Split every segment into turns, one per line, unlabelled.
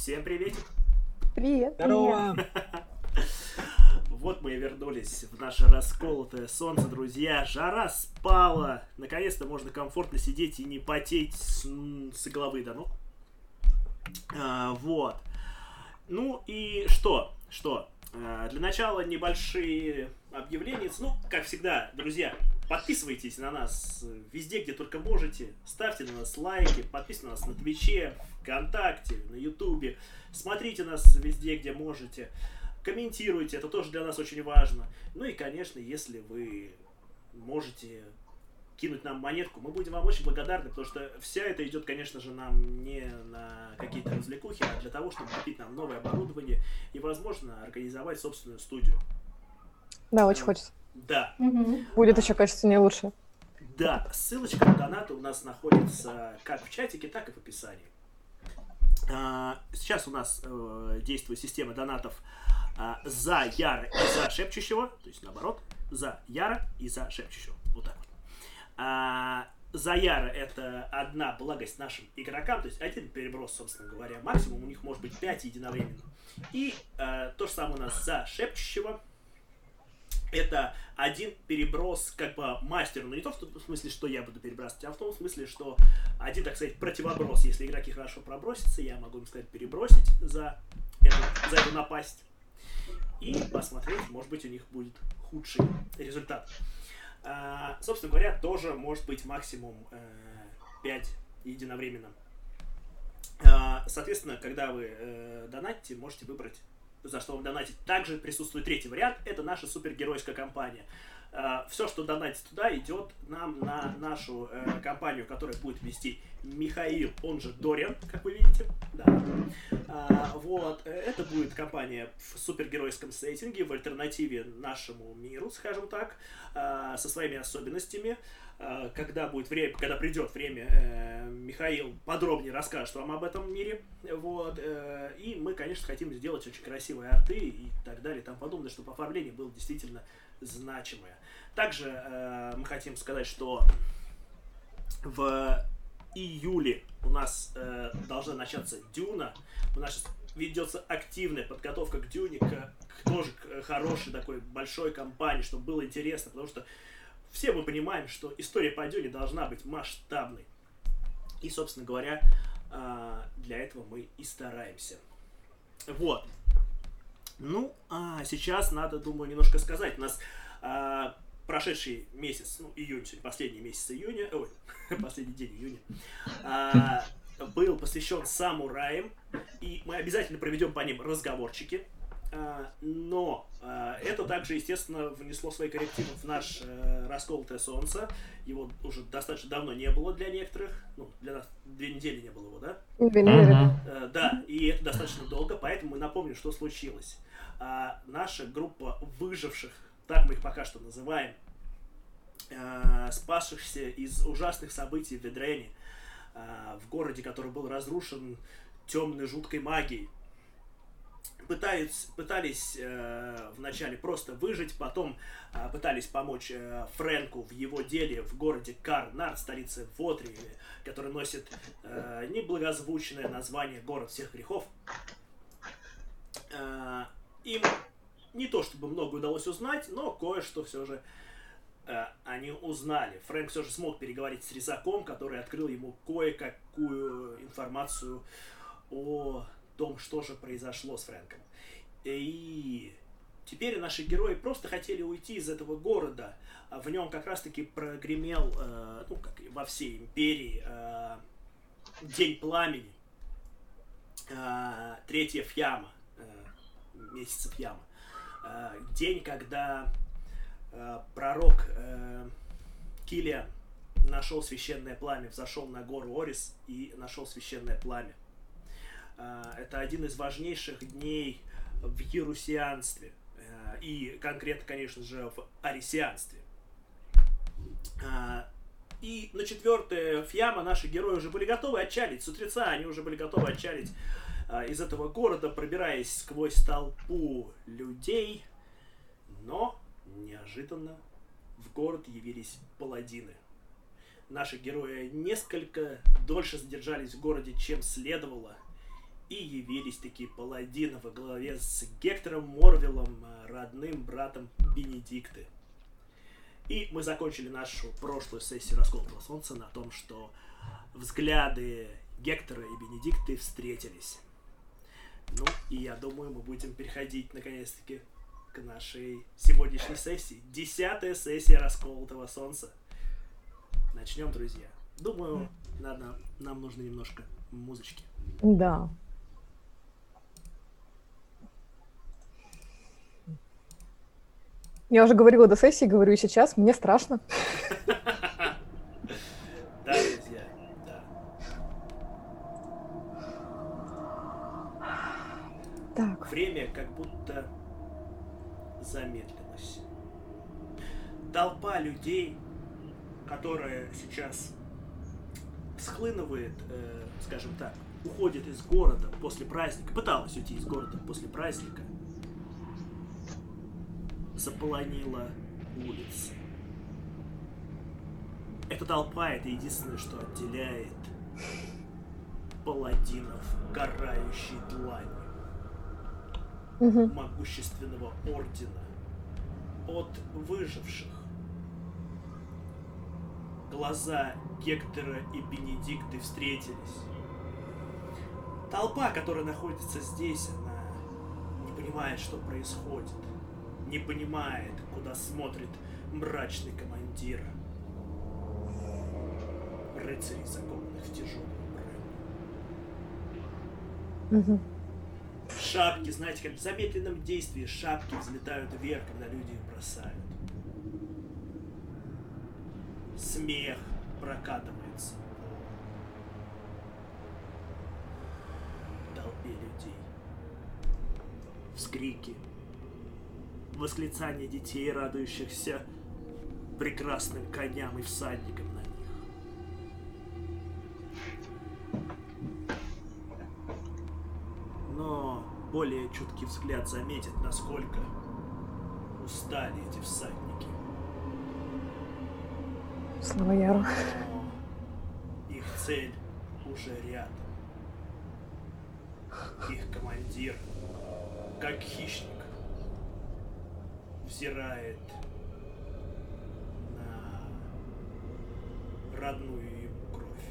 Всем привет!
Привет.
Здорово!
Вот мы и вернулись в наше расколотое солнце, друзья. Жара спала. Наконец-то можно комфортно сидеть и не потеть с головы до ног. Вот. Ну и что? Для начала небольшие объявления. Ну, как всегда, друзья, подписывайтесь на нас везде, где только можете. Ставьте на нас лайки, подписывайтесь на нас на Твиче, ВКонтакте, на Ютубе. Смотрите нас везде, где можете. Комментируйте, это тоже для нас очень важно. Ну и, конечно, если вы можете кинуть нам монетку, мы будем вам очень благодарны, потому что вся это идет, конечно же, нам не на какие-то развлекухи, а для того, чтобы купить нам новое оборудование и, возможно, организовать собственную студию.
Да, очень хочется.
Да.
Будет еще качественнее лучше.
Да, ссылочка на донаты у нас находится как в чатике, так и в описании. Сейчас у нас действует система донатов за Яра и за Шепчущего, то есть наоборот, за Яра и за Шепчущего. Вот так вот. За Яра это одна благость нашим игрокам, то есть один переброс, собственно говоря, максимум у них может быть 5 единовременно. И то же самое у нас за Шепчущего. Это один переброс как бы мастеру, но не то в смысле, что я буду перебрасывать, а в том смысле, что один, так сказать, противоброс. Если игроки хорошо пробросятся, я могу им сказать перебросить за эту напасть. И посмотреть, может быть, у них будет худший результат. Собственно говоря, тоже может быть максимум 5 единовременно. Соответственно, когда вы донатите, можете выбрать, за что вам донатить. Также присутствует третий вариант, это наша супергеройская кампания. Все, что донатится туда, идет нам на нашу компанию, которая будет вести Михаил, он же Дориан, как вы видите. Да. Вот. Это будет компания в супергеройском сеттинге, в альтернативе нашему миру, скажем так, со своими особенностями. Когда придет время, Михаил подробнее расскажет вам об этом мире. Вот. И мы, конечно, хотим сделать очень красивые арты и так далее и тому подобное, чтобы оформление было действительно значимое. Также мы хотим сказать, что в июле у нас должна начаться Дюна. У нас сейчас ведется активная подготовка к Дюне, к хорошей такой большой кампании, чтобы было интересно, потому что все мы понимаем, что история по Дюне должна быть масштабной. И, собственно говоря, для этого мы и стараемся. Вот. Ну, а сейчас надо, думаю, немножко сказать. У нас прошедший месяц, июнь, сегодня последний месяц июня, последний день июня, был посвящен самураям, и мы обязательно проведем по ним разговорчики. Но это также, естественно, внесло свои коррективы в наш расколотое солнце. Его уже достаточно давно не было для некоторых. Для нас 2 недели не было его, да?
2 недели.
Да, и это достаточно долго, поэтому мы напомним, что случилось. Наша группа выживших, так мы их пока что называем, спасшихся из ужасных событий в Ведрене, в городе, который был разрушен темной жуткой магией, пытались вначале просто выжить, потом пытались помочь Фрэнку в его деле в городе Карнард, столице Вотрии, который носит неблагозвучное название «Город всех грехов». Им не то чтобы много удалось узнать, но кое-что все же они узнали. Фрэнк все же смог переговорить с резаком, который открыл ему кое-какую информацию о том, что же произошло с Фрэнком. И теперь наши герои просто хотели уйти из этого города. В нем как раз-таки прогремел, как и во всей империи, День Пламени, 3 Фьяма, месяца Фьяма. День, когда пророк Килиан нашел священное пламя, взошел на гору Орис и нашел священное пламя. Это один из важнейших дней в ерусианстве и конкретно, конечно же, в арисианстве. И на 4 Фьяма наши герои уже были готовы отчалить. С утреца они уже были готовы отчалить из этого города, пробираясь сквозь толпу людей. Но неожиданно в город явились паладины. Наши герои несколько дольше задержались в городе, чем следовало. и явились такие паладины во главе с Гектором Морвиллом, родным братом Бенедикты. И мы закончили нашу прошлую сессию Расколотого Солнца на том, что взгляды Гектора и Бенедикты встретились. Ну, и я думаю, мы будем переходить наконец-таки к нашей сегодняшней сессии. 10-я сессия Расколотого Солнца. Начнем, друзья. Думаю, нам нужно немножко музычки.
Да. Я уже говорила до сессии, говорю и сейчас, мне страшно.
Да, друзья, да.
Так.
Время как будто замедлилось. Толпа людей, которая сейчас схлынывает, скажем так, уходит из города после праздника, пыталась уйти из города после праздника, заполонила улицы. Эта толпа — это единственное, что отделяет паладинов карающей длани, могущественного ордена, от выживших. Глаза Гектора и Бенедикты встретились. Толпа, которая находится здесь, она не понимает, что происходит. Не понимает, куда смотрит мрачный командир. Рыцарей, закованных в тяжелую броню. Шапки, знаете, как в замедленном действии шапки взлетают вверх, когда люди их бросают. Смех прокатывается по толпе людей. Вскрики, восклицания детей, радующихся прекрасным коням и всадникам на них. Но более чуткий взгляд заметит, насколько устали эти всадники.
Слава Яру.
Но их цель уже рядом. Их командир, как хищник, взирает на родную ему кровь.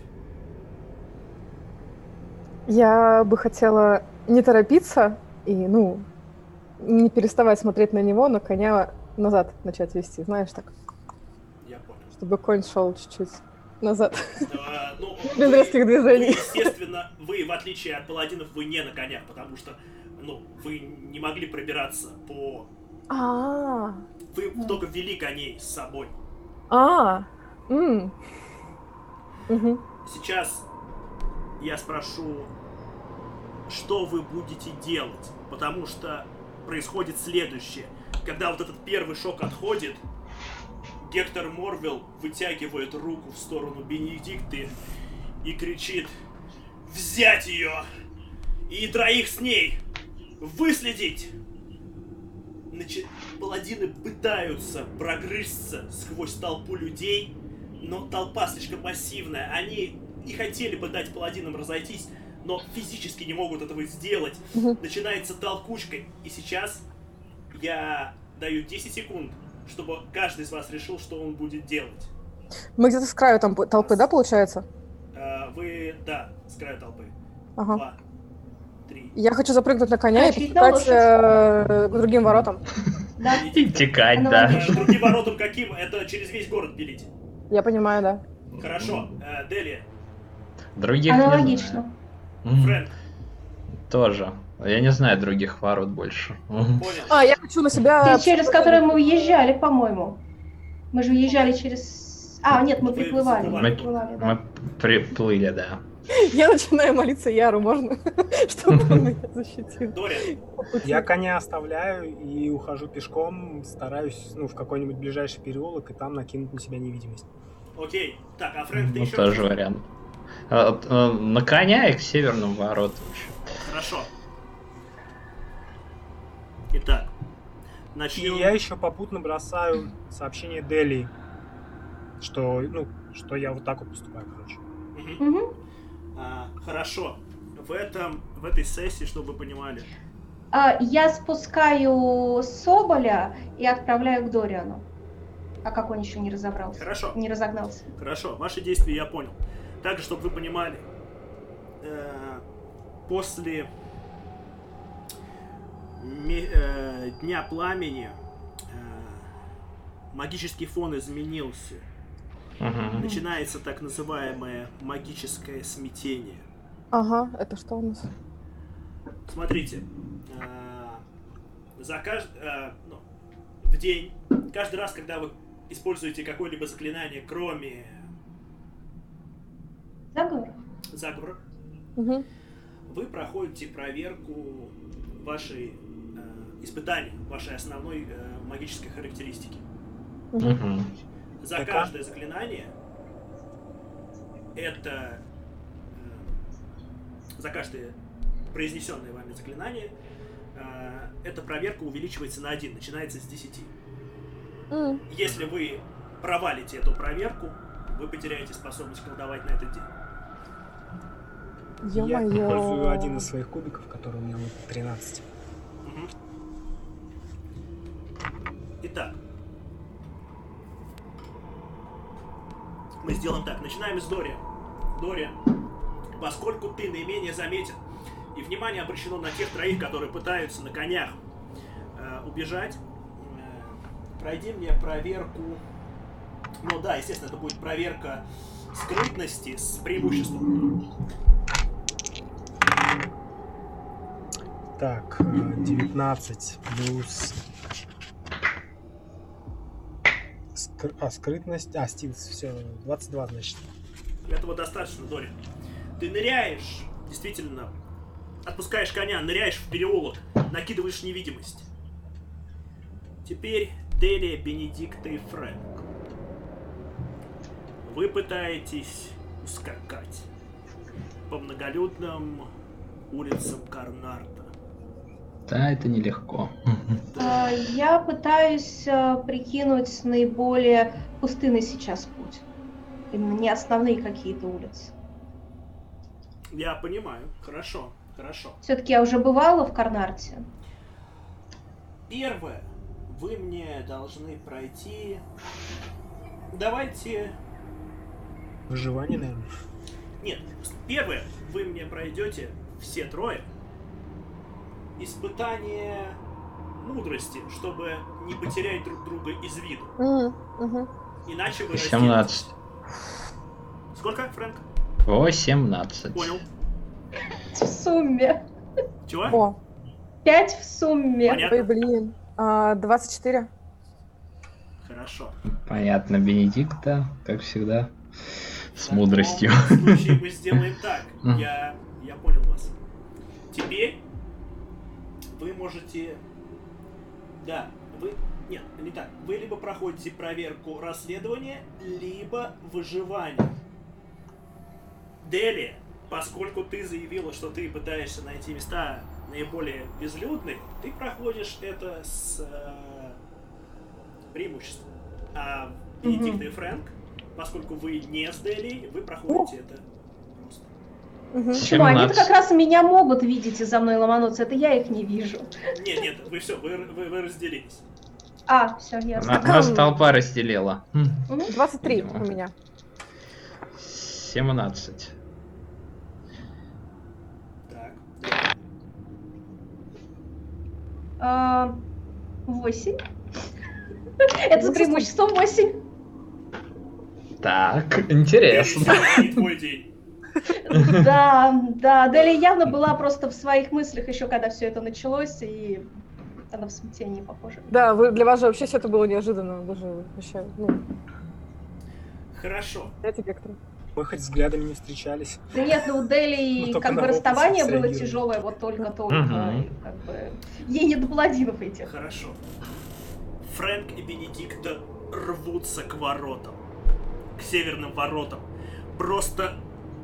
Я бы хотела не торопиться и, не переставать смотреть на него, но коня назад начать вести, знаешь, так.
Я понял.
Чтобы конь шел чуть-чуть назад.
Без
резких движений.
Естественно, вы, в отличие от паладинов, вы не на конях, потому что, вы не могли пробираться по... Вы только ввели коней с собой. Сейчас я спрошу, что вы будете делать, потому что происходит следующее. Когда вот этот первый шок отходит, Гектор Морвилл вытягивает руку в сторону Бенедикты и кричит: «Взять ее! И троих с ней! Выследить!» Паладины пытаются прогрызться сквозь толпу людей, но толпа слишком массивная. Они не хотели бы дать паладинам разойтись, но физически не могут этого сделать. Начинается толкучка, и сейчас я даю 10 секунд, чтобы каждый из вас решил, что он будет делать.
Мы где-то с краю там толпы, да, получается?
Вы, да, с краю толпы. 2, 3.
Я хочу запрыгнуть на коня и подскакать к другим воротам.
Да.
Текать, да.
Другим воротам каким? Это через весь город пилить.
Я понимаю, да.
Хорошо. Делия.
Других
аналогично.
Фрэнк.
Тоже. Я не знаю других ворот больше.
Понял.
Я хочу на себя...
Те, через которые мы уезжали, по-моему. Мы же уезжали через... нет, мы приплывали.
Мы приплыли, да.
Я начинаю молиться Яру, можно? Чтобы он меня защитил.
Дориан.
Я коня оставляю и ухожу пешком, стараюсь, в какой-нибудь ближайший переулок и там накинуть на себя невидимость.
Окей. Так, а Фрэнк, ты еще...
Тоже вариант. На коня и к северным воротам еще.
Хорошо. Итак, начнем.
И я еще попутно бросаю сообщение Дели, что я вот так вот поступаю, короче.
Хорошо. в этой сессии, чтобы вы понимали.
Я спускаю Соболя и отправляю к Дориану. А как он еще не разобрался?
Хорошо.
Не разогнался.
Хорошо, ваши действия я понял. Также, чтобы вы понимали, после Дня Пламени магический фон изменился. Начинается так называемое магическое смятение.
Ага, это что у нас?
Смотрите, в день, каждый раз, когда вы используете какое-либо заклинание, кроме заговора, вы проходите проверку вашей испытания, вашей основной магической характеристики. За каждое заклинание за каждое произнесенное вами заклинание эта проверка увеличивается на 1, начинается с 10. Если вы провалите эту проверку, вы потеряете способность колдовать на этот день.
Я использую один из своих кубиков, который у меня 13.
Итак, мы сделаем так. Начинаем с Дориан. Дориан, поскольку ты наименее заметен, и внимание обращено на тех троих, которые пытаются на конях убежать, пройди мне проверку. Ну да, естественно, это будет проверка скрытности с преимуществом.
Так, 19 плюс... скрытность... стилс, все, 22, значит.
Этого достаточно, Дори. Ты ныряешь, действительно, отпускаешь коня, ныряешь в переулок, накидываешь невидимость. Теперь Делия, Бенедикта и Фрэнк. Вы пытаетесь ускакать по многолюдным улицам Карнарта.
Да, это нелегко.
Я пытаюсь прикинуть наиболее пустынный сейчас путь. Именно не основные какие-то улицы.
Я понимаю. Хорошо, хорошо.
Все-таки я уже бывала в Карнарте.
Первое. Вы мне должны пройти... Давайте...
Выживание, наверное.
Нет, первое. Вы мне пройдете, все трое, испытание мудрости, чтобы не потерять друг друга из виду. Иначе вы
17.
Сколько, Фрэнк?
18.
Понял.
В сумме.
Чего?
О,
5 в сумме.
Понятно.
ой, блин. 24.
Хорошо.
Понятно, Бенедикта, как всегда, с
В
мудростью.
таком случае мы сделаем так. Я понял вас. Теперь вы можете... Да, вы... Нет, не так. Вы либо проходите проверку расследования, либо выживание. Делия, поскольку ты заявила, что ты пытаешься найти места наиболее безлюдные, ты проходишь это с преимуществом. А Бенедикт и Фрэнк, поскольку вы не с Делией, вы проходите это просто.
Почему? Они-то как раз меня могут видеть и за мной ломануться, это я их не вижу.
Нет, вы все, вы разделились.
Все, ясно.
Нас толпа разделила.
23 у меня.
17.
Так.
8. Это с преимуществом 8.
Так, интересно.
Твой день.
Да, Делия явно была просто в своих мыслях еще, когда все это началось, и она в смятении, похоже.
Да, для вас же вообще все это было неожиданно. Вы же вообще,
Хорошо.
Знаете, Гектор?
Мы хоть взглядами не встречались.
Да нет, у Делии как бы расставание было
среагировали.
тяжелое, вот только-только. И как бы ей не до паладинов этих.
Хорошо. Фрэнк и Бенедикта рвутся к воротам. К северным воротам. Просто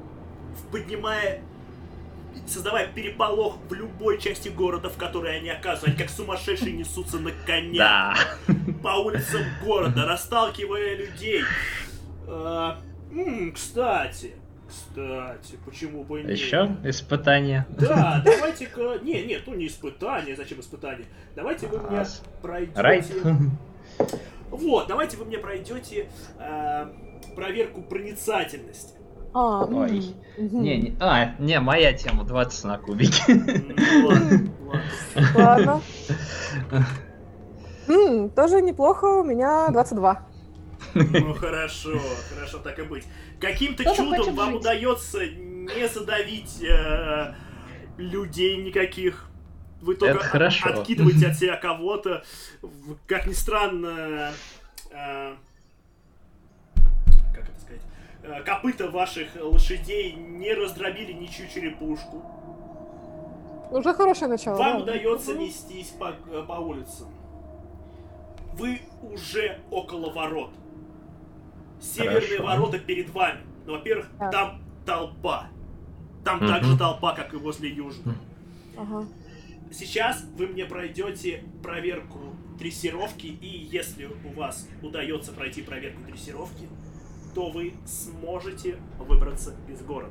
создавая переполох в любой части города, в которой они оказываются. Они как сумасшедшие несутся на конях. По улицам города, расталкивая людей. Кстати, Кстати, почему бы и нет?
Еще испытание.
Да, давайте-ка... Нет, ну не испытание, зачем испытание? Давайте вы мне пройдете...
Райд.
Вот, давайте вы мне пройдете проверку проницательности.
Ой. Не, моя тема 20 на кубике.
Ладно.
Тоже неплохо, у меня 22.
Ну хорошо, так и быть. Каким-то
Кто-то
чудом
хочет
вам
жить.
удается не задавить людей никаких. Вы только
Это хорошо.
откидываете от себя кого-то. Как ни странно, как это сказать, копыта ваших лошадей не раздробили ничью черепушку.
Уже хорошее начало.
Вам
да.
удается нестись по улицам. Вы уже около ворот. Северные
Хорошо.
ворота перед вами. Но, во-первых,
Так.
там толпа. Там также толпа, как и возле южных.
Ага.
Сейчас вы мне пройдете проверку дрессировки, и если у вас удается пройти проверку дрессировки, то вы сможете выбраться из города.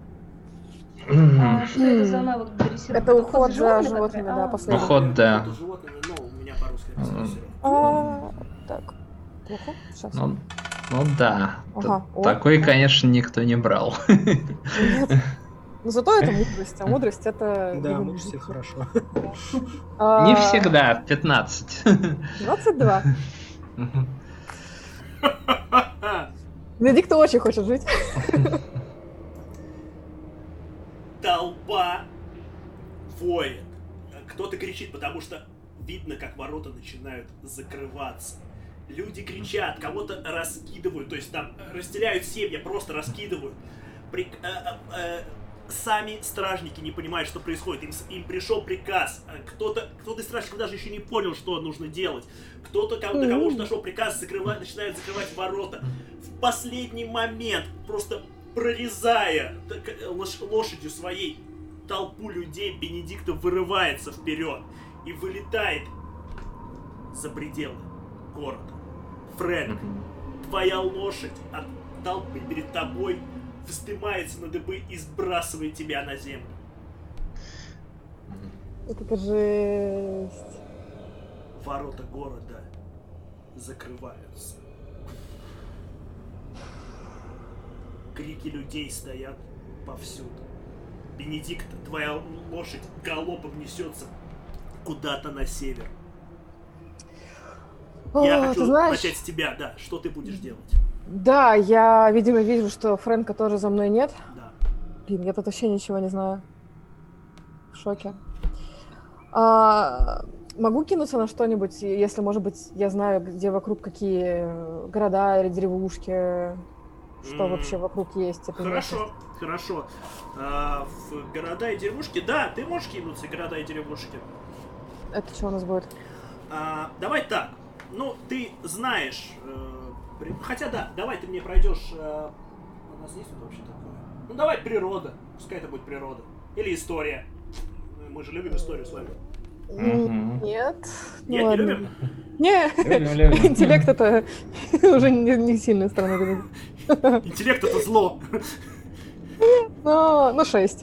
Что это за навык дрессировки?
Это уход за
животными
животными,
такой?
да, последний.
Уход, да.
Уход за животными, ну, у меня по-русски написано дрессировка.
Так. Плохо? Сейчас.
Ну да.
Ага. О.
Такой, конечно, никто не брал.
Нет. Но зато это мудрость, а мудрость это...
Да, мудрость это хорошо.
Не всегда. 15.
22. Бенедикт очень хочет жить.
Толпа воет. Кто-то кричит, потому что видно, как ворота начинают закрываться. Люди кричат, кого-то раскидывают, то есть там разделяют семьи, просто раскидывают. Сами стражники не понимают, что происходит. Им пришел приказ. Кто-то из стражников даже еще не понял, что нужно делать. До кого уже дошел приказ, начинает закрывать ворота. В последний момент, просто прорезая лошадью своей толпу людей, Бенедикта вырывается вперед и вылетает за пределы города. Фрэнк, твоя лошадь от толпы перед тобой вздымается на дыбы и сбрасывает тебя на землю.
Это жесть.
Ворота города закрываются. Крики людей стоят повсюду. Бенедикт, твоя лошадь галопом несется куда-то на север. Я
О,
хочу
ты знаешь,
начать с тебя, да. Что ты будешь делать?
да, я, видимо, вижу, что Фрэнка тоже за мной нет.
Да.
Блин, я тут вообще ничего не знаю. В шоке. Могу кинуться на что-нибудь, если, может быть, я знаю, где вокруг какие города или деревушки, что вообще вокруг есть. этой местности.
Хорошо. В города и деревушки, да, ты можешь кинуться в города и деревушки.
Это что у нас будет?
Давай так. Ну, ты знаешь... Хотя да, давай ты мне пройдешь... У нас есть тут вообще такое? Ну, давай природа. Пускай это будет природа. Или история. Мы же любим историю с вами.
Нет.
Нет, не
ладно.
любим?
Не,
Любим.
интеллект это уже не сильная сторона.
Интеллект это зло.
Но 6.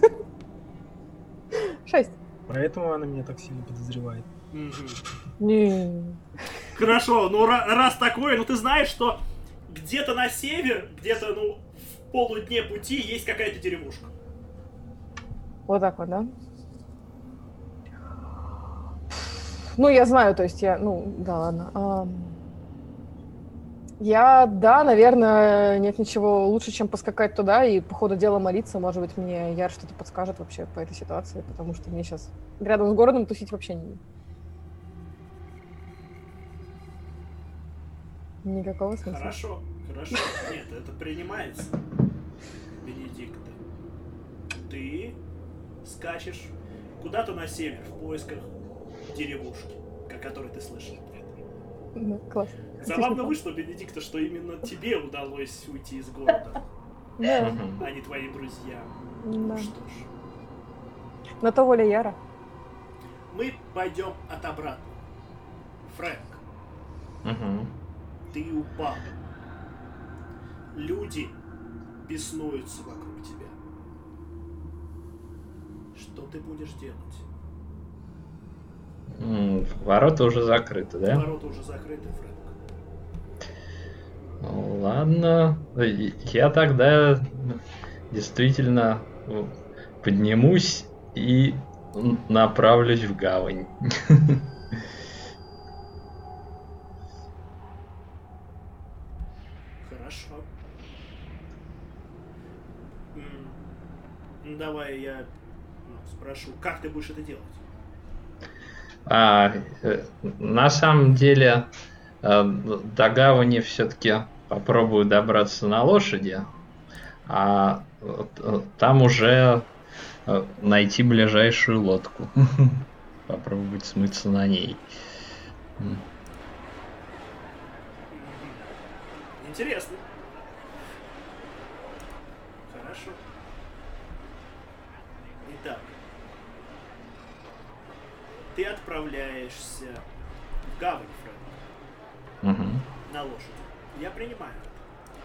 6.
Поэтому она меня так сильно подозревает.
Не.
Хорошо, ну раз такое, ну ты знаешь, что где-то на север, где-то, ну, в полудне пути есть какая-то деревушка.
Вот так вот, да? Ну, я знаю, то есть я... Ну, да, ладно. Да, наверное, нет ничего лучше, чем поскакать туда и по ходу дела молиться. Может быть, мне Яр что-то подскажет вообще по этой ситуации, потому что мне сейчас рядом с городом тусить вообще никакого смысла.
Хорошо. Нет, это принимается. Бенедикт. Ты скачешь куда-то на север в поисках деревушки, о которой ты слышал.
Да, класс.
Забавно вышло, Бенедикта, что именно тебе удалось уйти из города,
Да,
а не твоим друзьям.
да.
Ну что ж,
На то воля Яра.
мы пойдем от обратного. Фрэнк, ты упал. Люди беснуются вокруг тебя. Что ты будешь делать?
Ворота уже закрыты, да?
Ворота уже закрыты, Фрэнк.
Ну, ладно. Я тогда действительно поднимусь и направлюсь в гавань.
Хорошо. Давай я спрошу, как ты будешь это делать?
На самом деле до гавани все-таки попробую добраться на лошади, а там уже найти ближайшую лодку. Попробовать смыться на ней.
Интересно. Хорошо. Итак, ты отправляешься в гавань, Фрэнк, на лошади. Я принимаю это.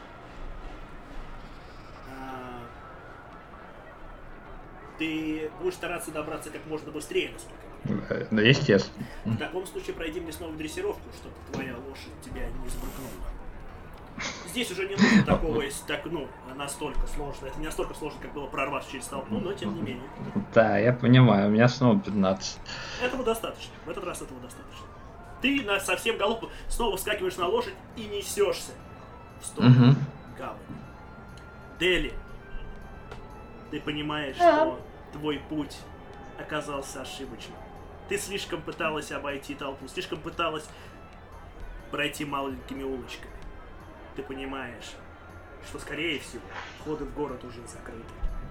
Ты будешь стараться добраться как можно быстрее, насколько я понимаю.
Да, естественно.
В таком случае пройди мне снова дрессировку, чтобы твоя лошадь тебя не сбрыкнула. Здесь уже не нужно такого, настолько сложно. Это не настолько сложно, как было прорваться через толпу, но тем не менее.
Да, я понимаю, у меня снова 15.
Этого достаточно. В этот раз этого достаточно. Ты совсем галопом снова вскакиваешь на лошадь и несешься в сторону гавани. Дели, ты понимаешь, что твой путь оказался ошибочным. Ты слишком пыталась обойти толпу, слишком пыталась пройти маленькими улочками. Ты понимаешь, что, скорее всего, входы в город уже закрыты.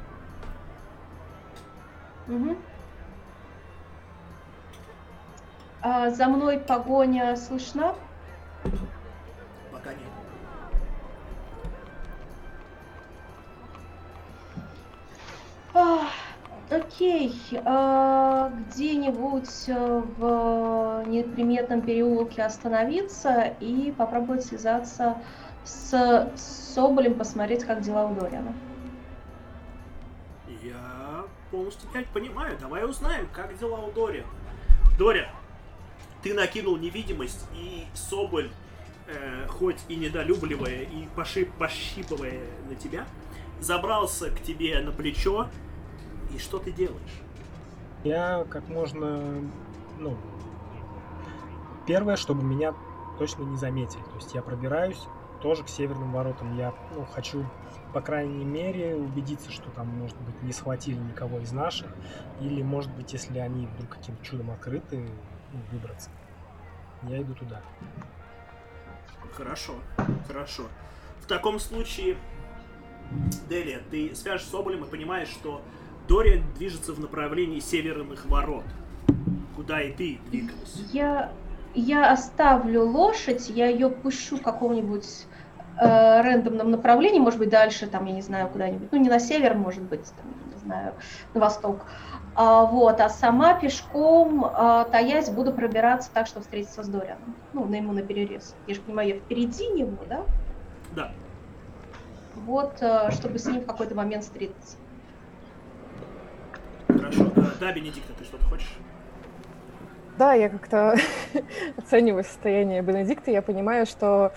За мной погоня слышна?
Пока нет.
Окей. Где-нибудь в неприметном переулке остановиться и попробовать связаться с Соболем, посмотреть, как дела у Дориана.
Я полностью тебя понимаю. Давай узнаем, как дела у Дориана. Дориан, ты накинул невидимость, и Соболь, хоть и недолюбливая, и пощипывая на тебя, забрался к тебе на плечо. И что ты делаешь?
Я как можно... Первое, чтобы меня точно не заметили. То есть я пробираюсь тоже к северным воротам. Я хочу, по крайней мере, убедиться, что там, может быть, не схватили никого из наших. Или, может быть, если они вдруг каким-то чудом открыты, выбраться. Я иду туда.
Хорошо. В таком случае, Делия, ты свяжешь с Соболем и понимаешь, что Дориан движется в направлении северных ворот. Куда и ты двигалась?
Я оставлю лошадь, я ее пущу в каком-нибудь рандомном направлении, может быть, дальше, там, я не знаю, куда-нибудь, не на север, может быть, там, не знаю, на восток. А сама пешком, таясь, буду пробираться так, чтобы встретиться с Дорианом. Ему на перерез. Я же понимаю, я впереди него, да?
Да.
Вот, чтобы с ним в какой-то момент встретиться.
Хорошо. Да, Бенедикта, ты что-то хочешь?
Да, я как-то оцениваю состояние Бенедикты, я понимаю, что,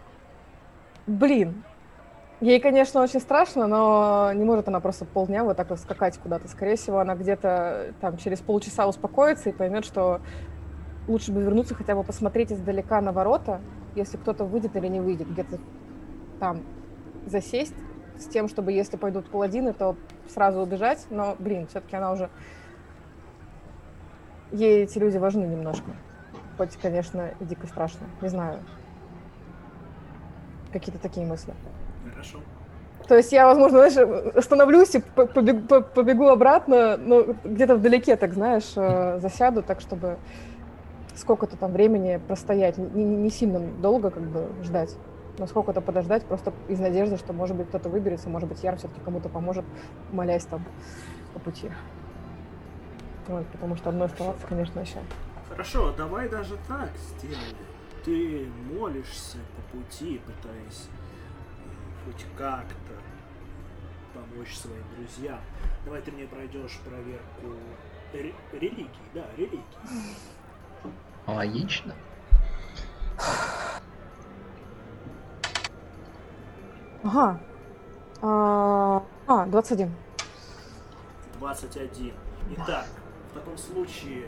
ей, конечно, очень страшно, но не может она просто полдня вот так вот скакать куда-то. Скорее всего, она где-то там через полчаса успокоится и поймет, что лучше бы вернуться хотя бы посмотреть издалека на ворота, если кто-то выйдет или не выйдет, где-то там засесть с тем, чтобы если пойдут паладины, то сразу убежать, но, все-таки она уже... Ей эти люди важны немножко. Хоть, конечно, и дико страшно. Не знаю. Какие-то такие мысли.
Хорошо.
То есть я, возможно, остановлюсь и побегу обратно, но где-то вдалеке, так знаешь, засяду, так чтобы сколько-то там времени простоять. Не сильно долго как бы ждать, но сколько-то подождать, просто из надежды, что, может быть, кто-то выберется, может быть, Яр все-таки кому-то поможет, молясь там по пути. Вот, потому что одной оставаться, конечно, еще.
Хорошо, давай даже так сделаем. Ты молишься по пути, пытаясь хоть как-то помочь своим друзьям. Давай ты мне пройдешь проверку религии. Да, религии.
Логично.
Ага. 21.
21. Итак, в таком случае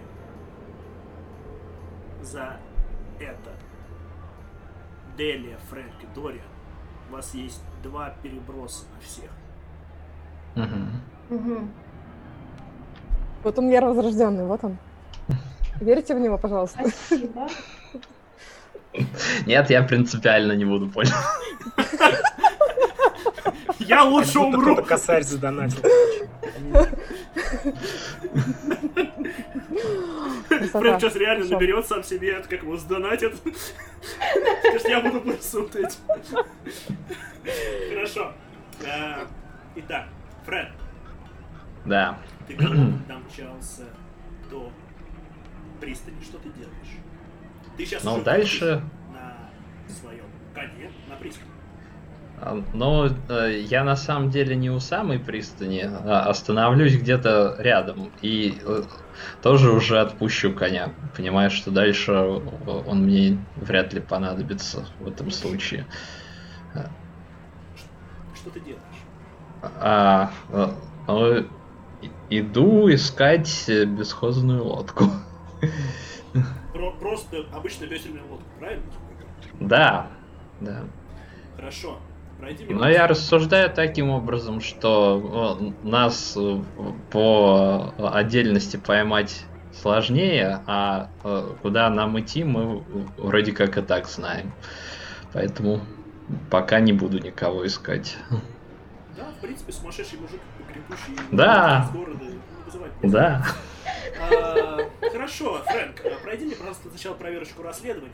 за это Делия, Фрэнк и Дориан у вас есть 2 переброса на всех.
Угу.
Вот он я возрожденный, вот он. Верите в него, пожалуйста.
Спасибо.
Нет, я принципиально не буду пользоваться.
Я лучше
Как будто
умру!
кто-то косарь задонатил.
Фрэнк сейчас реально наберет сам себе, это как его сдонатит. Скажет, я буду присутствовать. Хорошо. Итак, Фрэнк,
Да.
ты домчался до пристани. Что ты делаешь? Ты сейчас
Ну,
уже
дальше...
на своем коне на пристани.
Но я на самом деле не у самой пристани, а остановлюсь где-то рядом и тоже уже отпущу коня, понимая, что дальше он мне вряд ли понадобится в этом случае.
Что ты делаешь?
Иду искать бесхозную лодку.
Просто обычную весельную лодку, правильно?
Да.
Хорошо. Пройди мне.
Но я рассуждаю таким образом, что нас по отдельности поймать сложнее, а куда нам идти, мы вроде как и так знаем. Поэтому пока не буду никого искать.
Да, в принципе, сумасшедший мужик, погребущий
Да.
из города, не вызывает.
Да.
Хорошо, Фрэнк, пройди мне, пожалуйста, сначала проверочку расследований.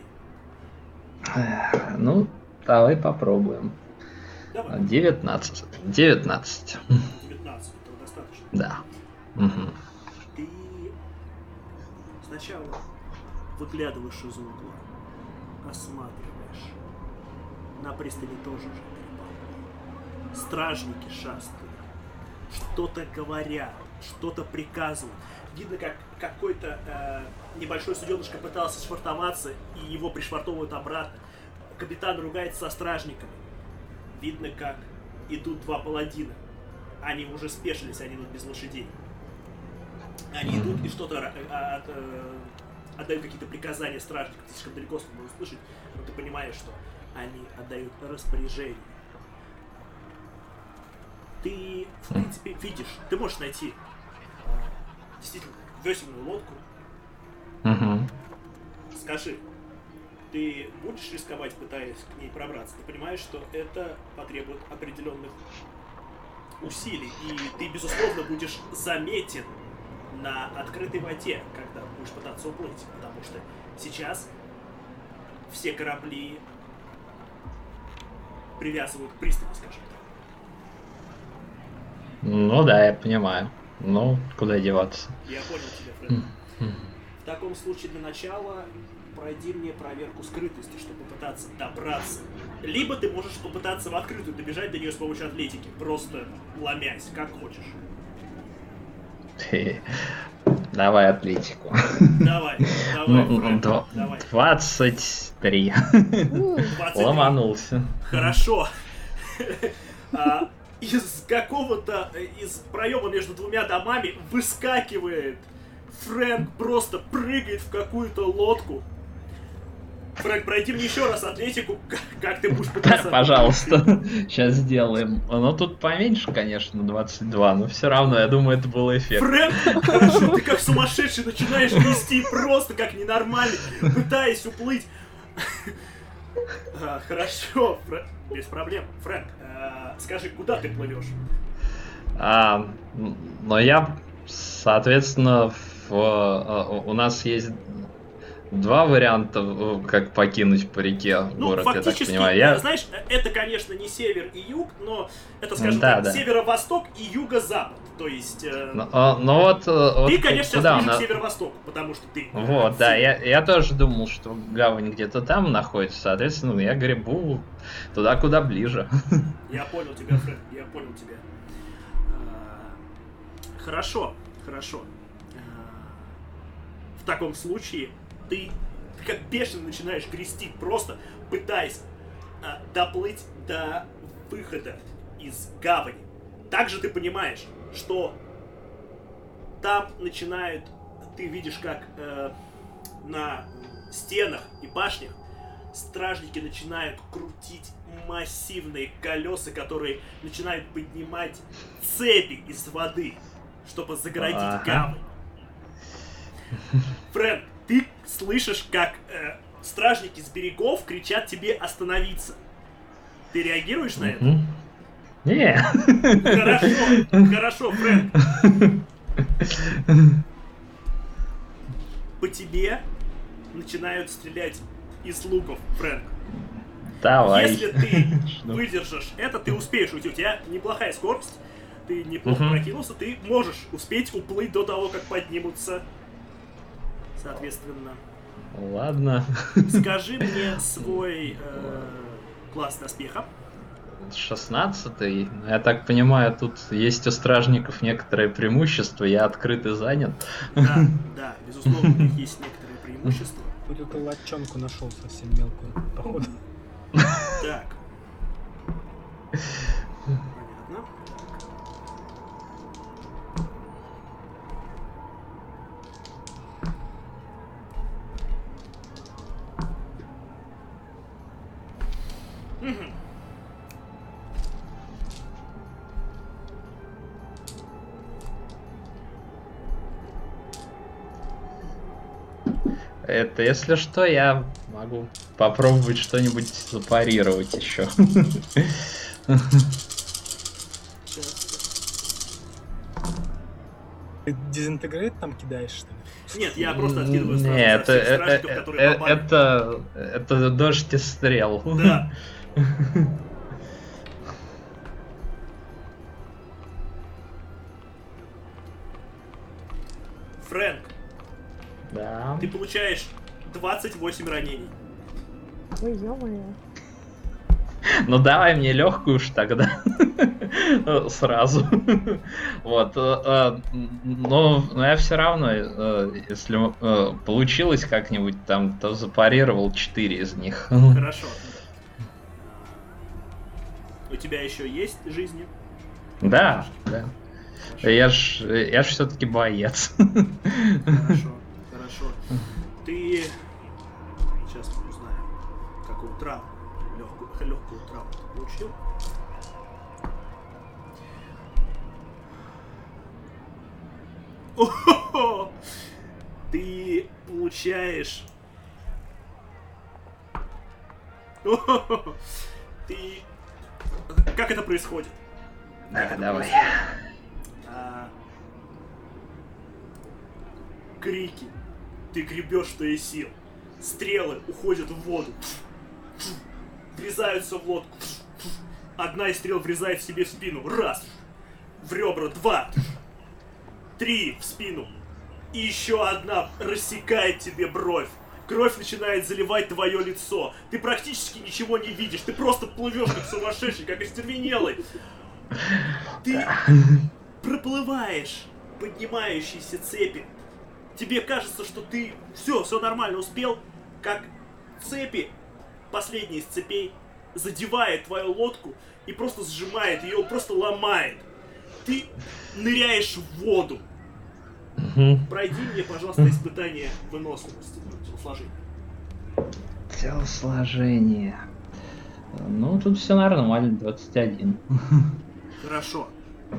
Ну, давай попробуем.
Давай.
19.
19, этого достаточно.
Да. Угу.
Ты сначала выглядываешь из угла, осматриваешь. На пристани тоже же перепал. Стражники шастают, что-то говорят, что-то приказывают. Видно, как какой-то небольшой суденышко пытался швартоваться, и его пришвартовывают обратно. Капитан ругается со стражниками. Видно, как идут 2 паладина. Они уже спешились, они идут без лошадей. Они идут и что-то отдают какие-то приказания стражникам. Слишком далеко, чтобы услышать, но ты понимаешь, что они отдают распоряжение. Ты, в принципе, видишь, ты можешь найти действительно весельную лодку. Скажи, ты будешь рисковать, пытаясь к ней пробраться? Ты понимаешь, что это потребует определенных усилий, и ты, безусловно, будешь заметен на открытой воде, когда будешь пытаться уплыть, потому что сейчас все корабли привязывают к пристани, скажем так.
Ну да, я понимаю. Ну, куда деваться?
Я понял тебя, Фред. В таком случае для начала пройди мне проверку скрытости, чтобы попытаться добраться. Либо ты можешь попытаться в открытую добежать до нее с помощью атлетики, просто ломясь, как хочешь.
Давай атлетику.
Давай, Фред, давай.
23.
23.
Ломанулся.
Хорошо. Из какого-то, из проема между 2 домами выскакивает Фрэнк, просто прыгает в какую-то лодку. Фрэнк, пройди мне еще раз атлетику, как ты будешь пытаться...
Пожалуйста, сейчас сделаем. Но тут поменьше, конечно, 22, но все равно, я думаю, это был эффект.
Фрэнк, хорошо, ты как сумасшедший начинаешь нести просто как ненормальный, пытаясь уплыть. Хорошо, без проблем. Фрэнк, скажи, куда ты плывешь?
Но я, соответственно, у нас есть 2 варианта, как покинуть по реке город, я так понимаю.
Знаешь, это, конечно, не север и юг, но это, скажем
да,
так,
да.
северо-восток и юго-запад. То есть...
ты,
конечно, сейчас ближе к северо-востоку, потому что ты...
Вот, да, я тоже думал, что гавань где-то там находится, соответственно, я гребу туда, куда ближе.
Я понял тебя, Фред, я понял тебя. Хорошо. В таком случае ты как бешено начинаешь грести, просто пытаясь доплыть до выхода из гавани. Также ты понимаешь, что там начинают... Ты видишь, как на стенах и башнях стражники начинают крутить массивные колеса, которые начинают поднимать цепи из воды, чтобы загородить гавань. Фрэнк, ты слышишь, как стражники с берегов кричат тебе остановиться. Ты реагируешь на это?
Не.
Хорошо, Фрэнк. По тебе начинают стрелять из луков, Фрэнк.
Давай.
Если ты выдержишь это, ты успеешь уйти. У тебя неплохая скорость, ты неплохо прокинулся, ты можешь успеть уплыть до того, как поднимутся. Соответственно.
Ладно.
Скажи мне свой класс доспеха.
16-й. Я так понимаю, тут есть у стражников некоторые преимущества. Я открыт и занят.
Да, безусловно, у них есть некоторые преимущества.
Вот эту латчонку нашел совсем мелкую, походу.
Так. Понятно.
Это, если что, я могу попробовать что-нибудь запарировать еще.
Ты дезинтегрейт там кидаешь, что ли?
Нет, я просто откидываю сразу
Нет,
всех стражников, которые попали.
это дождь из стрел.
Да. Фрэнк,
Да.
ты получаешь 28 ранений.
Ой, ё-моё.
Ну давай мне легкую уж тогда. Сразу. Вот. Но я все равно, если получилось как-нибудь там, то запарировал 4 из них.
Хорошо. У тебя еще есть жизни?
Да, да. Я ж все-таки боец.
Хорошо. Ты... Сейчас мы узнаем, какую травму, легкую травму ты получил. О-хо-хо! Ты получаешь... О-хо-хо! Ты... Как это происходит?
Да, давай.
Крики. Ты гребешь, что есть сил. Стрелы уходят в воду. Врезаются в лодку. Одна из стрел врезает себе в спину. Раз. В ребра. 2. 3 в спину. И еще одна рассекает тебе бровь. Кровь начинает заливать твое лицо. Ты практически ничего не видишь. Ты просто плывешь как сумасшедший, как остервенелый. Ты проплываешь поднимающиеся цепи. Тебе кажется, что ты все нормально успел, как цепи, последняя из цепей, задевает твою лодку и просто сжимает ее, просто ломает. Ты ныряешь в воду. Пройди мне, пожалуйста, испытание выносливости, телосложения.
Телосложение. Ну, тут все нормально, 21.
Хорошо.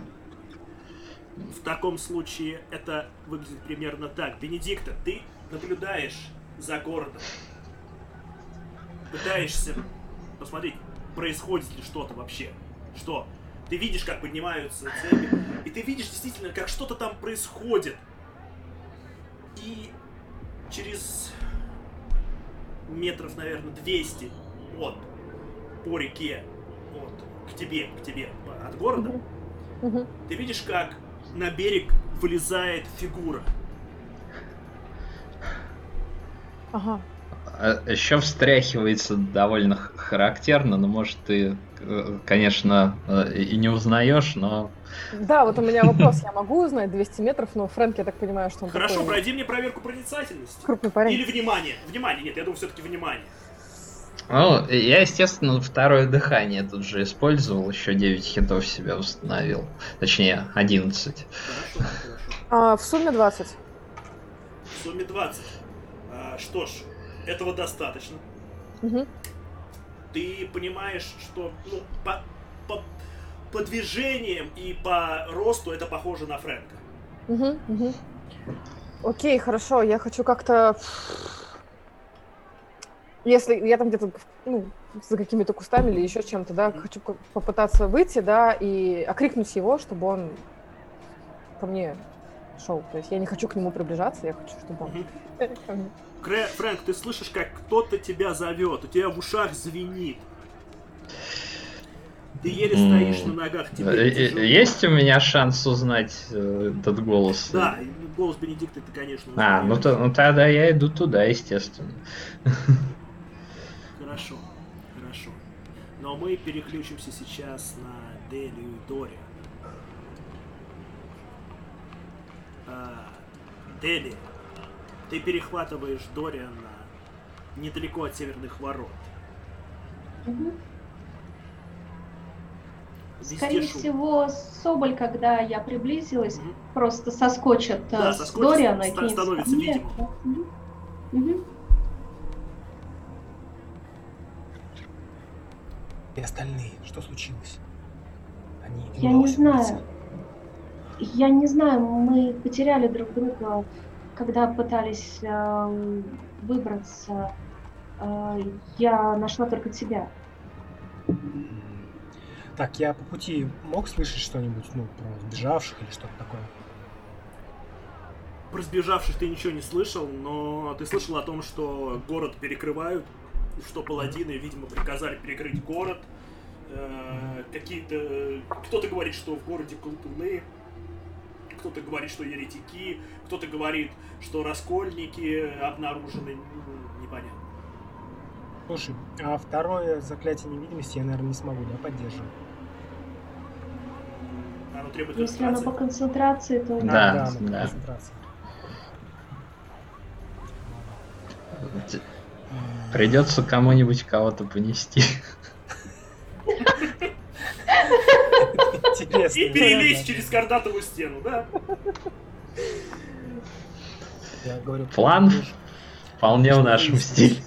В таком случае это выглядит примерно так. Бенедикта, ты наблюдаешь за городом. Пытаешься посмотреть, происходит ли что-то вообще. Что? Ты видишь, как поднимаются цепи, и ты видишь действительно, как что-то там происходит. И через метров, наверное, 200 по реке, к тебе, от города, ты видишь, как на берег вылезает фигура.
Ага.
еще встряхивается довольно характерно, но может ты, конечно, и не узнаешь, но...
Да, вот у меня вопрос. Я могу узнать 200 метров, но Фрэнк, я так понимаю, что он
Хорошо,
такой
пройди мне проверку проницательности.
крупный парень.
Или внимание. Внимание, нет, я думаю, все-таки внимание.
Ну, я, естественно, второе дыхание тут же использовал, еще 9 хитов себя установил. Точнее, 11.
Хорошо, хорошо.
В сумме 20.
В сумме 20. Что ж, этого достаточно.
Угу.
Ты понимаешь, что по движениям и по росту это похоже на Фрэнка.
Угу. Окей, хорошо, я хочу как-то... Если я там где-то, за какими-то кустами или еще чем-то, да, хочу попытаться выйти, да, и окрикнуть его, чтобы он ко мне шел. То есть я не хочу к нему приближаться, я хочу, чтобы он ко мне.
Фрэнк, ты слышишь, как кто-то тебя зовет, у тебя в ушах звенит. Ты еле стоишь на ногах.
Есть у меня шанс узнать этот голос?
Да, голос Бенедикта ты, конечно, узнаешь.
Тогда я иду туда, естественно.
Хорошо. Но мы переключимся сейчас на Делию и Дориан. Дели, ты перехватываешь Дориана недалеко от северных ворот.
Угу. Скорее всего, Соболь, когда я приблизилась, просто соскочит с Дориана и кинется
становится
ко мне.
видимым.
Угу.
И остальные, что случилось?
Я не знаю. Я не знаю, мы потеряли друг друга, когда пытались выбраться. Я нашла только тебя.
Так, я по пути мог слышать что-нибудь, про сбежавших или что-то такое?
Про сбежавших ты ничего не слышал, но ты слышал о том, что город перекрывают, что паладины, видимо, приказали перекрыть город. Кто-то говорит, что в городе колдуны, кто-то говорит, что еретики, кто-то говорит, что раскольники обнаружены, непонятно.
Слушай, а второе заклятие невидимости я, наверное, не смогу, поддерживать?
Оно требует
Если оно по концентрации, то...
Да.
По концентрации.
Придется кому-нибудь кого-то понести.
Интересно.
И перелезть через кардатовую стену, да?
Я говорю,
План вполне в нашем стиле.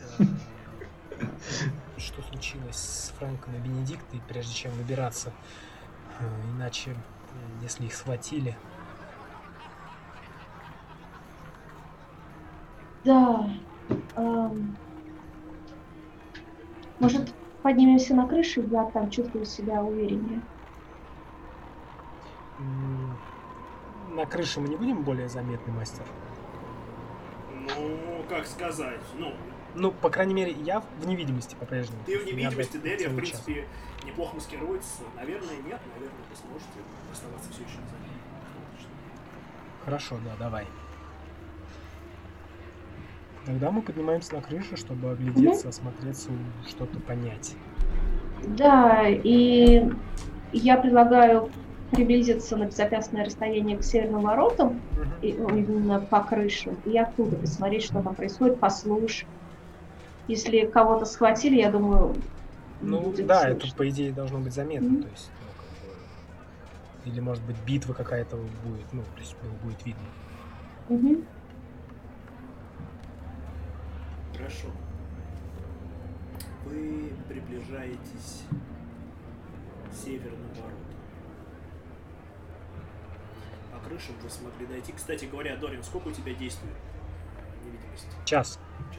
Что случилось с Фрэнком и Бенедиктой, прежде чем выбираться? Иначе, если их схватили...
Да. Может, поднимемся на крышу, я там чувствую себя увереннее.
На крыше мы не будем более заметны, мастер?
Ну, как сказать,
по крайней мере, я в невидимости по-прежнему.
Ты в невидимости, Делия, в принципе, неплохо маскируется. Наверное, нет, наверное, вы сможете оставаться все еще незаметным.
Хорошо, да, давай. Тогда мы поднимаемся на крышу, чтобы оглядеться, осмотреться, что-то понять.
Да, и я предлагаю приблизиться на безопасное расстояние к северным воротам, именно по крышам, и оттуда посмотреть, что там происходит, послушать. Если кого-то схватили, я думаю, будет
да,
слышно.
это, по идее, должно быть заметно, то есть, или, может быть, битва какая-то будет, то есть, будет видно.
Угу.
Хорошо. Вы приближаетесь к северным воротам. По крышам вы смогли дойти. Кстати говоря, Дориан, сколько у тебя действует невидимость?
Час.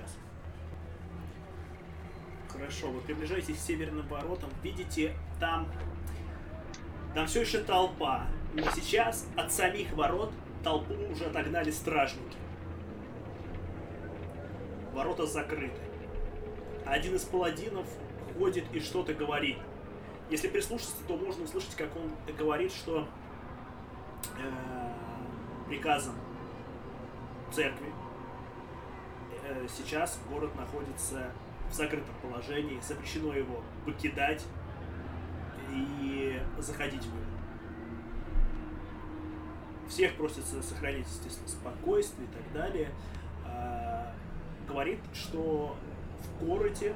Хорошо, вы приближаетесь к северным воротам, видите, там все еще толпа, но сейчас от самих ворот толпу уже отогнали стражники. Ворота закрыты. Один из паладинов ходит и что-то говорит. Если прислушаться, то можно услышать, как он говорит, что приказом церкви сейчас город находится в закрытом положении, запрещено его покидать и заходить в него. Всех просится сохранить, естественно, спокойствие и так далее. Говорит, что в городе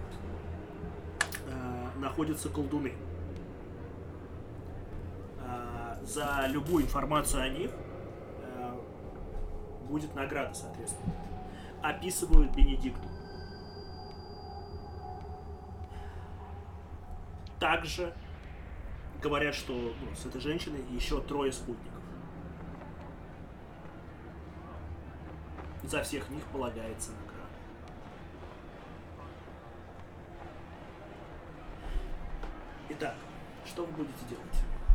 находятся колдуны. За любую информацию о них будет награда, соответственно. Описывают Бенедикту. Также говорят, что с этой женщиной еще 3 спутников. За всех них полагается награда. Итак, что вы будете делать?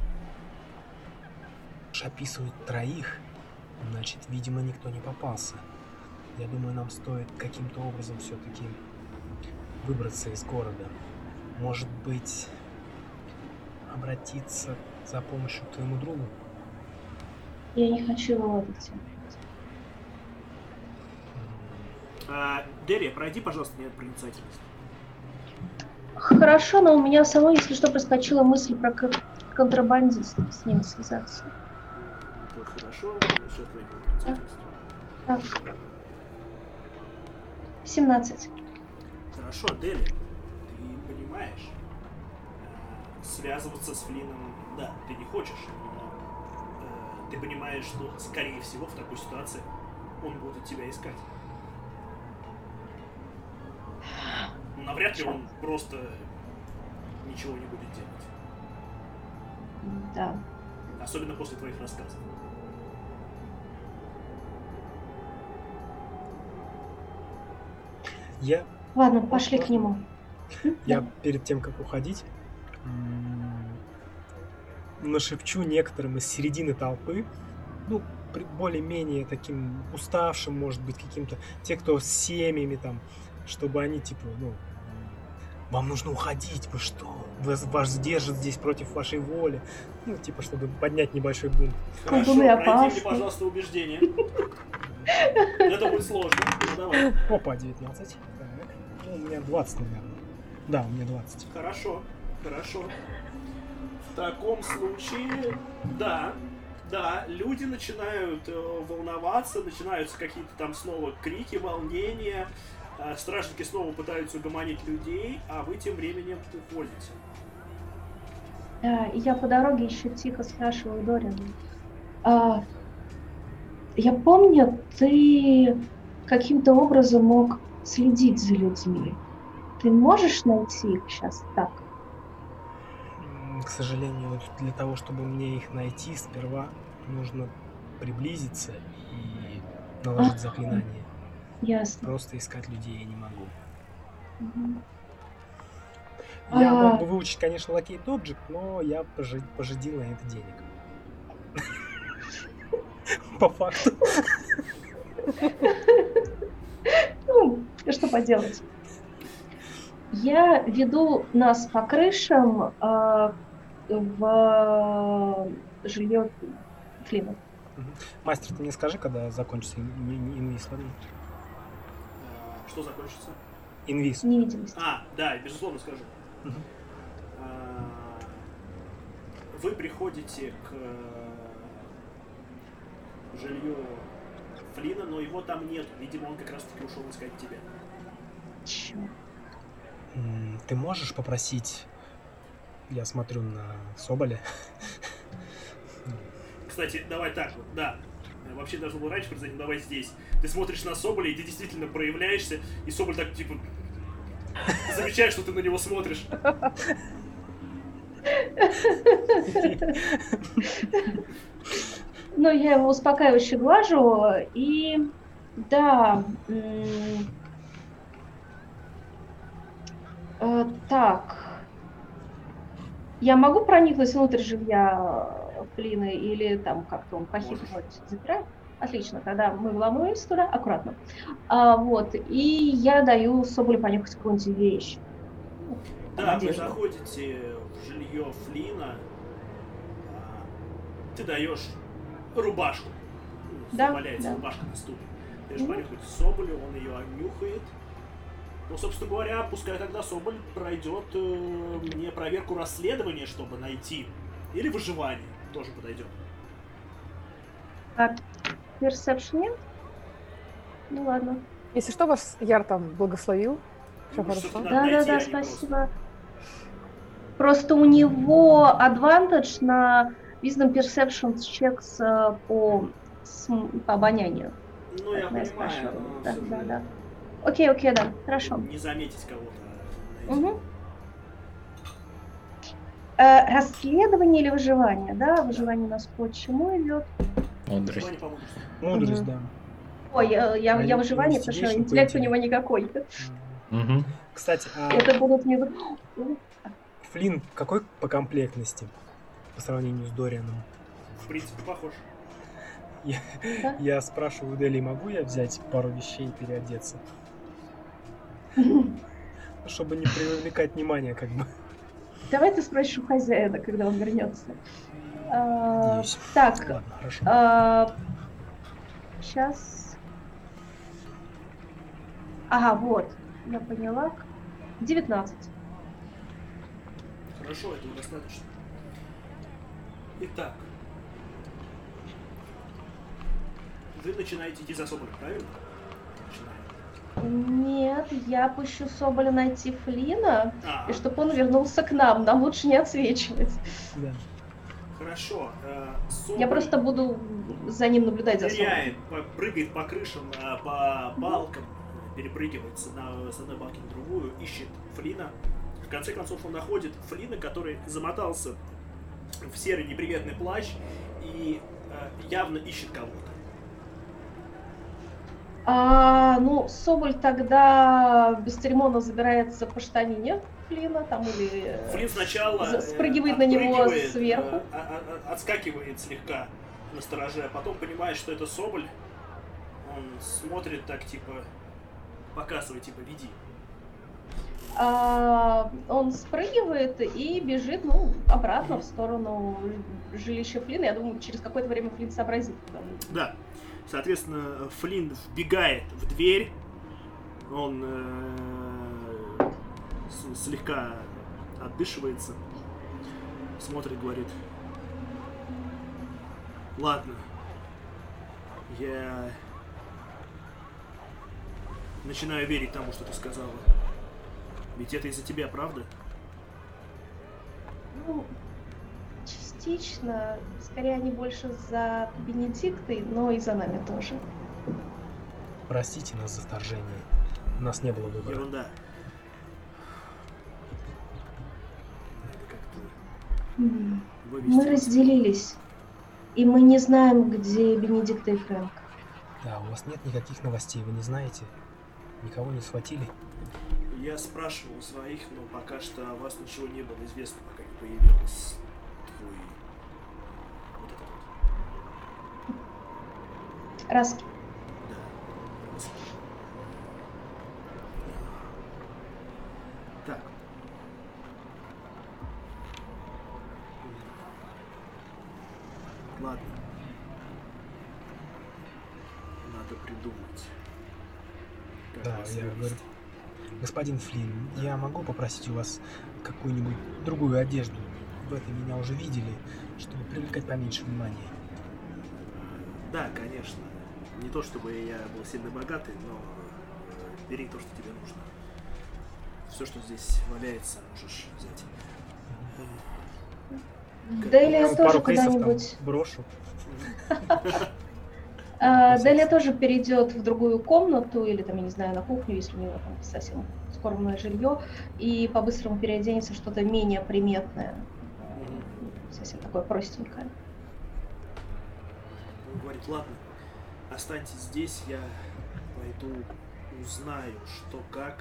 Описывают 3, значит, видимо, никто не попался. Я думаю, нам стоит каким-то образом все-таки выбраться из города. Может быть, обратиться за помощью к твоему другу?
Я не хочу его выйти.
Дерри, пройди, пожалуйста, мне проницательность.
Хорошо, но у меня самой, если что, проскочила мысль про контрабандиста, с ним связаться.
Хорошо, сейчас пройдем проницательность.
Так. 17.
Хорошо, Дерри, ты понимаешь, связываться с Флином, да, ты не хочешь, но ты понимаешь, что, скорее всего, в такой ситуации он будет тебя искать. Навряд ли он просто ничего не будет делать.
Да.
Особенно после твоих рассказов.
Ладно, пошли к нему.
Я перед тем, как уходить, нашепчу некоторым из середины толпы, более-менее таким уставшим, может быть, каким-то, те, кто с семьями там, чтобы они, вам нужно уходить, вы что? Вас держат здесь против вашей воли. Чтобы поднять небольшой бунт.
Хорошо, пройди мне, пожалуйста, убеждение. Это будет сложно. Давай.
Опа, 19. Так. У меня 20, наверное. Да, у меня 20.
Хорошо. В таком случае, да, люди начинают волноваться, начинаются какие-то там снова крики, волнения. Стражники снова пытаются угомонить людей, а вы тем временем уходите.
Да, и я по дороге еще тихо спрашиваю Дорина. Я помню, ты каким-то образом мог следить за людьми. Ты можешь найти их сейчас так?
К сожалению, для того, чтобы мне их найти, сперва нужно приблизиться и наложить заклинание.
Ясно.
Просто искать людей я не могу.
Угу.
Я мог бы выучить, конечно, Locate Object, но я пожадил на это денег. По факту.
Что поделать? Я веду нас по крышам в жилье Флина.
Мастер, ты мне скажи, когда закончится инвиз, ладно?
Что закончится?
Инвиз.
Невидимость.
Да, безусловно скажу. Вы приходите к жилью Флина, но его там нет. Видимо, он как раз-таки ушел искать тебя.
Чё?
Ты можешь попросить... Я смотрю на Соболя.
Кстати, давай так вот, да. Вообще должно было раньше произойти, давай здесь. Ты смотришь на Соболя, и ты действительно проявляешься, и Соболь так, замечает, что ты на него смотришь.
Ну, я его успокаивающе глажу, и да, так, я могу проникнуть внутрь жилья Флина или там как-то он по-хитрому запирает? Отлично, тогда мы вломаемся туда аккуратно. И я даю Соболю понюхать какую-нибудь вещь.
Да, вы заходите в жилье Флина, ты даешь рубашку.
Да,
валяется
да.
рубашка на стуле. Ты же понюхать Соболю, он ее нюхает. Ну, собственно говоря, пускай тогда Соболь пройдет мне проверку расследования, чтобы найти. Или выживание тоже подойдет.
А персепшн нет? Ну ладно.
Если что, ваш Яр там благословил. Все
Ну,
хорошо.
Да, спасибо. Просто у него advantage на Wisdom Perception checks по обонянию.
Ну, я понимаю.
Да. Окей, да, хорошо.
Не заметить кого-то.
Угу. Расследование или выживание, да? Выживание у нас по чему идет?
Мудрость.
Мудрость, да.
Ой, я выживание, потому что интеллект у него никакой.
Кстати,
это будут не...
Флинн какой по комплектности по сравнению с Дорианом?
В принципе, похож.
Я спрашиваю у Дели, могу я взять пару вещей и переодеться? Чтобы не привлекать внимание, как бы.
Давай ты спросишь у хозяина, когда он вернется.
Так, ладно, хорошо.
Сейчас. Ага, вот. Я поняла. 19.
Хорошо, этого достаточно. Итак. Вы начинаете идти за Соболем, правильно?
Нет, я пущу Соболя найти Флина, и чтобы он вернулся к нам. Нам лучше не отсвечивать.
Да.
Хорошо. Соболь
я просто буду за ним наблюдать за Соболем.
Прыгает по крышам, по балкам, перепрыгивает с одной балки на другую, ищет Флина. В конце концов он находит Флина, который замотался в серый неприметный плащ и явно ищет кого-то.
Ну, Соболь тогда бесцеремонно забирается по штанине Флина, там или...
Флин сначала
спрыгивает на него сверху.
Отскакивает слегка на стороже, а потом понимает, что это Соболь. Он смотрит так, типа, показывает, типа, веди.
Он спрыгивает и бежит, обратно в сторону жилища Флина. Я думаю, через какое-то время Флин сообразит.
Да. Соответственно, Флин вбегает в дверь. Он слегка отдышивается. Смотрит, говорит: ладно. Я начинаю верить тому, что ты сказала. Ведь это из-за тебя, правда?
Частично. Скорее, они больше за Бенедиктой, но и за нами тоже.
Простите нас за вторжение. У нас не было выбора.
Ерунда.
Мы разделились. И мы не знаем, где Бенедикта и Фрэнк.
Да, у вас нет никаких новостей, вы не знаете? Никого не схватили?
Я спрашивал своих, но пока что о вас ничего не было известно, пока не появилась твой... вот это вот.
Раски.
Да, Раски. Так. Ладно. Надо придумать.
Да, я говорю. Господин Флинн, я могу попросить у вас какую-нибудь другую одежду? В этом меня уже видели, чтобы привлекать поменьше внимания.
Да, конечно. Не то чтобы я был сильно богатый, но бери то, что тебе нужно. Все, что здесь валяется, можешь взять.
Делия тоже куда-нибудь
брошу.
Делия тоже перейдет в другую комнату или там, я не знаю, на кухню, если у него там совсем скромное жилье, и по-быстрому переоденется что-то менее приметное, совсем такое простенькое.
Он говорит: ладно, останьтесь здесь, я пойду узнаю, что как.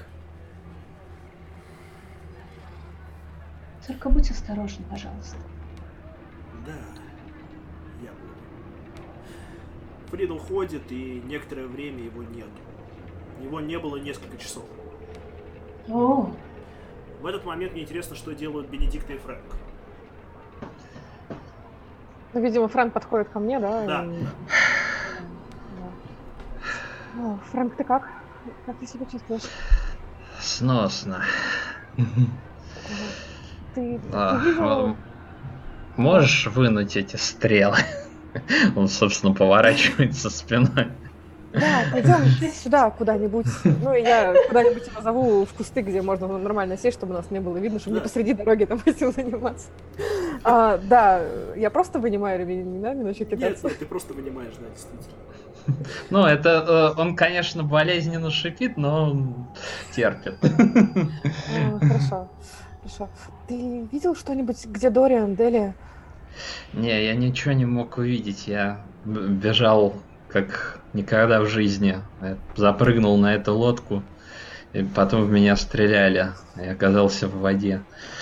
Только будь осторожен, пожалуйста.
Да, я буду. Флинн уходит, и некоторое время его нет. Его не было несколько часов.
О.
В этот момент мне интересно, что делают Бенедикта и Фрэнк.
Ну, видимо, Фрэнк подходит ко мне, да?
Да.
Фрэнк, ты как? Как ты себя чувствуешь?
Сносно.
Ты видел?
Можешь вынуть эти стрелы? Он, собственно, поворачивается спиной.
Да, пойдем сюда куда-нибудь. Ну, и я куда-нибудь его зову в кусты, где можно нормально сесть, чтобы нас не было видно, чтобы не посреди дороги там этим заниматься. Да, я просто вынимаю ремень, да, не начну кидаться.
Нет, ты просто вынимаешь, да, действительно.
Ну, это он, конечно, болезненно шипит, но он терпит.
Хорошо. Ты видел что-нибудь, где Дориан, Делия?
Не, я ничего не мог увидеть. Я бежал как никогда в жизни. Я запрыгнул на эту лодку, и потом в меня стреляли. Я оказался в воде.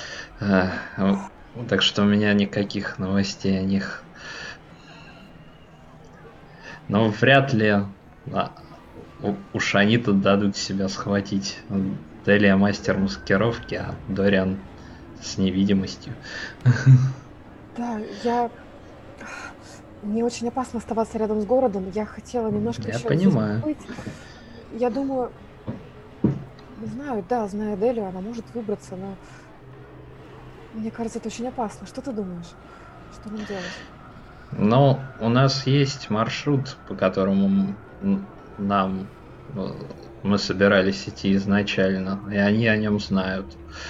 Так что у меня никаких новостей о них. Но вряд ли уж они тут дадут себя схватить. Делия мастер маскировки, а Дориан с невидимостью.
Да, мне очень опасно оставаться рядом с городом. Я хотела немножко
Я
еще
понимаю.
здесь побыть. Я думаю, не знаю, да, зная Делию, она может выбраться, но мне кажется, это очень опасно. Что ты думаешь? Что нам делать?
Ну, у нас есть маршрут, по которому мы собирались идти изначально, и они о нем знают.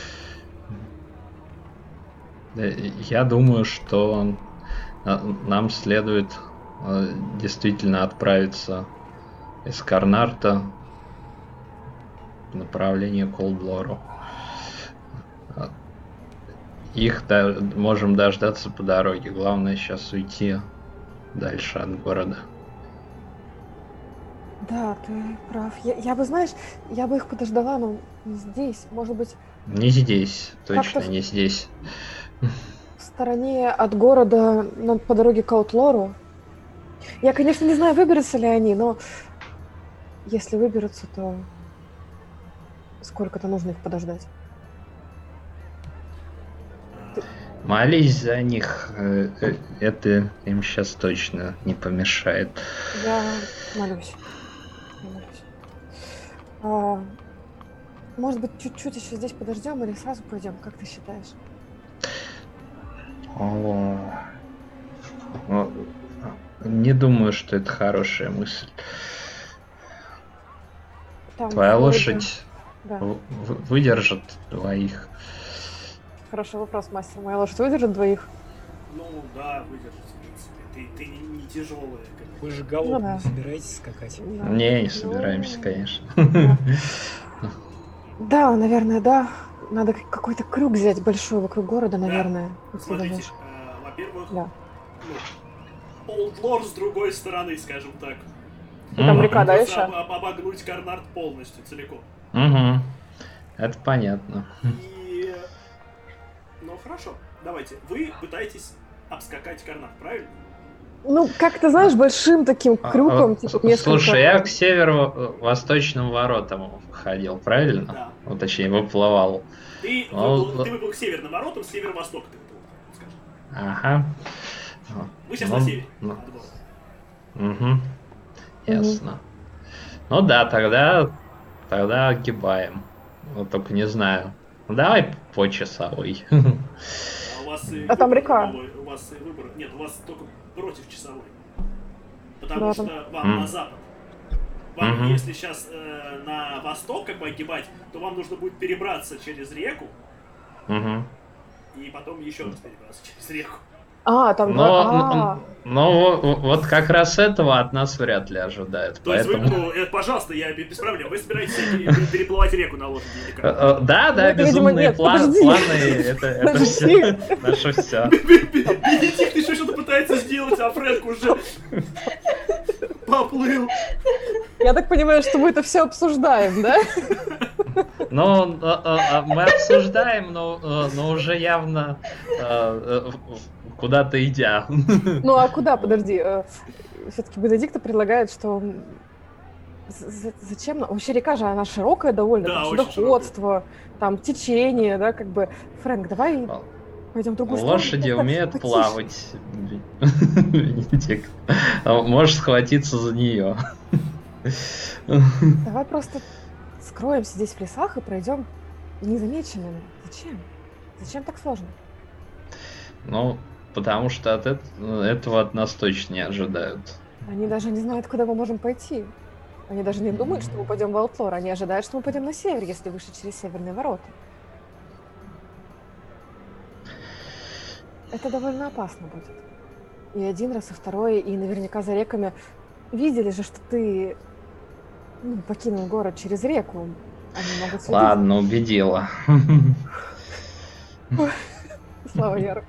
Я думаю, что нам следует действительно отправиться из Карнарта в направлении Колдлору. Их можем дождаться по дороге. Главное сейчас уйти дальше от города.
Да, ты прав. Я бы, знаешь, я бы их подождала, но не здесь. Может быть...
Не здесь. Точно
как-то
не здесь.
в стороне от города, по дороге к Аутлору. Я, конечно, не знаю, выберутся ли они, но если выберутся, то сколько-то нужно их подождать.
Молись за них. Это им сейчас точно не помешает.
Я молюсь. Может быть, чуть-чуть еще здесь подождем или сразу пойдем? Как ты считаешь?
Не думаю, что это хорошая мысль.
Там
Твоя
вроде...
лошадь
Да.
выдержит двоих.
Хороший вопрос, мастер. Моя лошадь выдержит двоих?
Ну да, выдержит, в принципе. Ты не тяжелая.
Вы же галоп
да.
не собираетесь скакать?
Да.
Не собираемся, конечно.
Да, наверное, да. Надо какой-то круг взять большой вокруг города, наверное. если
Смотрите,
думаешь.
во-первых,
Да.
Олдлор с другой стороны, скажем так.
Там река, да,
Просто
еще?
обогнуть Карнарт полностью, целиком.
Угу. Это понятно.
И... Ну хорошо, давайте. Вы пытаетесь обскакать Карнарт, правильно?
Ну, как ты знаешь, большим таким крюком, типа несколько...
Слушай, я к северо-восточным воротам ходил, правильно?
Да.
Ну, точнее, выплывал.
Ты выплыл к северным воротам, с северо-востока ты выплыл, скажем.
Ага.
Вы сейчас на севере.
Ну.
от города.
Угу. Ясно. Ну да, тогда огибаем. Вот только не знаю. Ну давай по часовой.
А у вас и
там
выбор
река.
другой, у вас и выбор. Нет, у вас только против часовой. Потому
Да,
что вам на запад. Вам,
Мгм.
если сейчас на восток как бы огибать, то вам нужно будет перебраться через реку
Угу.
и потом еще раз перебраться через реку.
Там...
Но вот как раз этого от нас вряд ли ожидают.
То есть
Поэтому...
вы, пожалуйста, я без проблем. Вы собираетесь переплывать реку на лошади или как?
Да,
Ну, это, видимо,
безумные
нет, подожди.
планы, это
Подожди.
все, наше все.
Бенедикт еще что-то пытается сделать, а Фрэнк уже поплыл.
Я так понимаю, что мы это все обсуждаем, да?
Ну, мы обсуждаем, но уже явно куда-то идя.
Ну, а куда, подожди? Все-таки Бенедикт предлагает, что... Зачем? Вообще река же, она широкая довольно,
Да,
там
очень
судоходство, там течение, да, как бы. Фрэнк, давай пойдем в другую сторону.
Лошади
Просто
умеют
потише.
плавать. Бенедикт. Можешь схватиться за нее.
Давай просто скроемся здесь в лесах и пройдем незамеченными. Зачем? Зачем так сложно?
Ну, потому что от этого от нас точно не ожидают.
Они даже не знают, куда мы можем пойти. Они даже не думают, что мы пойдем в Аутлор. Они ожидают, что мы пойдем на север, если выше через северные ворота. Это довольно опасно будет. И один раз, и второй, и наверняка за реками. Видели же, что ты покинул город через реку. Они могут следить.
Ладно, убедила.
Слава Ярку.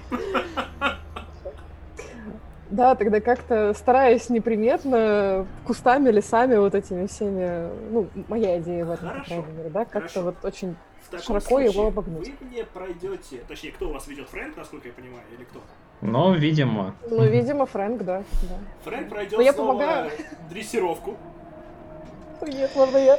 Да, тогда как-то стараясь неприметно, кустами, лесами, вот этими всеми, ну, моя идея в этом, по крайней мере, да, как-то вот очень широко его обогнуть.
Вы мне пройдете, точнее, кто у вас ведет, Фрэнк, насколько я понимаю, или кто?
Ну, видимо.
Ну, видимо, Фрэнк, да.
Фрэнк пройдет
я
снова
помогаю.
дрессировку.
Нет, можно я?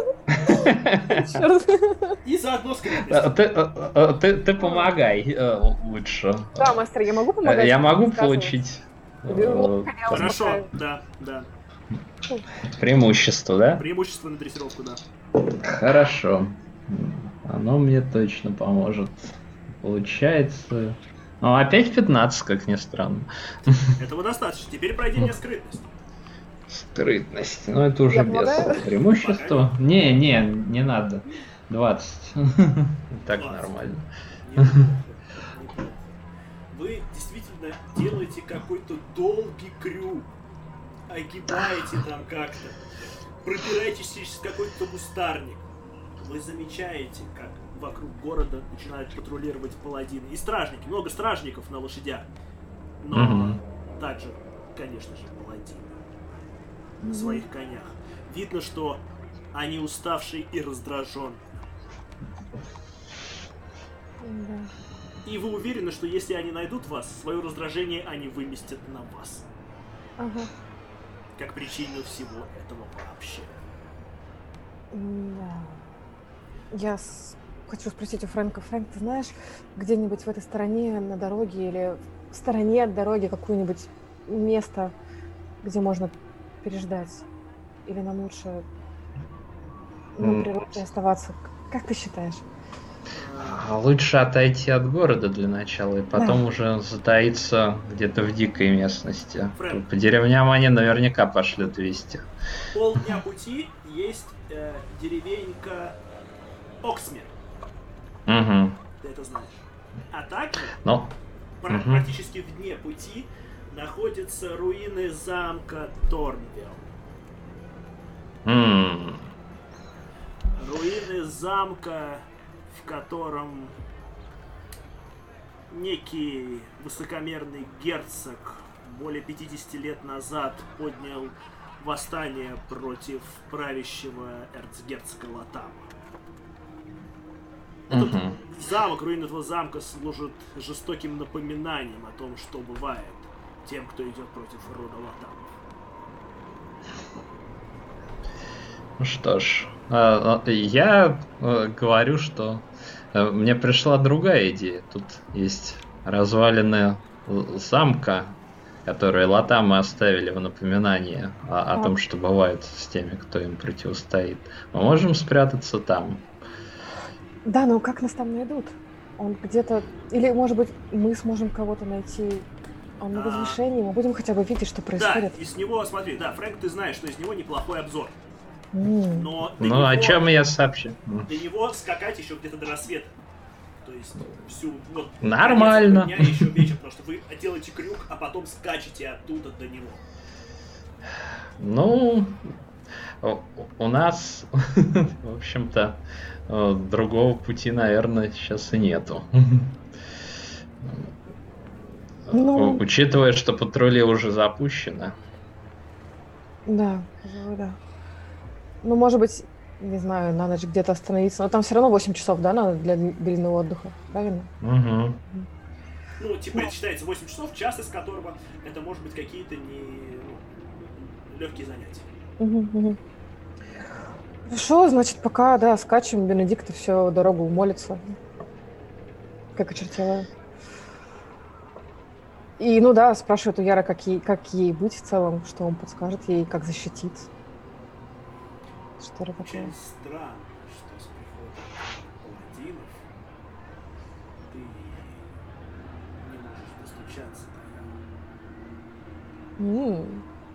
Черт.
И заодно скрытность.
Ты помогай лучше.
Да, мастер, я могу помогать?
Я могу
Рассказывать?
получить
Хорошо, да.
преимущество, да?
Преимущество на дрессировку, да.
Хорошо. Оно мне точно поможет. Получается... Ну, опять 15, как ни странно.
Этого достаточно. Теперь пройди мне скрытность.
Скрытность. Ну, это уже
Я
без
помогаю?
преимущества. Не надо. 20. Так
20.
нормально.
Неплохо. Вы действительно делаете какой-то долгий крюк. Огибаете там как-то. Пробираетесь через какой-то кустарник. Вы замечаете, как вокруг города начинают патрулировать паладины. И стражники. Много стражников на лошадях. Но также, конечно же, паладины. На своих конях. Видно, что они уставшие и раздраженные.
Да.
И вы уверены, что если они найдут вас, свое раздражение они выместят на вас.
Ага.
Как причину всего этого вообще.
Да. Я хочу спросить у Фрэнка. Фрэнк, ты знаешь, где-нибудь в этой стороне на дороге или в стороне от дороги какое-нибудь место, где можно переждать? Или нам лучше на природе оставаться? Как ты считаешь?
Лучше отойти от города для начала, и потом уже затаиться где-то в дикой местности.
Фрэнк.
По деревням они наверняка пошлют вести.
Полдня пути есть деревенька Оксмир.
Угу.
Ты это знаешь. А также
Ну,
практически в дне пути находятся руины замка Торнвилл. Руины замка, в котором некий высокомерный герцог более 50 лет назад поднял восстание против правящего эрцгерцога Латама. Этот замок, руины этого замка служат жестоким напоминанием о том, что бывает тем, кто идет против рода Латамов.
Ну что ж, я говорю, что мне пришла другая идея. Тут есть развалины замка, которые Латамы оставили в напоминание о том, что бывает с теми, кто им противостоит. Мы можем спрятаться там.
Да, но как нас там найдут? Он где-то... Или, может быть, мы сможем кого-то найти... Он на возвышении, мы будем хотя бы видеть, что происходит.
Да, из него, смотри, да, Фрэнк, ты знаешь, что из него неплохой обзор.
Mm.
Но
Ну, о чем я сообщу?
до него скакать еще где-то до рассвета. То есть всю... Вот,
Нормально.
У меня еще вечер, потому что вы делаете крюк, а потом скачете оттуда до него.
Ну, у нас, в общем-то, другого пути, наверное, сейчас и нету.
Ну...
Учитывая, что патрули уже запущены.
Да, пожалуй, да. Ну, может быть, не знаю, на ночь где-то остановиться. Но там все равно 8 часов, да, надо для длинного отдыха, правильно?
Угу.
Ну, типа, это считается 8 часов, час из которого это может быть какие-то легкие занятия.
Угу. Хорошо, значит, пока, да, скачем, Бенедикт всю дорогу молится. Как очертела. И, ну да, спрашивает у Яра, как ей быть в целом, что он подскажет ей, как защитить. Что это такое?
Очень странно, что с приходом паладинов ты не можешь достучаться до них.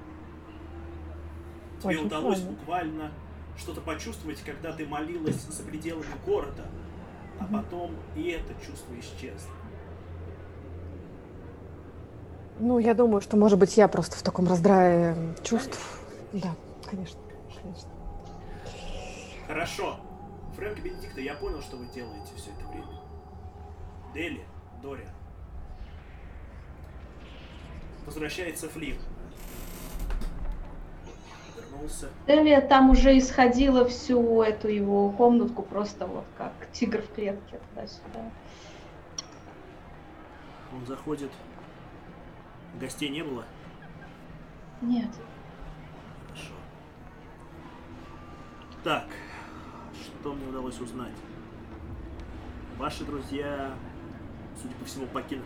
Тебе
Очень
удалось
странно.
буквально что-то почувствовать, когда ты молилась за пределами города, а потом и это чувство исчезло.
Ну, я думаю, что, может быть, я просто в таком раздрае чувств. Да, конечно.
Хорошо. Фрэнк и Бенедикта, я понял, что вы делаете все это время. Дели, Дориан. Возвращается Флинн. Вернулся.
Делия там уже исходила всю эту его комнатку просто вот как тигр в клетке туда-сюда.
Он заходит. Гостей не было?
Нет.
Хорошо. Так, что мне удалось узнать? Ваши друзья, судя по всему, покинули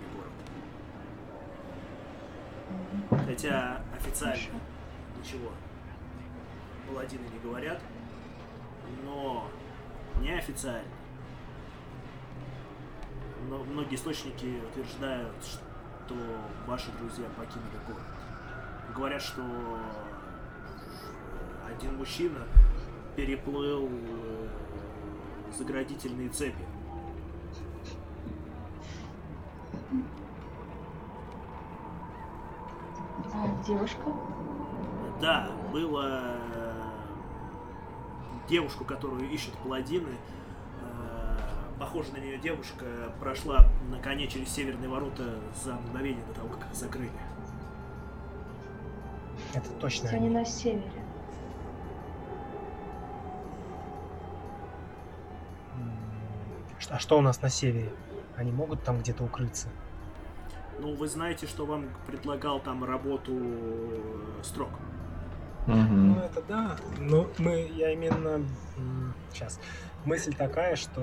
город. Хотя официально ничего паладины не говорят, но неофициально. Но многие источники утверждают, что ваши друзья покинули город. Говорят, что один мужчина переплыл заградительные цепи.
Девушка?
Да, было девушку, которую ищут паладины. Похожа на нее девушка прошла на коне через северные ворота за мгновение до того, как их закрыли.
Это точно
Они на севере.
А что у нас на севере? Они могут там где-то укрыться?
Ну, вы знаете, что вам предлагал там работу Строк.
Ну, это да. Но я именно... Сейчас. Мысль такая, что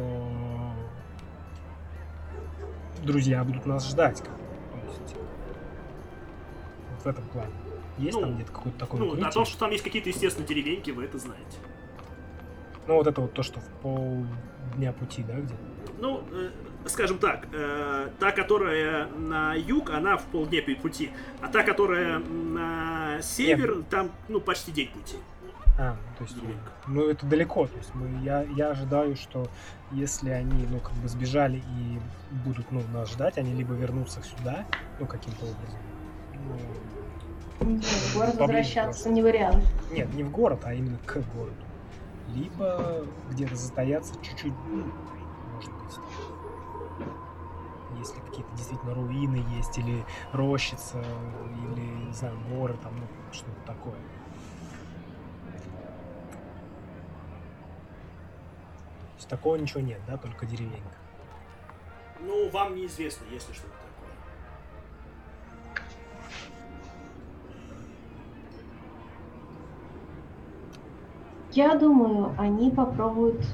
друзья будут нас ждать. То есть, вот в этом плане. Есть там где-то какой-то такой укрытие?
О том, что там есть какие-то, естественно, деревеньки, вы это знаете.
Ну, вот это вот то, что в полдня пути, да, где?
Ну, скажем так, та, которая на юг, она в полдня пути, а та, которая на север, там, почти день пути.
То есть, это далеко. То есть я ожидаю, что если они, сбежали и будут, нас ждать, они либо вернутся сюда, каким-то образом.
В город возвращаться не вариант.
Нет, не в город, а именно к городу. Либо где-то застояться чуть-чуть, может быть, если какие-то действительно руины есть, или рощица, или, не знаю, горы, там, что-то такое. То есть такого ничего нет, да, только деревенька.
Ну, вам неизвестно, если что-то такое.
Я думаю, они попробуют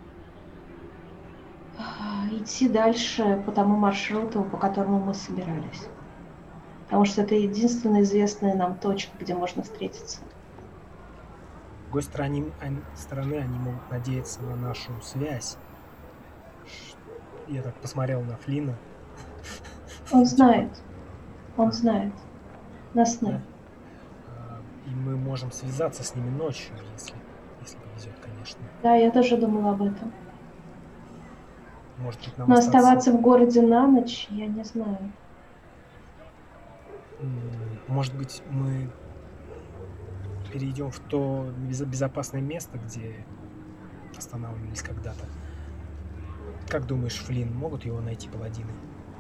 идти дальше по тому маршруту, по которому мы собирались. Потому что это единственная известная нам точка, где можно встретиться.
С другой стороны, они могут надеяться на нашу связь. Я так посмотрел на Флина.
Он знает. Нас нет.
И мы можем связаться с ними ночью, если повезет, конечно.
Да, я тоже думала об этом.
Может быть, нам
Но оставаться в городе на ночь, я не знаю.
Может быть, мы перейдем в то безопасное место, где останавливались когда-то. Как думаешь, Флинн, могут его найти паладины?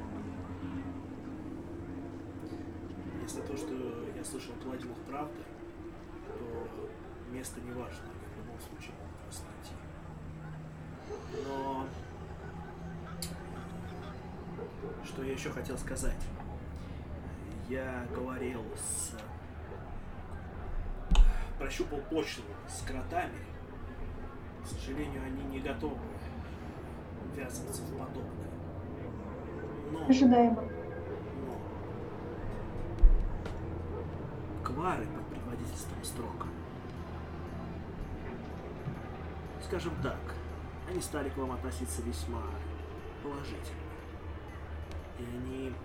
Если то, что я слышал о паладинах, правда, то место не важно, они в любом случае могут вас найти. Но что я еще хотел сказать? Я говорил прощупал почву с кротами. К сожалению, они не готовы ввязываться в подобное.
Ожидаемо.
Но квары под предводительством Строка скажем так, они стали к вам относиться весьма положительно. И они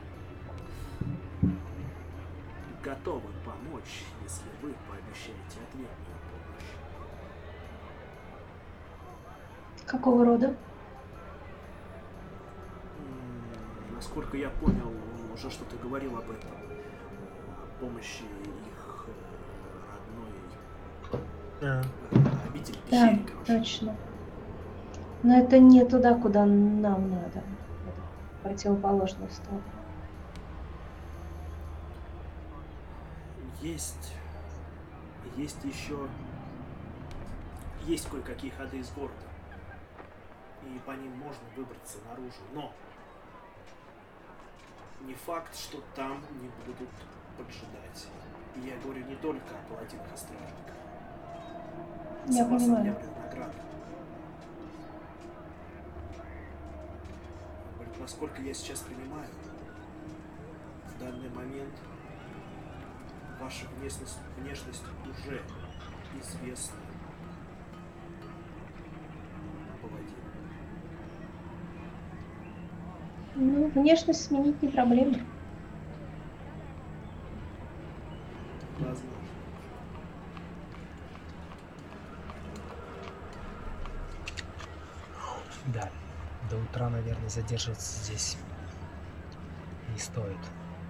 готовы помочь, если вы пообещаете ответную помощь.
Какого рода?
Насколько я понял, уже что-то говорил об этом. О помощи их родной обители
Да,
пещере, короче.
точно. Но это не туда, куда нам надо. Это в противоположную сторону.
Есть кое-какие ходы из города. И по ним можно выбраться наружу. Но не факт, что там не будут поджидать. И я говорю не только о паладинах и стражниках.
Я понимаю.
Награды. Говорит, насколько я сейчас понимаю, в данный момент ваша внешность уже известна паладину.
Ну, внешность сменить не проблема.
Возможно.
Да, до утра, наверное, задерживаться здесь не стоит.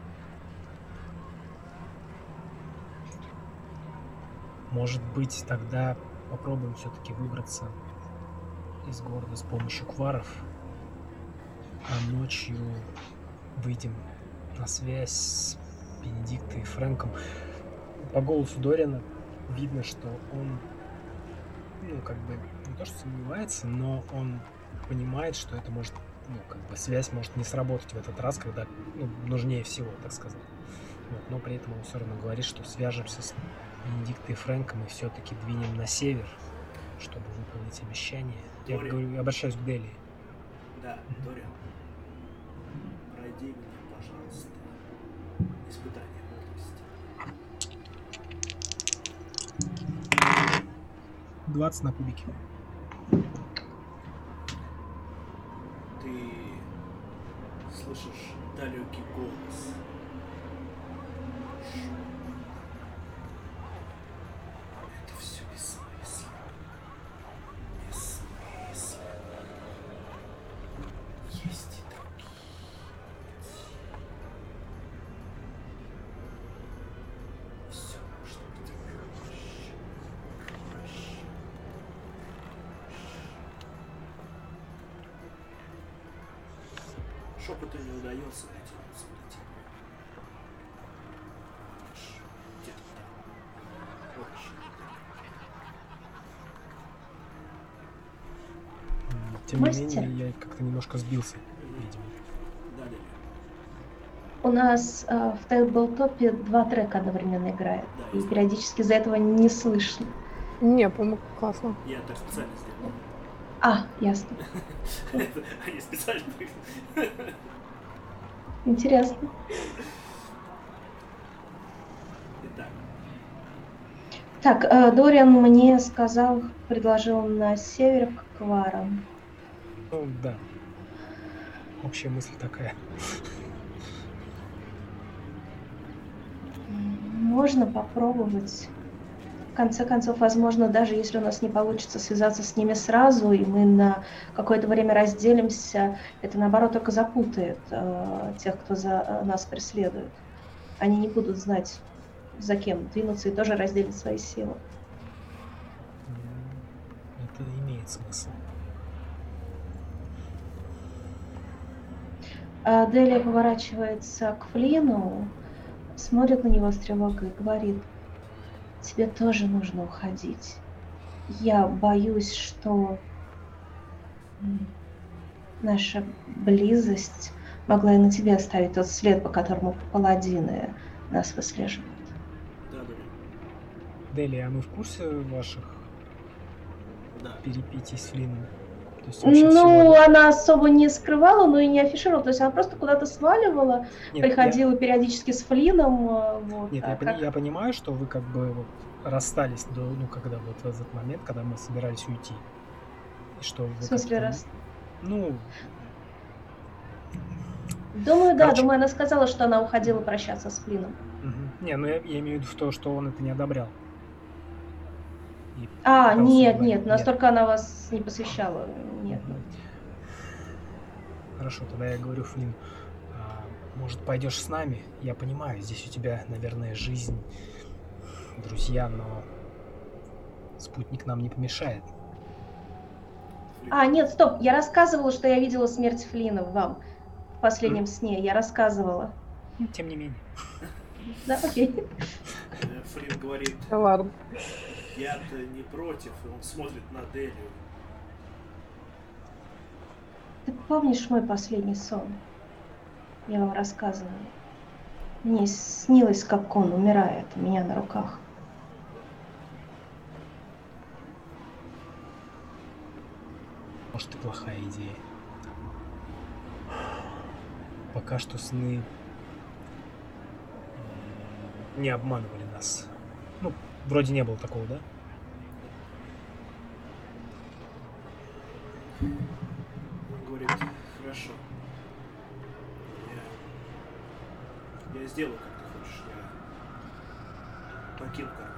Может быть, тогда попробуем все-таки выбраться из города с помощью кваров, а ночью выйдем на связь с Бенедиктой и Фрэнком. По голосу Дориана видно, что он, не то что сомневается, но он понимает, что это может, связь может не сработать в этот раз, когда нужнее всего, так сказать. Но при этом он все равно говорит, что свяжемся с Бенедиктой и Фрэнком и все-таки двинем на север, чтобы выполнить обещание. Я говорю, обращаюсь к Дели.
Да, Дориан, пройди меня, пожалуйста, испытание мудрости.
20 на кубике.
Ты слышишь далекий голос. Это все бессмысленно. Есть и другие. Все может быть проще. Шепоту не удается дотянуться до тебя. Где-то там. Очень.
Тем не менее, я как-то немножко сбился, видимо.
Да.
У нас в тейблтопе 2 трека одновременно играет.
Да,
И периодически из-за этого не слышно.
Не, по-моему, классно.
Я так специально сделал.
А, ясно.
Они специально.
Интересно.
Итак,
Так, Дориан мне сказал, предложил на север к кварам.
Ну да. Общая мысль такая.
Можно попробовать. В конце концов, возможно, даже если у нас не получится связаться с ними сразу, и мы на какое-то время разделимся, это, наоборот, только запутает тех, кто за нас преследует. Они не будут знать, за кем двинуться, и тоже разделят свои силы.
Это имеет смысл.
Делия поворачивается к Флину, смотрит на него с тревогой и говорит: тебе тоже нужно уходить. Я боюсь, что наша близость могла и на тебе оставить тот след, по которому паладины нас выслеживают.
да.
Дели, а мы в курсе ваших
Да.
перипетий с Флином? То есть вообще
Ну,
всего-
она особо не скрывала, но и не афишировала. То есть она просто куда-то сваливала,
Нет,
приходила периодически с Флином. Вот,
Нет,
а как-
я понимаю, что вы как бы вот расстались когда вот в этот момент, когда мы собирались уйти. И что вы
В смысле,
как-то,
раз?
ну,
Думаю, да,
короче,
думаю, она сказала, что она уходила прощаться с Флином.
Не, ну я имею в виду в то, что он это не одобрял. И
А,
пытался
нет,
уговорить.
нет, настолько она вас не посвящала. Нет,
Мгм.
нет.
Хорошо, тогда я говорю, Флинн, может, пойдешь с нами? Я понимаю, здесь у тебя, наверное, жизнь, друзья, но спутник нам не помешает.
Флинн,
А, нет, стоп, я рассказывала, что я видела смерть Флина вам в последнем сне. Я рассказывала.
Тем не менее.
Да, окей.
Флинн говорит,
Да ладно.
я-то не против, и он смотрит на Делию.
Ты помнишь мой последний сон? Я вам рассказывала. Мне снилось, как он умирает у меня на руках.
Может, и плохая идея. Пока что сны не обманывали нас. Ну, вроде не было такого, да?
Он говорит, хорошо. Я сделаю, как ты хочешь. Я покину Карвард.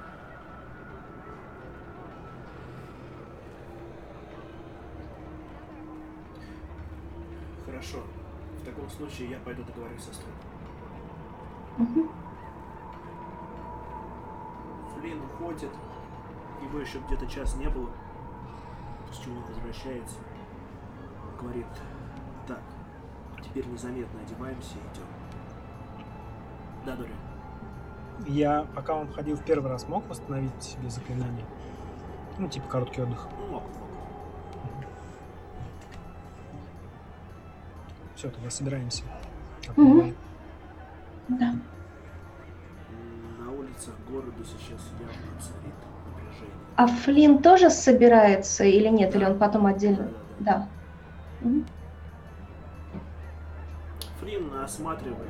Хорошо. В таком случае я пойду договорюсь со Строком.
Мгм.
Флинн уходит. Его еще где-то час не было. После чего он возвращается. Говорит, так, теперь незаметно одеваемся и идем. Да, Дори.
Я, пока он ходил в первый раз, мог восстановить себе заклинание? Ну, типа короткий отдых.
Мог.
Все, тогда собираемся. Как
Мгм.
он говорит.
Да.
На улицах города сейчас явно царит напряжение.
А Флинн тоже собирается или нет?
Да.
Или он потом отдельно?
Да.
Да. Мгм.
Флинн осматривает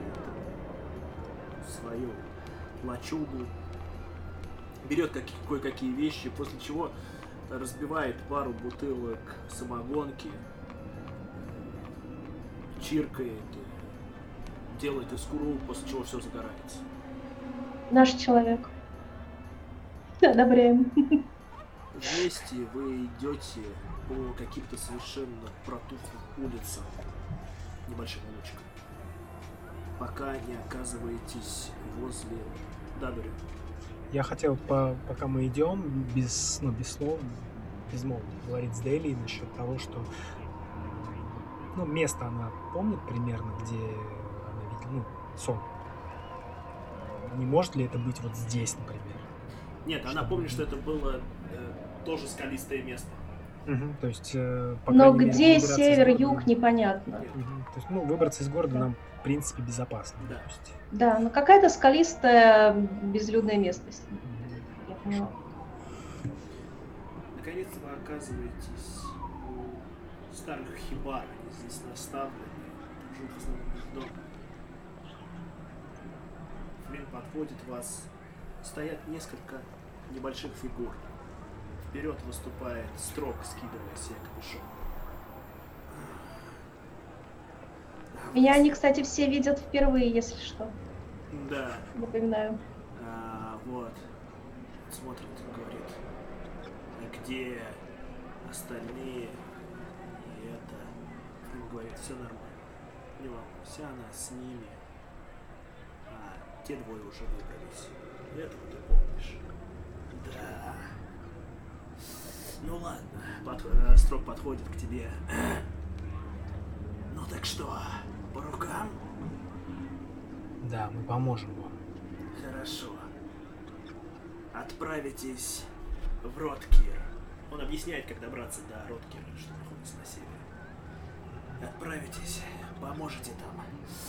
свою лачугу, берет кое-какие вещи, после чего разбивает пару бутылок самогонки, чиркает, делает искру, после чего все загорается.
Наш человек. Одобряем.
Вместе вы идете по каким-то совершенно протухлым улицам, небольшим улочкам, пока не оказываетесь возле Дадори.
Я хотел, пока мы идем, без слов, безмолвно говорить с Делией насчет того, что место она помнит примерно, где она видела, сон. Не может ли это быть вот здесь, например?
Нет, она помнит, что это было тоже скалистое место.
То есть, по
Но
крайней мере,
где
выбираться из
север,
города
юг, непонятно.
Нет.
То есть, выбраться из города нам, в принципе, безопасно.
Да.
То есть,
Да, но какая-то скалистая безлюдная местность. Я поняла.
Наконец-то вы оказываетесь у старых хибар. Они здесь наставлены. Живут в основном из дома. Флинн подводит вас. Стоят несколько небольших фигур. Вперед выступает Строк, скидывая себе капюшон.
Меня они, кстати, все видят впервые, если что.
Да.
Напоминаю.
Вот. Смотрит, говорит. А где остальные? И это. Флинн говорит, все нормально. Не волнуйся, она с ними. А те двое уже выбрались. Этого ты помнишь. Да. Ну ладно. Строк подходит к тебе. Ну так что, по рукам?
да, мы поможем вам.
Хорошо. Отправитесь в Роткир. Он объясняет, как добраться до Роткира, что находится на севере. Отправитесь, поможете там.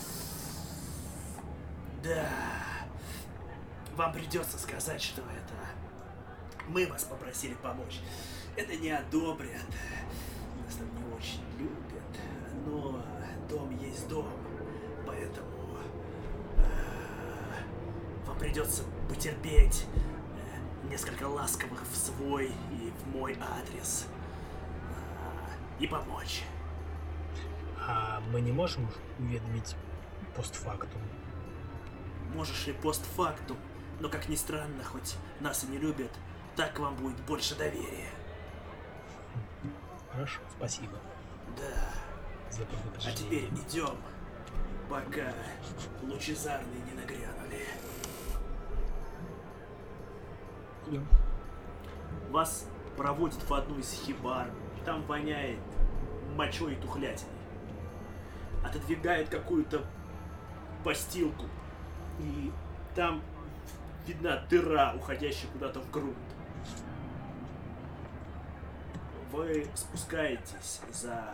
Да. Вам придется сказать, что это... Мы вас попросили помочь. Это не одобрят. Нас там не очень любят. Но дом есть дом. Поэтому... Вам придется потерпеть несколько ласковых в свой и в мой адрес. и помочь.
А мы не можем уведомить постфактум?
Можешь и постфактум, но, как ни странно, хоть нас и не любят, так к вам будет больше доверия.
Хорошо, спасибо.
Да.
За
А
предупреждение.
теперь идем, пока лучезарные не нагрянули.
Идем.
Вас проводят в одну из хибар. Там воняет мочой и тухлятиной. Отодвигает какую-то постилку. И там видна дыра, уходящая куда-то в грунт. Вы спускаетесь за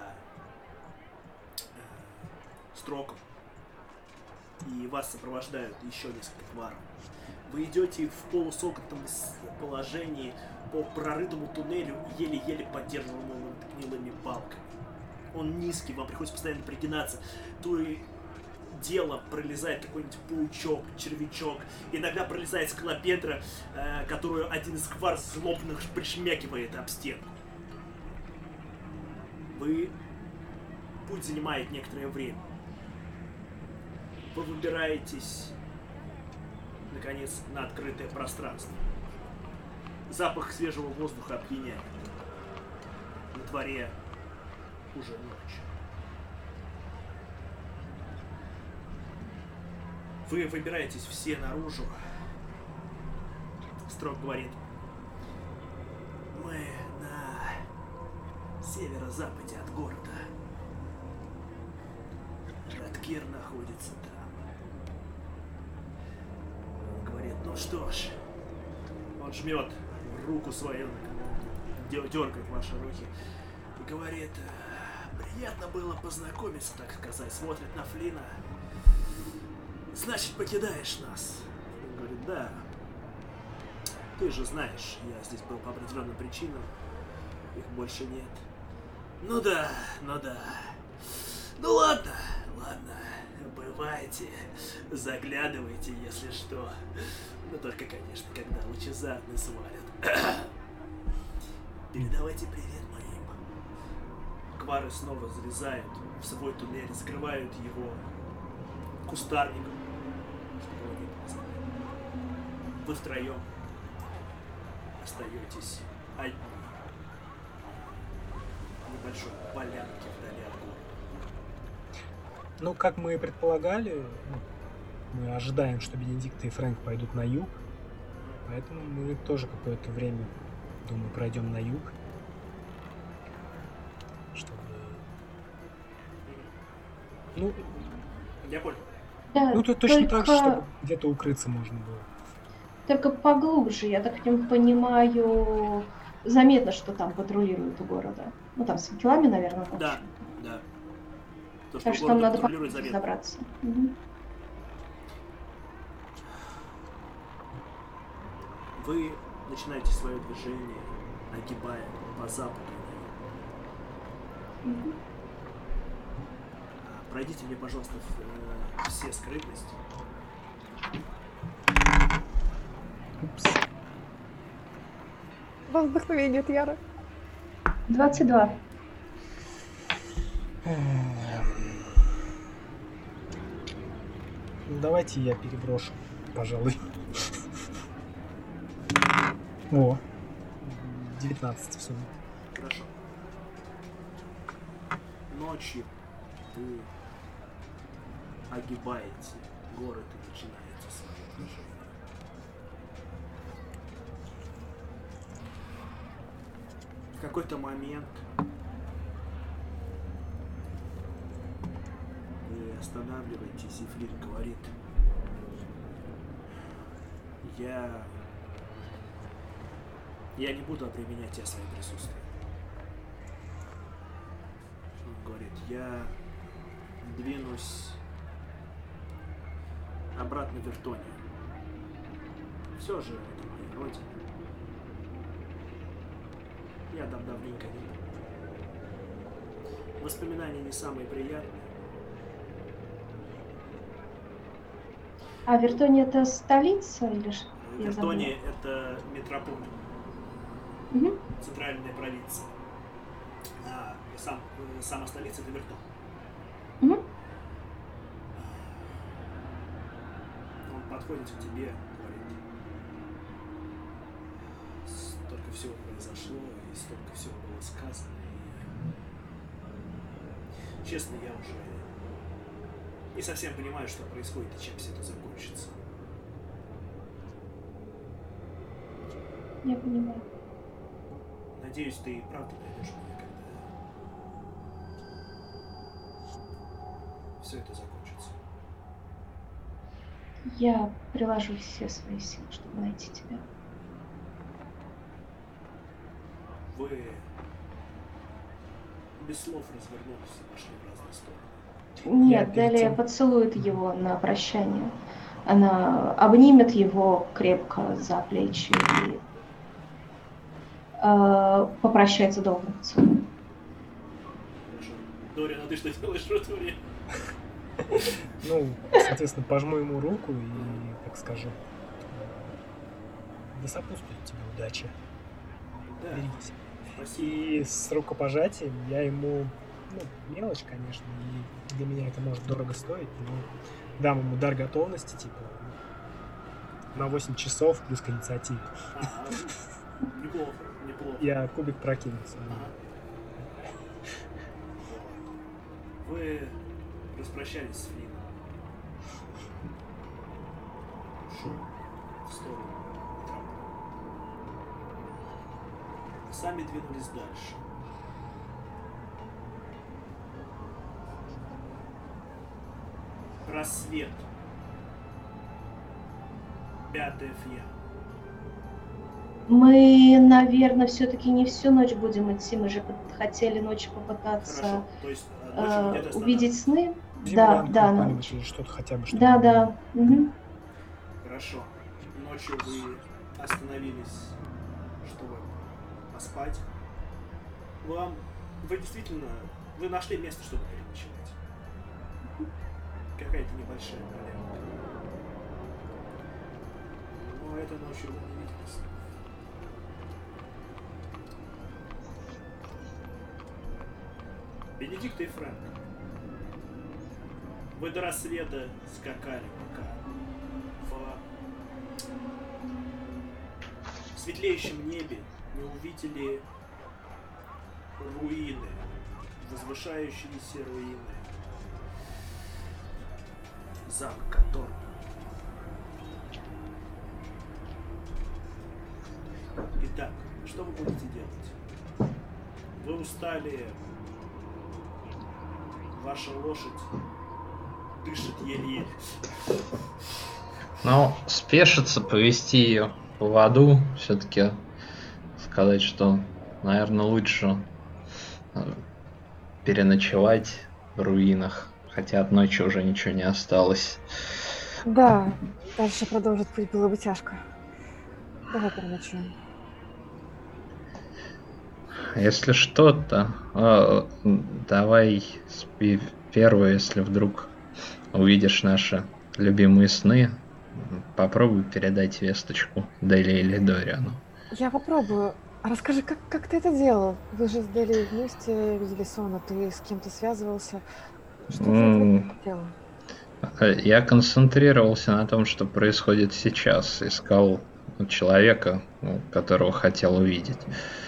строком. И вас сопровождают еще несколько тваров. Вы идете в полусогнутом положении по прорытому туннелю, еле-еле поддерживаемому гнилыми палками. Он низкий, вам приходится постоянно пригинаться. То и дело пролезает какой-нибудь паучок, червячок. Иногда пролезает скалопендра, которую один из квар злобных пришмякивает об стенку. Путь занимает некоторое время. Вы выбираетесь, наконец, на открытое пространство. Запах свежего воздуха опьяняет. На дворе уже ночь. Вы выбираетесь все наружу. Строк говорит: мы на северо-западе от города. Радкир находится там. Он говорит: ну что ж. Он жмет руку свою, дергает ваши руки и говорит: приятно было познакомиться, так сказать. Смотрит на Флина. Значит, покидаешь нас. Он говорит: да. Ты же знаешь, я здесь был по определенным причинам. Их больше нет. Ну да. Ну ладно. Бывайте. Заглядывайте, если что. Но только, конечно, когда лучезарный свалят. Передавайте привет моим. Квары снова залезают в свой туннель, закрывают его кустарником, чтобы его не было заметно. Вы втроем остаетесь одни в небольшой полянке вдали от города.
Ну, как мы и предполагали, мы ожидаем, что Бенедикт и Фрэнк пойдут на юг, поэтому мы тоже какое-то время, думаю, пройдем на юг, чтобы... Ну,
Я понял.
Да,
ну тут точно
только,
так же, чтобы где-то укрыться можно было.
только поглубже, я так понимаю, заметно, что там патрулируют у города. Ну, там с векилами, наверное, ночью.
Да. То,
Так что
город
там надо
патрулирует, заметно.
разобраться. Угу.
Вы начинаете свое движение, огибая по западу.
Угу.
Пройдите мне, пожалуйста, все скрытности.
Упс.
Вдохновение от Яра.
22.
Ну, давайте я переброшу, пожалуй. О, 19 в сумме.
Хорошо. Ночью вы огибаете город и начинаете свое движение. В какой-то момент вы останавливаетесь, и Флин говорит: я не буду применять тебя своим присутствием. Он говорит: я двинусь обратно в Вертонию. Все же это моя родина. Я там давненько не был. Воспоминания не самые приятные.
А Вертония это столица или что? Я забыла.
Вертония — это метрополия,
Угу.
центральная провинция. Сама столица это Вертон.
Мгм.
Он подходит к тебе, говорит: столько всего произошло, и столько всего было сказано, и честно, я уже не совсем понимаю, что происходит и чем все это закончится.
Я понимаю.
Надеюсь, ты и правда найдешь меня, когда все это закончится.
Я приложу все свои силы, чтобы найти тебя.
Вы без слов развернулись и пошли в разные стороны.
Нет,
перед
Делия
тем-
поцелует его на прощание. Она обнимет его крепко за плечи и попрощается долгим поцелуем.
Хорошо. Дориан, а ты что делаешь в Ротуре?
Ну, соответственно, пожму ему руку и, так скажу, да сопутствует тебе удача.
Да,
Берегись.
спасибо.
И с рукопожатием я ему, ну, мелочь, конечно, и для меня это может дорого стоить, но дам ему дар готовности, типа, на 8 часов плюс к инициативе.
Неплохо, неплохо.
Я кубик прокинулся.
Ага. Вы распрощались с Флином. Ушел в сторону трапа. Сами двинулись дальше. Рассвет. 5-я фья.
Мы, наверное, все-таки не всю ночь будем идти. Мы же хотели ночью попытаться
Хорошо. То есть ночью где-то
увидеть сны.
Землянку
Да, на
какую-нибудь
ночь.
или что-то хотя бы, чтобы...
Да. Мгм.
Хорошо. Ночью вы остановились, чтобы поспать. Вы действительно, вы нашли место, чтобы переночевать. Какая-то небольшая полянка. Но этой ночью вы не видели снов. Бенедикт и Фрэнк, вы до рассвета скакали пока в светлеющем небе не увидели руины, возвышающиеся руины замка Торн. Итак, что вы будете делать? Вы устали, ваша лошадь дышит еле-еле.
Ну, спешиться, повести ее по воду, все-таки сказать, что, наверное, лучше переночевать в руинах, хотя от ночи уже ничего не осталось.
Да, дальше продолжить путь было бы тяжко. Давай переночуем.
Если что-то, давай спи первое, если вдруг увидишь наши любимые сны, попробуй передать весточку Делии или Дориану.
Я попробую. А расскажи, как ты это делал? Вы же с Делией вместе видели сон, а ты с кем-то связывался. Что ты делал?
Я концентрировался на том, что происходит сейчас. Искал человека, которого хотел увидеть.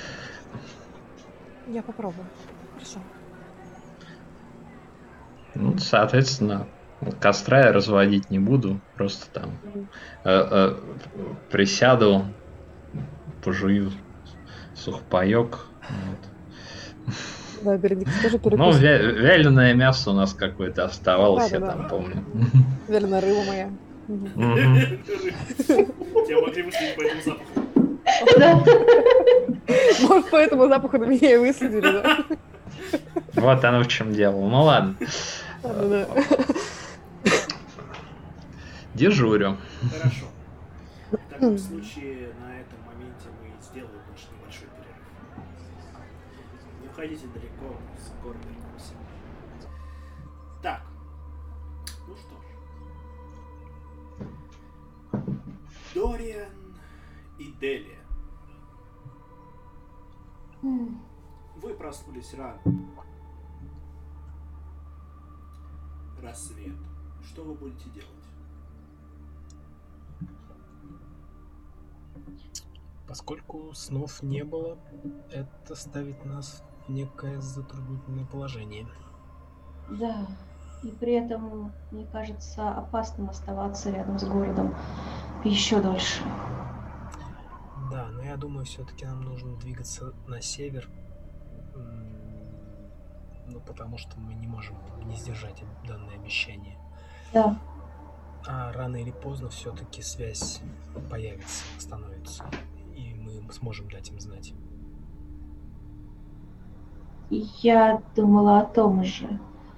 Я попробую. Хорошо.
Ну, соответственно, костра я разводить не буду. Просто там присяду, пожую сухпайок. Вот.
Да, Бенедикт, скажи
Ну,
перекусить.
вяленое мясо у нас какое-то оставалось, я
Да.
там помню.
Вяленая рыба моя.
Тебя могли выследить по этому запаху.
Может, по этому запаху на меня и выследили, да?
Вот оно в чем дело. Ну ладно.
Да.
Дежурю.
Хорошо. В таком случае на этом моменте мы сделаем наш небольшой перерыв. Не уходите далеко, скоро вернемся. Так. Ну что ж. Дориан и Делия. Вы проснулись рано. Рассвет. Что вы будете делать?
Поскольку снов не было, это ставит нас в некое затруднительное положение.
Да, и при этом, мне кажется, опасным оставаться рядом с городом еще дольше.
Да, но я думаю, все-таки нам нужно двигаться на север, ну, потому что мы не можем не сдержать данное обещание.
Да.
А рано или поздно все-таки связь появится, становится, и мы сможем дать им знать.
Я думала о том же.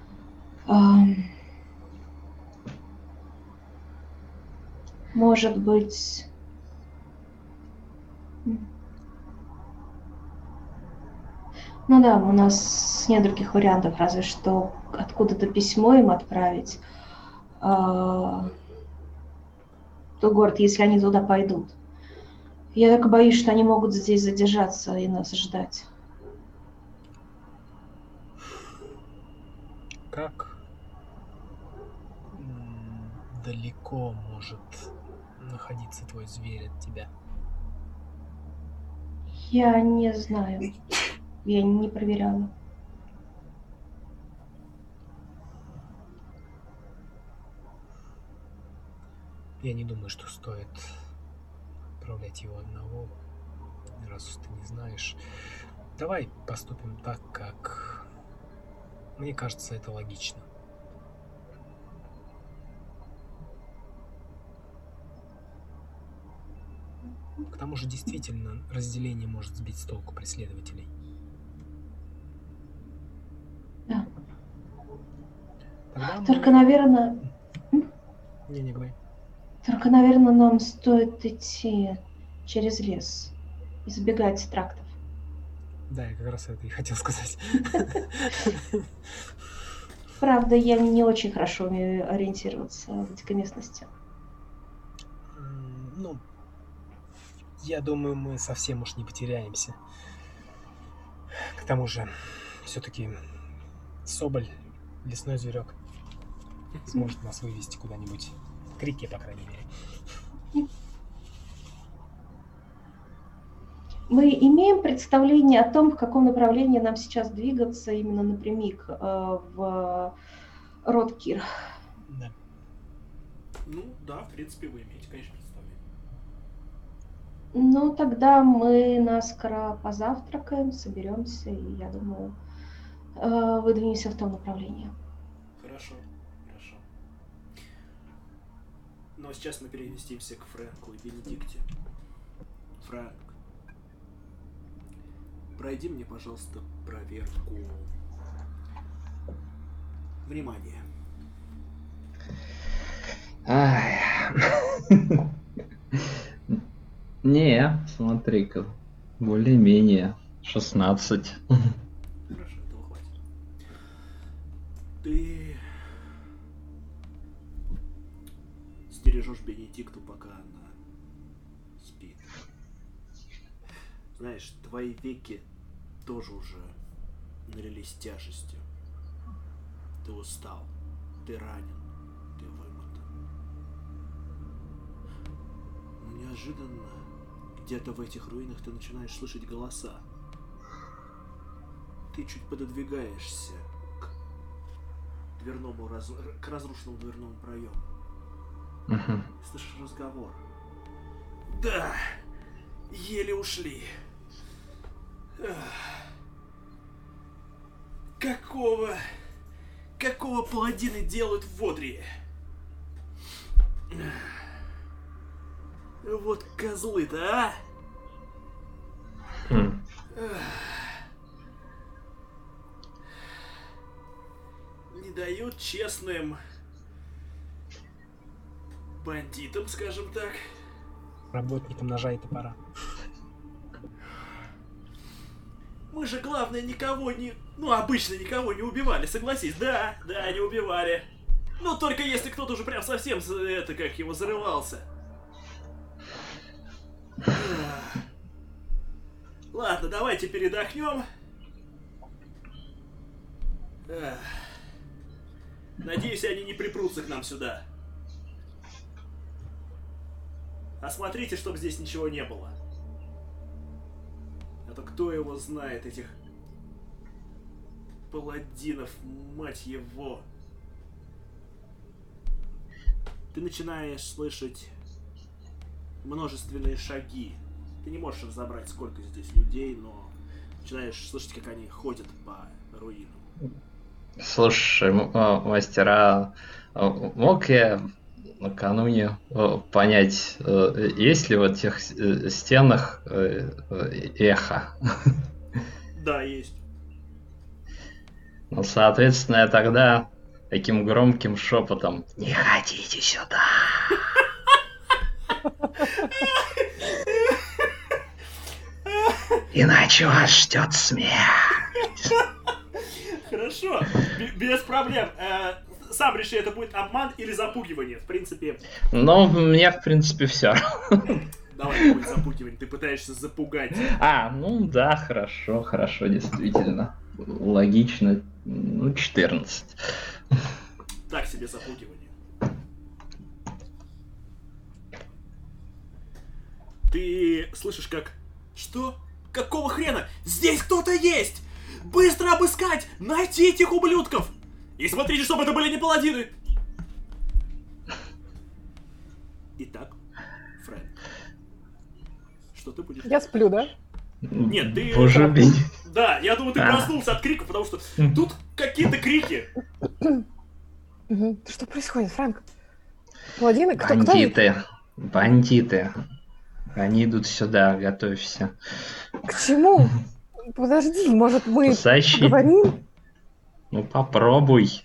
Может быть... Ну да, у нас нет других вариантов, разве что откуда-то письмо им отправить. В тот город, если они туда пойдут. Я только боюсь, что они могут здесь задержаться и нас ждать.
Как далеко может находиться твой зверь от тебя?
Я не знаю. Я не проверяла.
Я не думаю, что стоит отправлять его одного, раз уж ты не знаешь. Давай поступим так, как... Мне кажется, это логично. К тому же, действительно, разделение может сбить с толку преследователей.
Да.
Тогда
Только, наверное...
Не говори.
Только, наверное, нам стоит идти через лес, избегать трактов.
Да, я как раз это и хотел сказать.
Правда, я не очень хорошо умею ориентироваться в дикой местности.
Ну, я думаю, мы совсем уж не потеряемся. К тому же, все-таки соболь, лесной зверек, сможет нас вывести куда-нибудь. К реке, по крайней мере.
Мы имеем представление о том, в каком направлении нам сейчас двигаться именно напрямик в Роткир.
Да.
Ну, да, в принципе, вы имеете, конечно, представление.
Ну, тогда мы наскоро позавтракаем, соберемся, и, я думаю, выдвинемся в том направлении.
Хорошо, хорошо. Но сейчас мы переместимся к Фрэнку и Бенедикте. Фрэнк, пройди мне, пожалуйста, проверку. Внимание.
Ай. Не, смотри-ка, более-менее 16.
Хорошо, этого хватит. Ты стережешь Бенедикту, пока она спит. Знаешь, твои веки тоже уже налились тяжестью. Ты устал, ты ранен, ты вымотан. Но неожиданно где-то в этих руинах ты начинаешь слышать голоса. Ты чуть пододвигаешься к разрушенному дверному проему. Слышишь разговор. Да, еле ушли. Какого паладины делают в Водрии? Вот козлы-то, а? Не дают честным бандитам, скажем так.
Работникам ножа и топора.
Мы же, главное, обычно никого не убивали, согласись. Да, не убивали. Но только если кто-то уже прям совсем, зарывался. Ладно, давайте передохнем. Эх. Надеюсь, они не припрутся к нам сюда. Осмотрите, чтобы здесь ничего не было. А то кто его знает, этих паладинов, мать его. Ты начинаешь слышать множественные шаги. Ты не можешь разобрать, сколько здесь людей, но начинаешь слышать, как они ходят по руинам.
Слушай, мастера, мог я накануне понять, есть ли в этих стенах эхо?
Да, есть.
Ну, соответственно, я тогда таким громким шепотом: не ходите сюда. Иначе вас ждет смерть.
Хорошо, без проблем. Сам реши, это будет обман или запугивание, в принципе.
Ну, мне, в принципе, все.
Давай, это будет запугивание, ты пытаешься запугать.
Ну да, хорошо, действительно. Логично. 14.
Так себе запугивание. Ты слышишь как... Что? Какого хрена? Здесь кто-то есть! Быстро обыскать! Найти этих ублюдков! И смотрите, чтобы это были не паладины! Итак, Фрэнк, что ты будешь?
Я сплю, да?
Нет, ты...
Боже мой.
Да, я думаю, ты проснулся от крика, потому что тут какие-то крики.
Что происходит, Фрэнк? Паладины? Кто?
Бандиты. Они идут сюда, готовься.
К чему? Подожди, может мы поговорим?
Ну попробуй.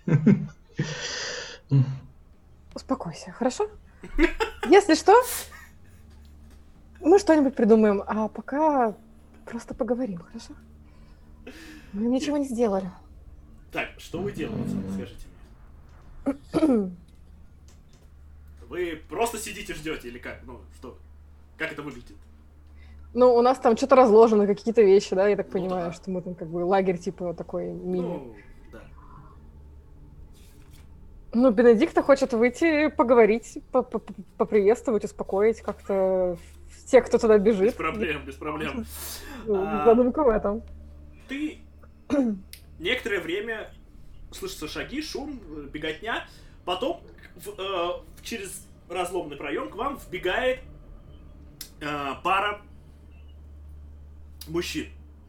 Успокойся, хорошо? Если что, мы что-нибудь придумаем, а пока просто поговорим, хорошо? Мы ничего не сделали.
Так, что вы делаете? Скажите мне. Вы просто сидите, ждете или как? Ну, что? Как это выглядит?
Ну, у нас там что-то разложено, какие-то вещи, да, я так понимаю,
да.
что мы там как бы лагерь типа такой мини.
Ну, да.
Ну, Бенедикта хочет выйти, поговорить, поприветствовать, успокоить как-то тех, кто туда бежит.
Без проблем.
Задумка в этом.
Ты некоторое время слышатся шаги, шум, беготня, потом через разломный проем к вам вбегает пара мужчин.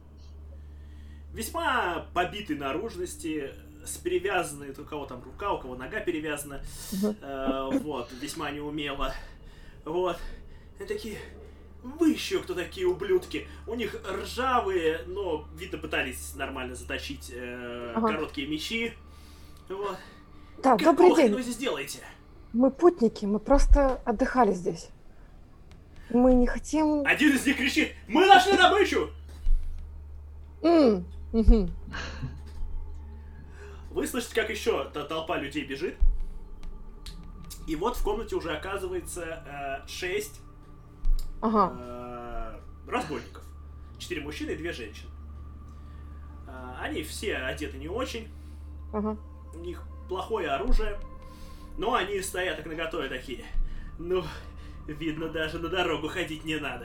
Весьма побитой наружности, с перевязанной, у кого там рука, у кого нога перевязана, вот, весьма неумело. Вот. И такие: вы еще кто такие ублюдки? У них ржавые, но, видно, пытались нормально заточить короткие мечи. Вот.
Да, добрый день.
Что вы здесь делаете?
Мы путники, мы просто отдыхали здесь. Мы не хотим...
Один из них кричит: мы нашли добычу! Вы слышите, как еще толпа людей бежит. И вот в комнате уже оказывается 6 разбойников. 4 мужчины и 2 женщины. Они все одеты не очень. У них плохое оружие. Но они стоят так наготове такие. Ну, видно, даже на дорогу ходить не надо.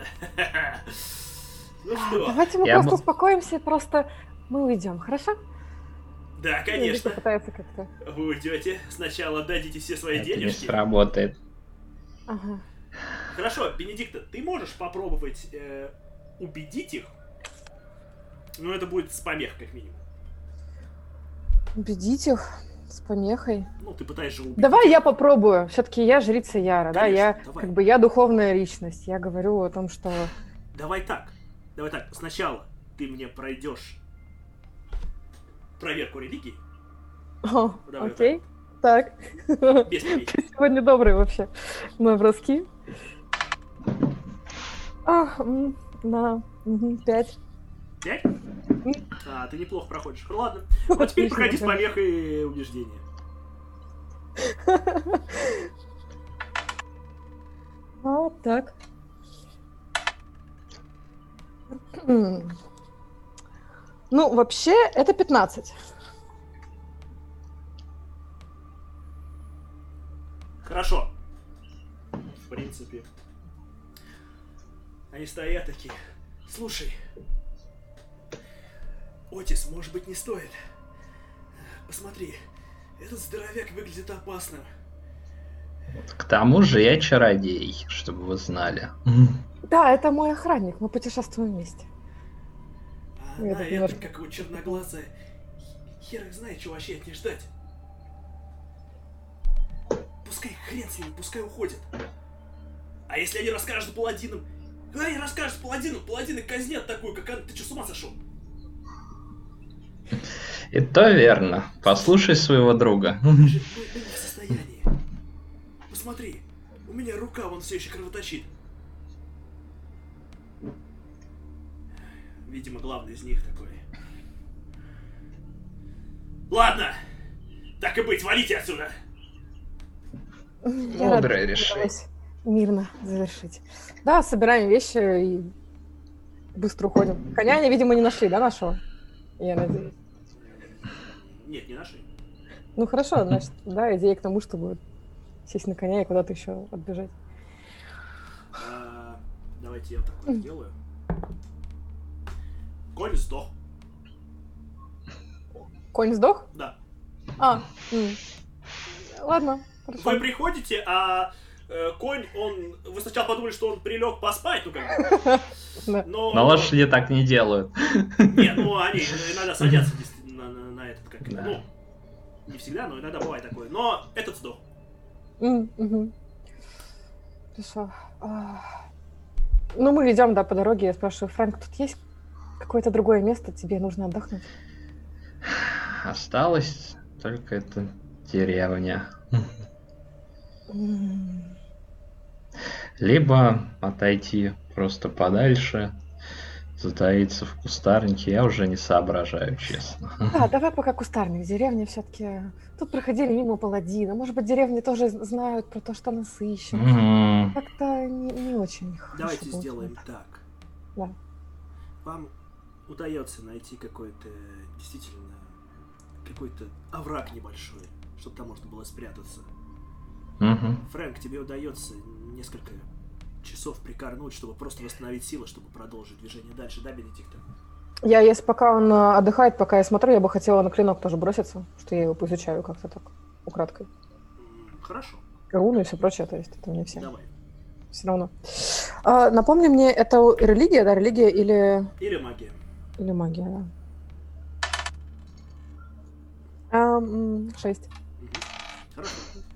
Ну что?
Давайте мы просто успокоимся, просто мы уйдем, хорошо?
Да, конечно.
Пытается как-то.
Вы уйдете, сначала отдадите все свои денежки.
Это не сработает.
Ага.
Хорошо, Бенедикта, ты можешь попробовать убедить их? Но это будет с помехой, как минимум.
Убедить их с помехой?
Ну, ты пытаешься убедить.
Давай я попробую. Все-таки я жрица Яра,
конечно,
да?
давай.
Я духовная личность. Я говорю о том, что...
Давай так. Сначала ты мне пройдешь проверку религии.
Давай, окей. Так.
Без помехи.
Ты сегодня добрый вообще. На броски. На 5.
5? Ты неплохо проходишь. Ладно. Вот теперь проходи с помехой убеждения.
Так. Ну, вообще, это 15.
принципе. Они стоят такие. Слушай, Отис, может быть, не стоит. Посмотри, этот здоровяк выглядит опасным.
К тому же я чародей, чтобы вы знали.
Да, это мой охранник, мы путешествуем вместе.
А она это, как его черноглазая. Хер их знает, чего вообще от ней ждать. Пускай хрен с ними, пускай уходят. А если они расскажут паладинам? Когда они расскажут паладину, паладины казнят такую, как она. Ты что, с ума сошел?
И то верно. Послушай своего друга.
Мы не в состоянии. Посмотри, у меня рука вон все еще кровоточит. Видимо, главный из них такой. Ладно, так и быть, валите отсюда.
Мудрое решение.
Мирно завершить. Да, собираем вещи и быстро уходим. Коня они, видимо, не нашли, да, нашего? Я надеюсь.
Нет, не нашли.
Ну хорошо, значит, да, идея к тому, чтобы сесть на коня и куда-то еще отбежать.
Давайте я так вот сделаю. Конь сдох.
Конь сдох?
Да.
Ладно, хорошо.
Вы приходите, а конь, вы сначала подумали, что он прилег поспать, ну как бы. Но...
На лошади так не делают.
Нет, ну они иногда садятся на этот, как
да.
Ну, не всегда, но иногда бывает такое. Но этот сдох.
Хорошо. Ну, мы идем, да, по дороге. Я спрашиваю, Фрэнк, тут есть какое-то другое место? Тебе нужно отдохнуть?
Осталось только эта деревня. Либо отойти просто подальше, затаиться в кустарнике, я уже не соображаю, честно.
Да, давай пока кустарник. Деревня все-таки... Тут проходили мимо паладина. Может быть, деревни тоже знают про то, что нас ищут. Как-то не очень хорошо.
Давайте сделаем так.
Да.
Вам удается найти какой-то, действительно, какой-то овраг небольшой, чтобы там можно было спрятаться. Фрэнк, тебе удается несколько часов прикорнуть, чтобы просто восстановить силы, чтобы продолжить движение дальше, да, Бенедикта?
Если пока он отдыхает, пока я смотрю, я бы хотела на клинок тоже броситься, что я его поизучаю как-то так, украдкой.
Хорошо.
Руны и все прочее, то есть это мне все.
Давай.
Все равно. Напомни мне, это религия, да, религия или...
Или магия.
Или магия, да. 6.
Хорошо.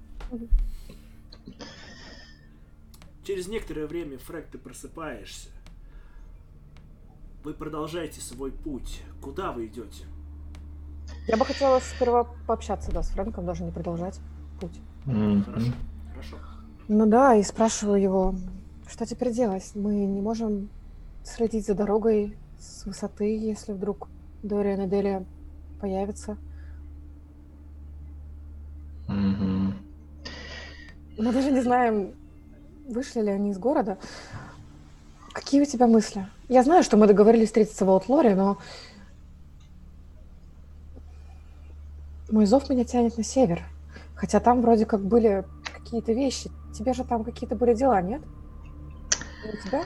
Через некоторое время, Фрэнк, ты просыпаешься. Вы продолжаете свой путь. Куда вы идете?
Я бы хотела сперва пообщаться, да, с Фрэнком, даже не продолжать путь.
Хорошо, хорошо.
Ну да, и спрашиваю его, что теперь делать? Мы не можем следить за дорогой с высоты, если вдруг Дориан и Делия появятся. Мы даже не знаем, вышли ли они из города. Какие у тебя мысли? Я знаю, что мы договорились встретиться в Аутлоре, но мой зов меня тянет на север. Хотя там вроде как были какие-то вещи. Тебе же там какие-то были дела, нет? И у тебя?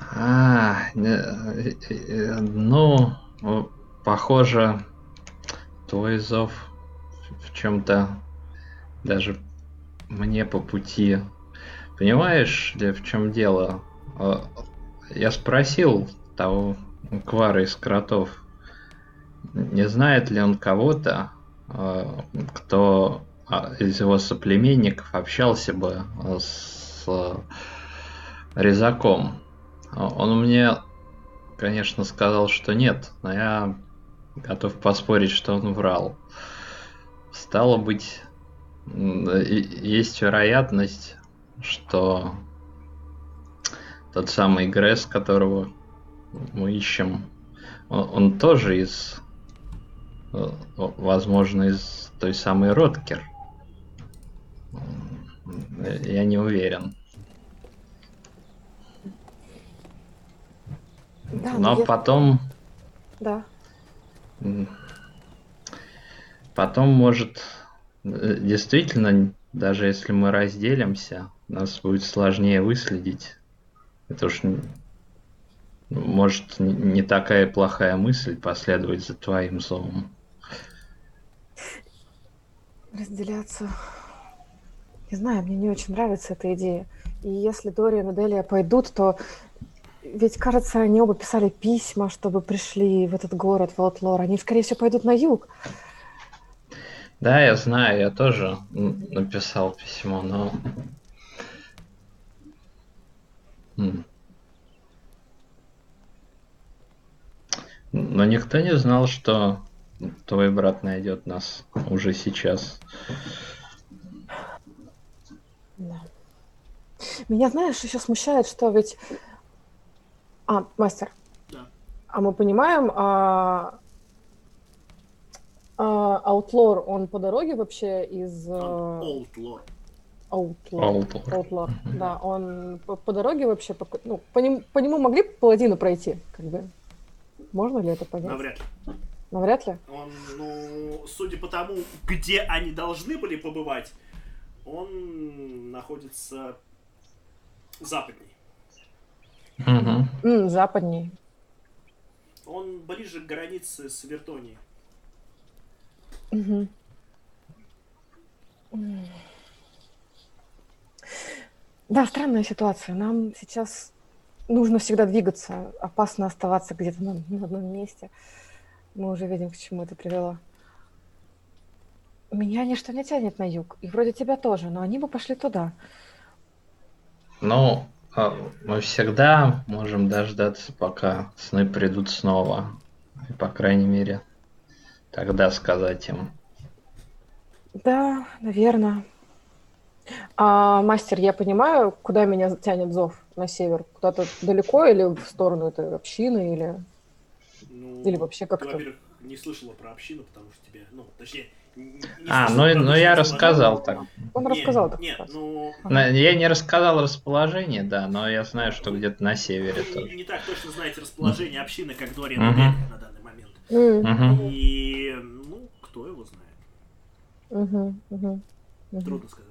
Ну, похоже, твой зов в чем-то даже мне по пути. Понимаешь, в чем дело? Я спросил того Квара из кротов, не знает ли он кого-то, кто из его соплеменников общался бы с резаком. Он мне, конечно, сказал, что нет, но я готов поспорить, что он врал. Стало быть, есть вероятность, что тот самый Гресс, которого мы ищем, он тоже из, возможно, из той самой Роткер. Я не уверен.
Да,
но потом...
Да.
Потом, может, действительно, даже если мы разделимся, нас будет сложнее выследить. Это уж, может, не такая плохая мысль последовать за твоим зовом.
Разделяться. Не знаю, мне не очень нравится эта идея. И если Дориан и Делия пойдут, то ведь, кажется, они оба писали письма, чтобы пришли в этот город, в Аутлор. Они, скорее всего, пойдут на юг.
Да, я знаю, я тоже написал письмо, но... Но никто не знал, что твой брат найдет нас уже сейчас.
Да. Меня, знаешь, еще смущает, что ведь... Мастер.
Да.
А мы понимаем, Аутлор, он по дороге вообще из...
Аутлор.
Аутлор. Да, он по дороге вообще... Ну, по нему могли паладины пройти, как бы? Можно ли это понять?
Навряд ли.
Навряд ли?
Он, судя по тому, где они должны были побывать, он находится западней.
Западней.
Он ближе к границе с Вертонией.
Угу. Да, странная ситуация. Нам сейчас нужно всегда двигаться. Опасно оставаться где-то на одном месте. Мы уже видим, к чему это привело. Меня ничто не тянет на юг. И вроде тебя тоже, но они бы пошли туда.
Ну, мы всегда можем дождаться, пока сны придут снова. И, по крайней мере, тогда сказать им.
Да, наверное. Мастер, я понимаю, куда меня тянет зов на север? Куда-то далеко или в сторону этой общины, или вообще как-то?
Ты, во-первых, не слышала про общину, потому что тебе, точнее...
я рассказал так.
Он рассказал так.
Нет,
Я не рассказал расположение, да, но я знаю, что где-то на севере тоже.
Не так точно знаете расположение общины, как Дориан и Делия на данный момент. И, кто его знает. Трудно сказать.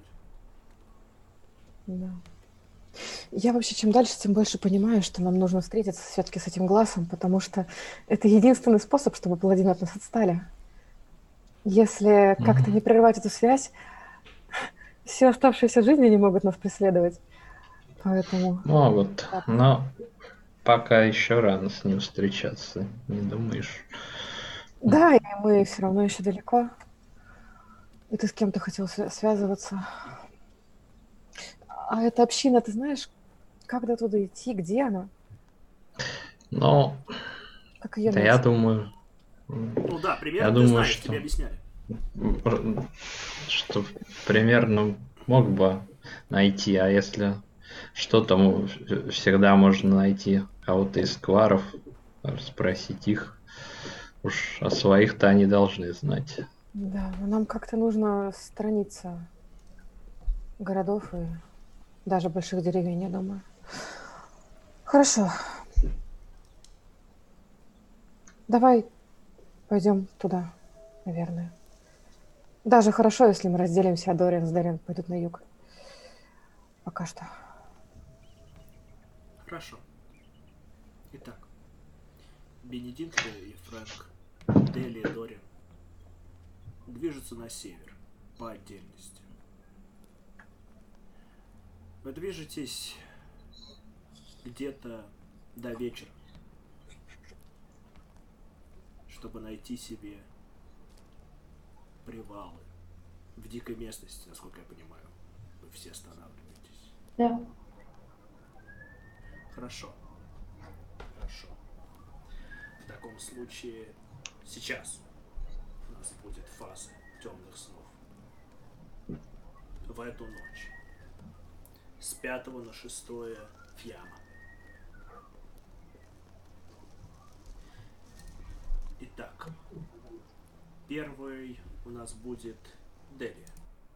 Да. Я вообще, чем дальше, тем больше понимаю, что нам нужно встретиться все-таки с этим глазом, потому что это единственный способ, чтобы паладины от нас отстали. Если как-то не прервать эту связь, все оставшиеся жизни не могут нас преследовать. Поэтому...
Могут, но пока еще рано с ним встречаться, не думаешь?
Да, и мы все равно еще далеко. И ты с кем-то хотел связываться. А эта община, ты знаешь, как до туда идти, где она? Как ее найти?
Я думаю...
примерно ты знаешь, тебе объясняли.
Что примерно мог бы найти, а если что-то всегда можно найти кого-то из скваров, спросить их. Уж о своих-то они должны знать.
Да, но нам как-то нужно сторониться городов и даже больших деревень, я думаю. Хорошо. Давай пойдем туда, наверное. Даже хорошо, если мы разделимся, а Дориан с Делиан пойдут на юг. Пока что.
Хорошо. Итак, Бенедикт и Фрэнк, Делия и Дориан движутся на север по отдельности. Вы движетесь где-то до вечера, чтобы найти себе привалы в дикой местности, насколько я понимаю. Вы все останавливаетесь.
Да.
Хорошо. В таком случае сейчас у нас будет фаза темных снов. В эту ночь. С 5 на 6 Фьяма. Итак, первый у нас будет Делия.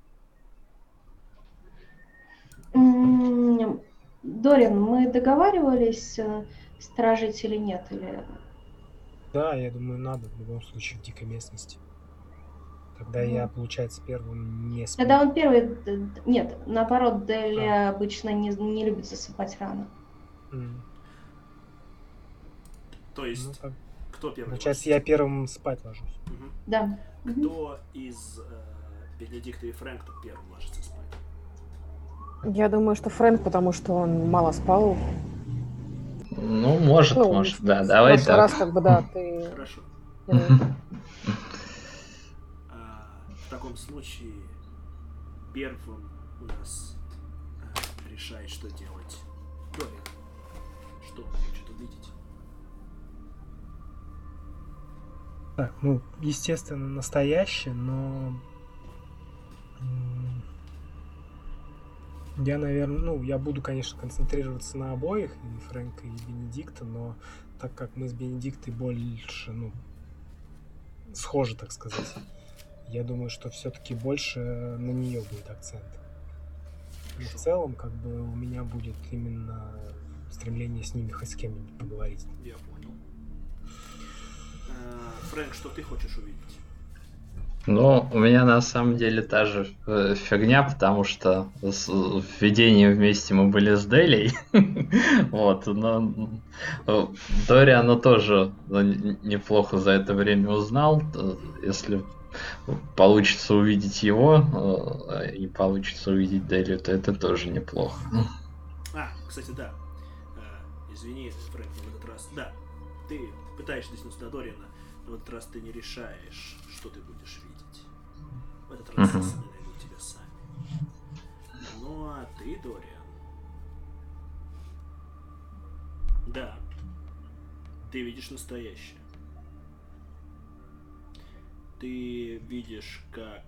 Дориан, мы договаривались сторожить или нет? Или...
Да, я думаю, надо в любом случае в дикой местности. Тогда я, получается, первым не сплю.
Тогда он первый... Нет, наоборот, Деля обычно не любит засыпать рано.
То есть, кто первый?
Получается, я первым спать ложусь.
Угу.
Да.
Кто из Бенедикта и Фрэнка первым ложится спать?
Я думаю, что Фрэнк, потому что он мало спал.
Ну, может, да, давай так.
Раз, как бы, да, ты...
Хорошо. В таком случае первым у нас решает, что делать Дориан. Что он хочет увидеть?
Так, ну, естественно, настоящее, но я, наверное, я буду, конечно, концентрироваться на обоих, и Фрэнка, и Бенедикта, но так как мы с Бенедиктой больше, схожи, так сказать, я думаю, что все-таки больше на нее будет акцент. Но в целом, как бы, у меня будет именно стремление с ними хоть с кем-нибудь поговорить.
Я понял. Фрэнк, что ты хочешь увидеть?
Ну, у меня на самом деле та же фигня, потому что в видении вместе мы были с Делей. Вот, но Дориана тоже неплохо за это время узнал. Если получится увидеть его и получится увидеть Делию, то это тоже неплохо.
Кстати, да. Извини, Фрэнк, в этот раз. Да, ты пытаешься дотянуться до Дориана, но в этот раз ты не решаешь, что ты будешь видеть. В этот раз сны найдут тебя сами. Ну а ты, Дориан. Да. Ты видишь настоящее. Ты видишь, как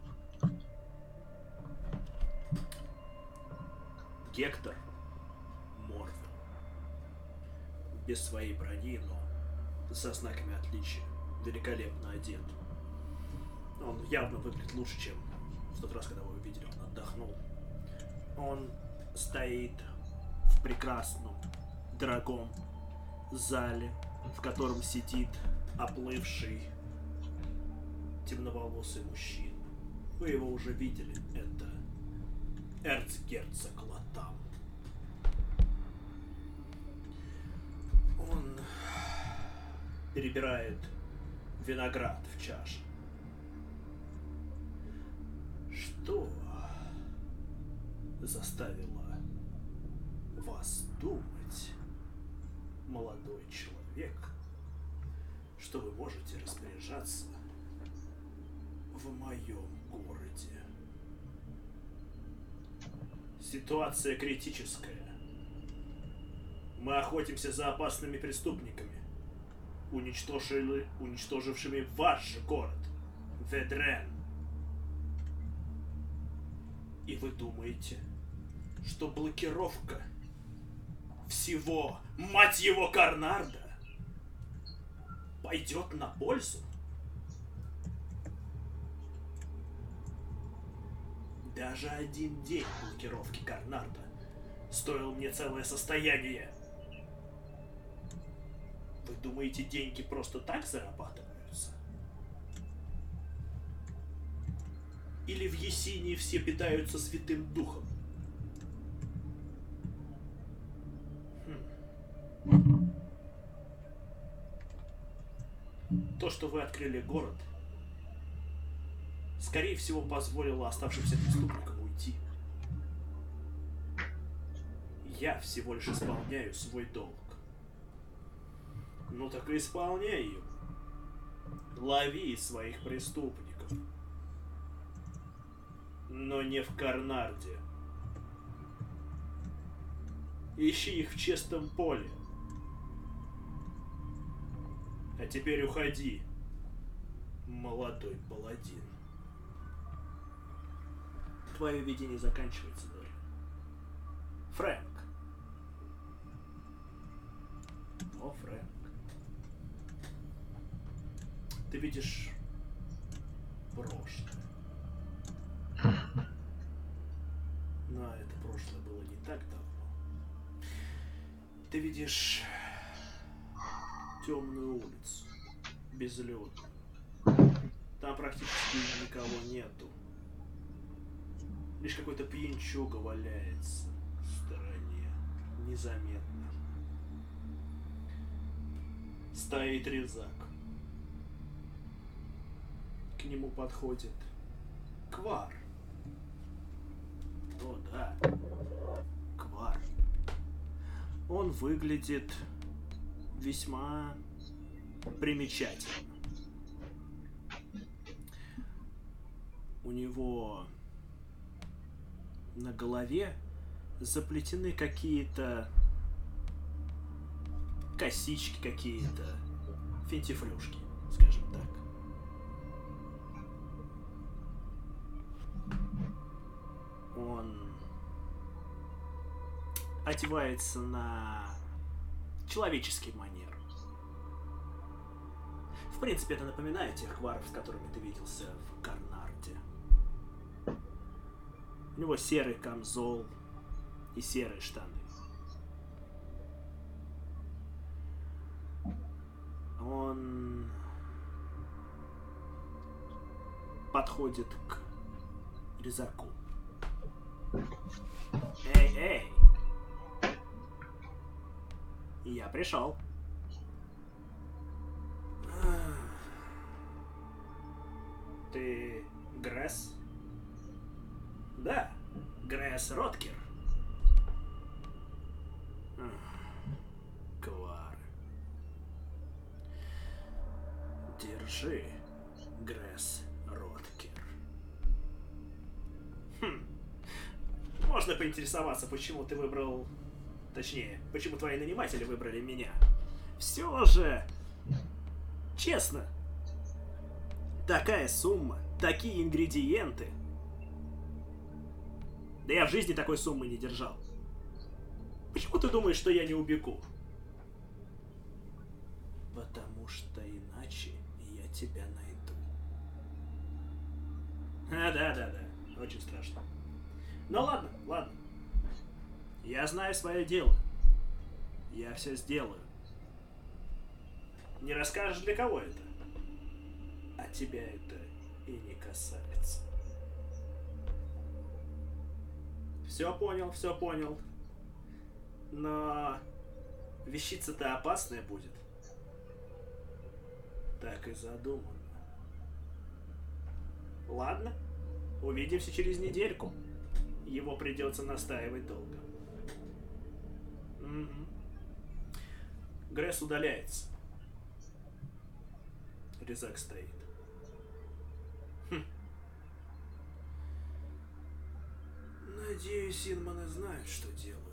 Гектор Морвин без своей брони, но со знаками отличия, великолепно одет. Он явно выглядит лучше, чем в тот раз, когда вы его видели, он отдохнул. Он стоит в прекрасном, дорогом зале, в котором сидит оплывший темноволосый мужчина. Вы его уже видели, это эрцгерцог Латам. Он перебирает виноград в чаше. Что заставило вас думать, молодой человек, что вы можете распоряжаться в моем городе? Ситуация критическая. Мы охотимся за опасными преступниками, уничтожившими ваш же город, Ведрен. И вы думаете, что блокировка всего, мать его, Карнарда пойдет на пользу? Даже один день блокировки Карнарда стоил мне целое состояние. Вы думаете, деньги просто так зарабатываются? Или в Есении все питаются Святым Духом? То, что вы открыли город, скорее всего, позволило оставшимся преступникам уйти. Я всего лишь исполняю свой долг. Ну так и исполняй его. Лови своих преступников. Но не в Карнарде. Ищи их в чистом поле. А теперь уходи, молодой паладин. Твое видение заканчивается, Дори. Фрэнк. О, Фрэнк. Ты видишь прошлое. Но это прошлое было не так давно. Ты видишь темную улицу, безлюдную. Там практически никого нету. Лишь какой-то пьянчуга валяется в стороне. Незаметно. Стоит резак. К нему подходит Квар. О, да. Квар. Он выглядит весьма примечательно. У него на голове заплетены какие-то косички, какие-то финтифлюшки, скажем так. Он одевается на человеческий манер. В принципе, это напоминает тех кваров, с которыми ты виделся в Карнарде. У него серый камзол и серые штаны. Он подходит к резаку. Эй, эй! Я пришел. Ты Гресс? Да, Гресс Роткер. Квар. Держи, Гресс Роткер. Можно поинтересоваться, почему ты выбрал... Точнее, почему твои наниматели выбрали меня? Все же... Честно. Такая сумма, такие ингредиенты. Да я в жизни такой суммы не держал. Почему ты думаешь, что я не убегу? Потому что иначе я тебя найду. Да. Очень страшно. Ну ладно, ладно. Я знаю свое дело. Я все сделаю. Не расскажешь, для кого это? А тебя это и не касается. Все понял. Но вещица-то опасная будет. Так и задумано. Ладно, увидимся через недельку. Его придется настаивать долго. Угу. Гресс удаляется. Резак стоит. Надеюсь, Инманы знают, что делают.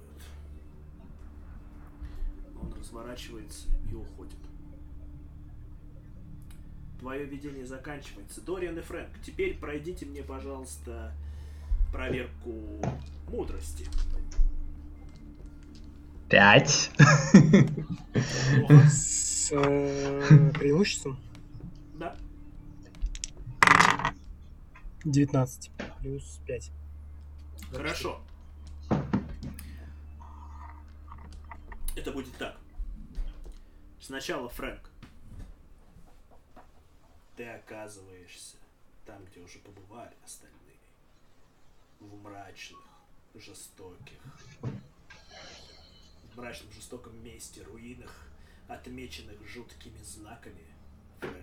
Он разворачивается и уходит. Твое видение заканчивается. Дориан и Фрэнк, теперь пройдите мне, пожалуйста, проверку мудрости.
5.
С преимуществом?
Да.
19 плюс 5.
Хорошо. Это будет так. Сначала Фрэнк. Ты оказываешься там, где уже побывали остальные. В мрачных, жестоких. В мрачном, жестоком месте, руинах, отмеченных жуткими знаками. Фрэнк.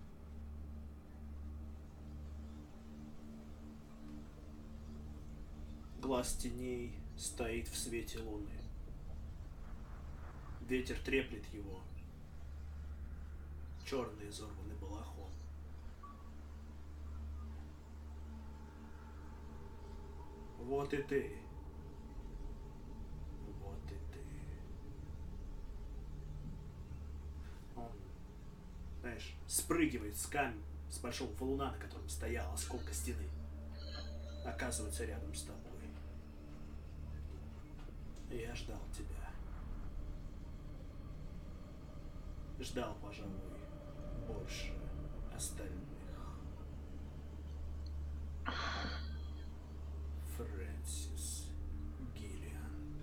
Глаз теней стоит в свете луны. Ветер треплет его. Черный изорванный балахон. Вот и ты. Вот и ты. Он, знаешь, спрыгивает с большого валуна, на котором стоял осколка стены. Оказывается рядом с тобой. Я ждал тебя. Ждал, пожалуй, больше остальных. Фрэнсис Гиллиан.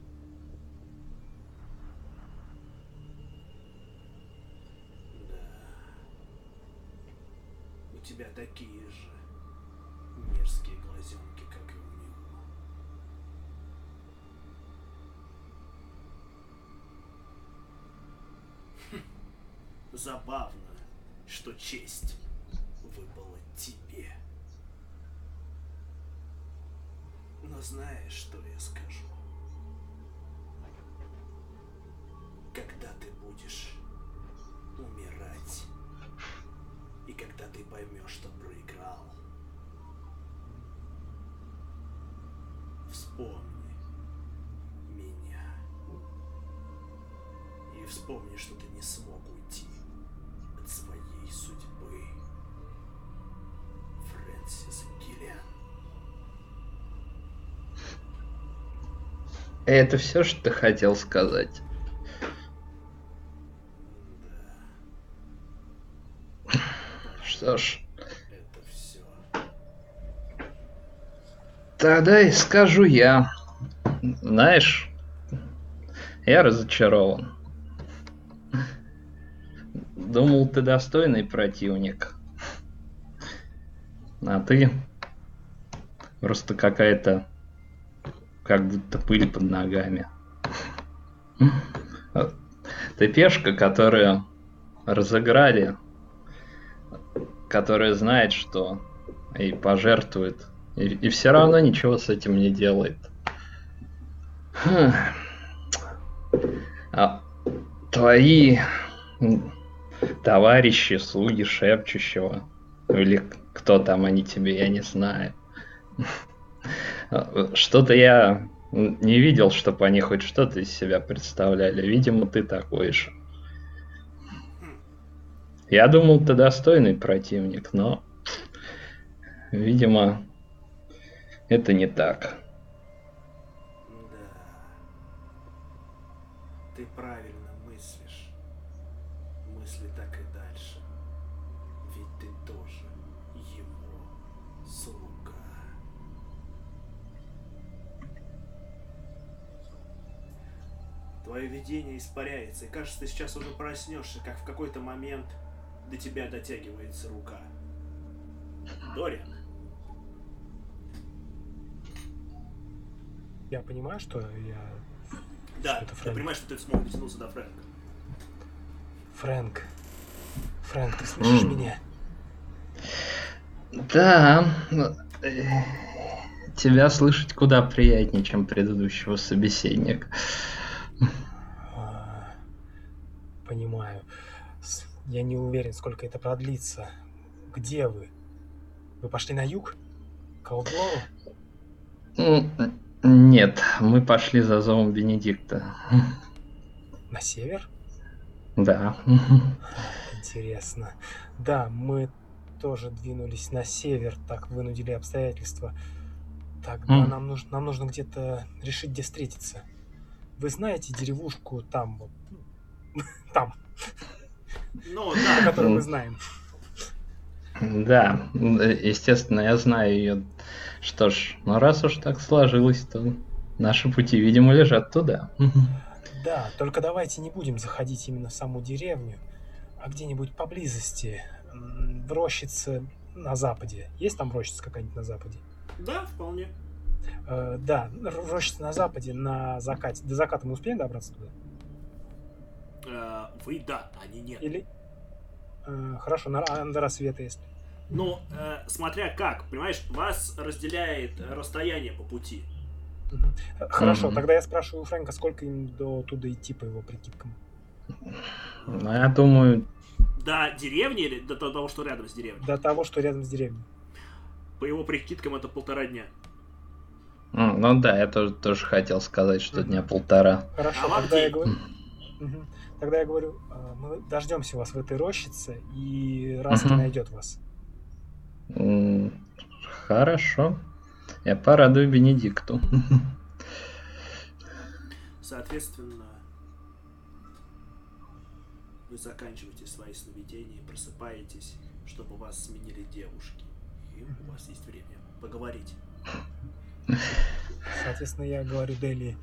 Да. тебя такие же мерзкие глазенки, как и у него. Забавно, что честь выпала тебе. Но знаешь, что я скажу? Когда ты будешь умирать, и когда ты поймешь, что проиграл, вспомни меня. И вспомни, что ты не смог уйти от своей судьбы. Фрэнсис Гиллиан.
Это все, что ты хотел сказать?
Да,
Что ж,
это все.
тогда и скажу я. Знаешь, я разочарован. Думал, ты достойный противник. А ты просто какая-то, как будто пыль под ногами. Ты пешка, которую разыграли, которая знает, что и пожертвует, и все равно ничего с этим не делает. А твои товарищи, слуги шепчущего, или кто там они тебе, я не знаю. Что-то я не видел, чтобы они хоть что-то из себя представляли. Видимо, ты такой же. Я думал, ты достойный противник, но, видимо, это не так.
Да. Ты правильно мыслишь. Мысли так и дальше. Ведь ты тоже его слуга. Твое видение испаряется, и кажется, ты сейчас уже проснешься, как в какой-то момент до тебя дотягивается рука. Дориан.
Я понимаю, что я...
Да,
это
ты
Фрэнк.
понимаешь, что ты смог дотянуться до Фрэнка.
Фрэнк, ты слышишь меня?
Да, тебя слышать куда приятнее, чем предыдущего собеседника.
Понимаю. Я не уверен, сколько это продлится. Где вы? Вы пошли на юг? К Аутлоу?
Нет, мы пошли за зовом Бенедикта.
На север?
Да.
Интересно. Да, мы тоже двинулись на север, так вынудили обстоятельства. Тогда нам нужно где-то решить, где встретиться. Вы знаете деревушку там вот? Там,
Ну, да.
которую мы знаем.
Да, естественно, я знаю ее. Что ж, ну раз уж так сложилось, то наши пути, видимо, лежат туда.
Да, только давайте не будем заходить именно в саму деревню, а где-нибудь поблизости, в рощице на западе. Есть там рощица какая-нибудь на западе?
Да, вполне.
Да, рощица на западе, на закате. До заката мы успеем добраться туда?
Вы да, они нет.
Или... Хорошо, до рассвета, если.
Ну, смотря как, понимаешь, вас разделяет расстояние по пути.
Хорошо, тогда я спрашиваю у Фрэнка, сколько им до туда идти по его прикидкам?
Ну, я думаю...
До деревни или до того, что рядом с деревней?
До того, что рядом с деревней.
По его прикидкам это 1,5 дня.
Ну да, я тоже хотел сказать, что дня полтора.
Хорошо,
А
тогда я
день?
говорю... Тогда я говорю, мы дождемся вас в этой рощице, и Раски найдет вас.
Хорошо. Я порадую Бенедикту.
Соответственно, вы заканчиваете свои сновидения, просыпаетесь, чтобы вас сменили девушки. И у вас есть время поговорить.
Соответственно, я говорю Дели...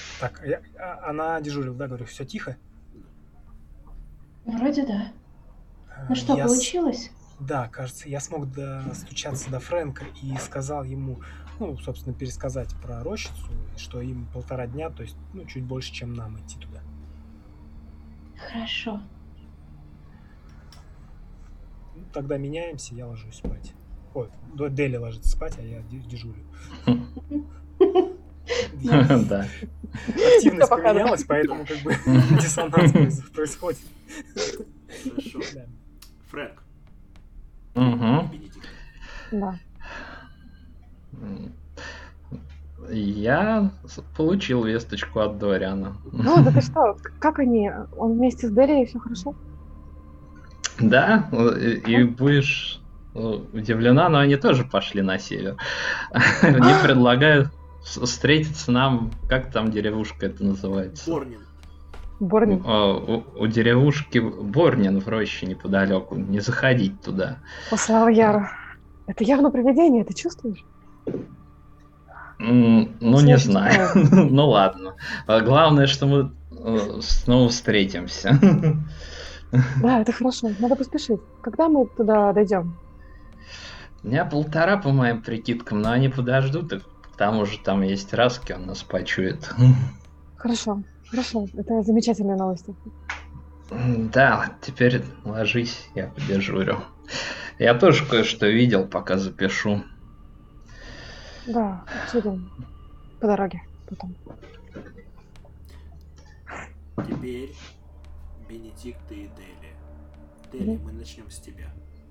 Так, она дежурила, да, говорю, все тихо?
Вроде да. Ну что,
Я
получилось?
Да, кажется, я смог достучаться до Фрэнка и сказал ему, ну, собственно, пересказать про рощицу, и что им 1,5 дня, то есть, ну, чуть больше, чем нам идти туда.
Хорошо.
Ну, тогда меняемся, я ложусь спать. Ой, Дели ложится спать, а я дежурю.
Да.
Активность
Пока, да.
поменялась, поэтому как бы диссонанс происходит.
Хорошо.
Да.
Фрэнк,
Мгм.
Бенедикт.
Да.
Я получил весточку от Дориана.
Ну, да ты что, как они? Он вместе с Дели, все хорошо?
Да, и будешь удивлена, но они тоже пошли на север. Они предлагают встретиться нам, как там деревушка это называется?
Борнин.
Борнин.
У деревушки Борнин в роще неподалеку. Не заходить туда.
О, слава Яру. Это явно привидение, ты чувствуешь?
Ну,
Всё
не
очень
знаю.
цікаво.
Ну ладно. Главное, что мы снова встретимся.
Да, это хорошо, надо поспешить. Когда мы туда дойдем?
Дня 1,5 по моим прикидкам, но они подождут, и к тому же там есть Раски, он нас почует.
Хорошо, хорошо, это замечательные новости.
Да, теперь ложись, я подежурю. Я тоже кое-что видел, пока запишу.
Да, обсудим по дороге потом.
Теперь Бенедикт и Дели. Дели, мы начнем с тебя.